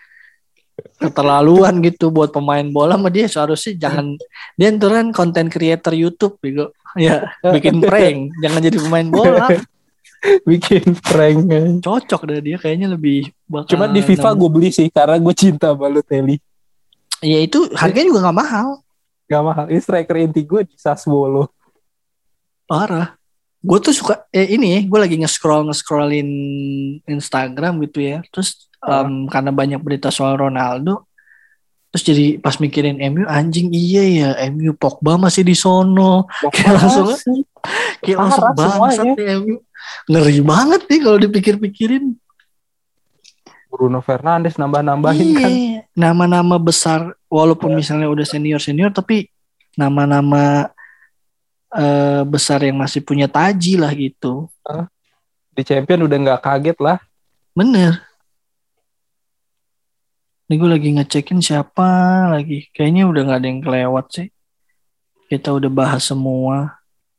Keterlaluan gitu buat pemain bola mah dia seharusnya jangan dia enturan konten creator YouTube bego. Ya, bikin prank, jangan jadi pemain bola. Bikin prank. Cocok deh dia kayaknya lebih bakal Cuman di FIFA nemu- gue beli sih karena gue cinta Balotelli. Ya itu harganya juga nggak mahal. Gak mahal. Ini striker inti gue di Sassuolo. Parah. Gue tuh suka eh ini ya, gue lagi nge-scroll nge-scrollin Instagram gitu ya. Terus em, karena banyak berita soal Ronaldo, terus jadi pas mikirin M U anjing iya ya M U Pogba masih di sono. Kayak langsung kayak Parah langsung bangsat semuanya. nih M U. Ngeri banget nih kalau dipikir-pikirin. Bruno Fernandes nambah-nambahin Iya, kan. nama-nama besar walaupun misalnya udah senior-senior tapi nama-nama eh, besar yang masih punya taji lah gitu. Di Champion udah nggak kaget lah. Bener. Ini gue lagi ngecekin siapa lagi. Kayaknya udah gak ada yang kelewat sih. Kita udah bahas semua.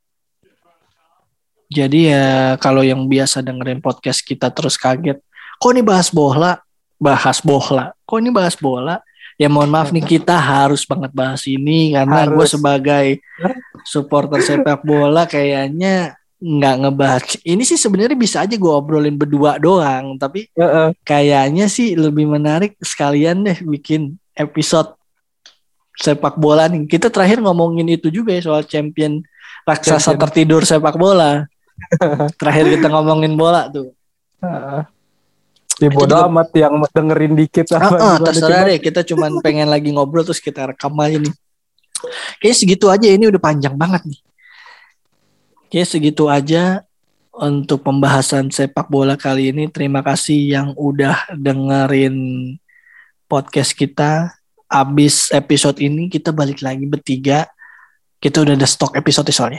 Jadi ya kalau yang biasa dengerin podcast kita terus kaget. Kok ini bahas bola? Bahas bola. Kok ini bahas bola? Ya mohon maaf nih kita harus banget bahas ini. Karena gue Harus. sebagai supporter sepak bola kayaknya nggak ngebahas. Ini sih sebenarnya bisa aja gue obrolin berdua doang. Tapi Heeh. kayaknya sih lebih menarik sekalian deh bikin episode sepak bola nih. Kita terakhir ngomongin itu juga ya soal champion raksasa Champion. tertidur sepak bola. Terakhir kita ngomongin bola tuh. Heeh. Ya Itu bodo juga- amat yang dengerin dikit Ah, apa ah, gimana, terserah cuman deh. Kita cuman pengen lagi ngobrol terus kita rekam aja nih. Kayaknya segitu aja. Ini udah panjang banget nih. Kayaknya segitu aja untuk pembahasan sepak bola kali ini. Terima kasih yang udah dengerin podcast kita. Abis episode ini kita balik lagi bertiga. Kita udah ada stok episode soalnya.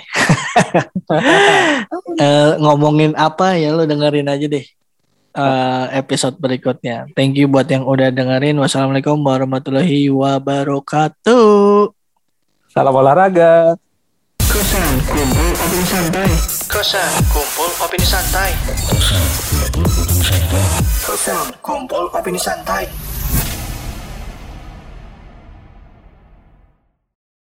Eh, ngomongin apa ya lo dengerin aja deh eh, episode berikutnya. Thank you buat yang udah dengerin. Wassalamualaikum warahmatullahi wabarakatuh. salam olahraga. Kosan kumpul opini santai. Kosan kumpul opini santai. Kosan kumpul opini santai.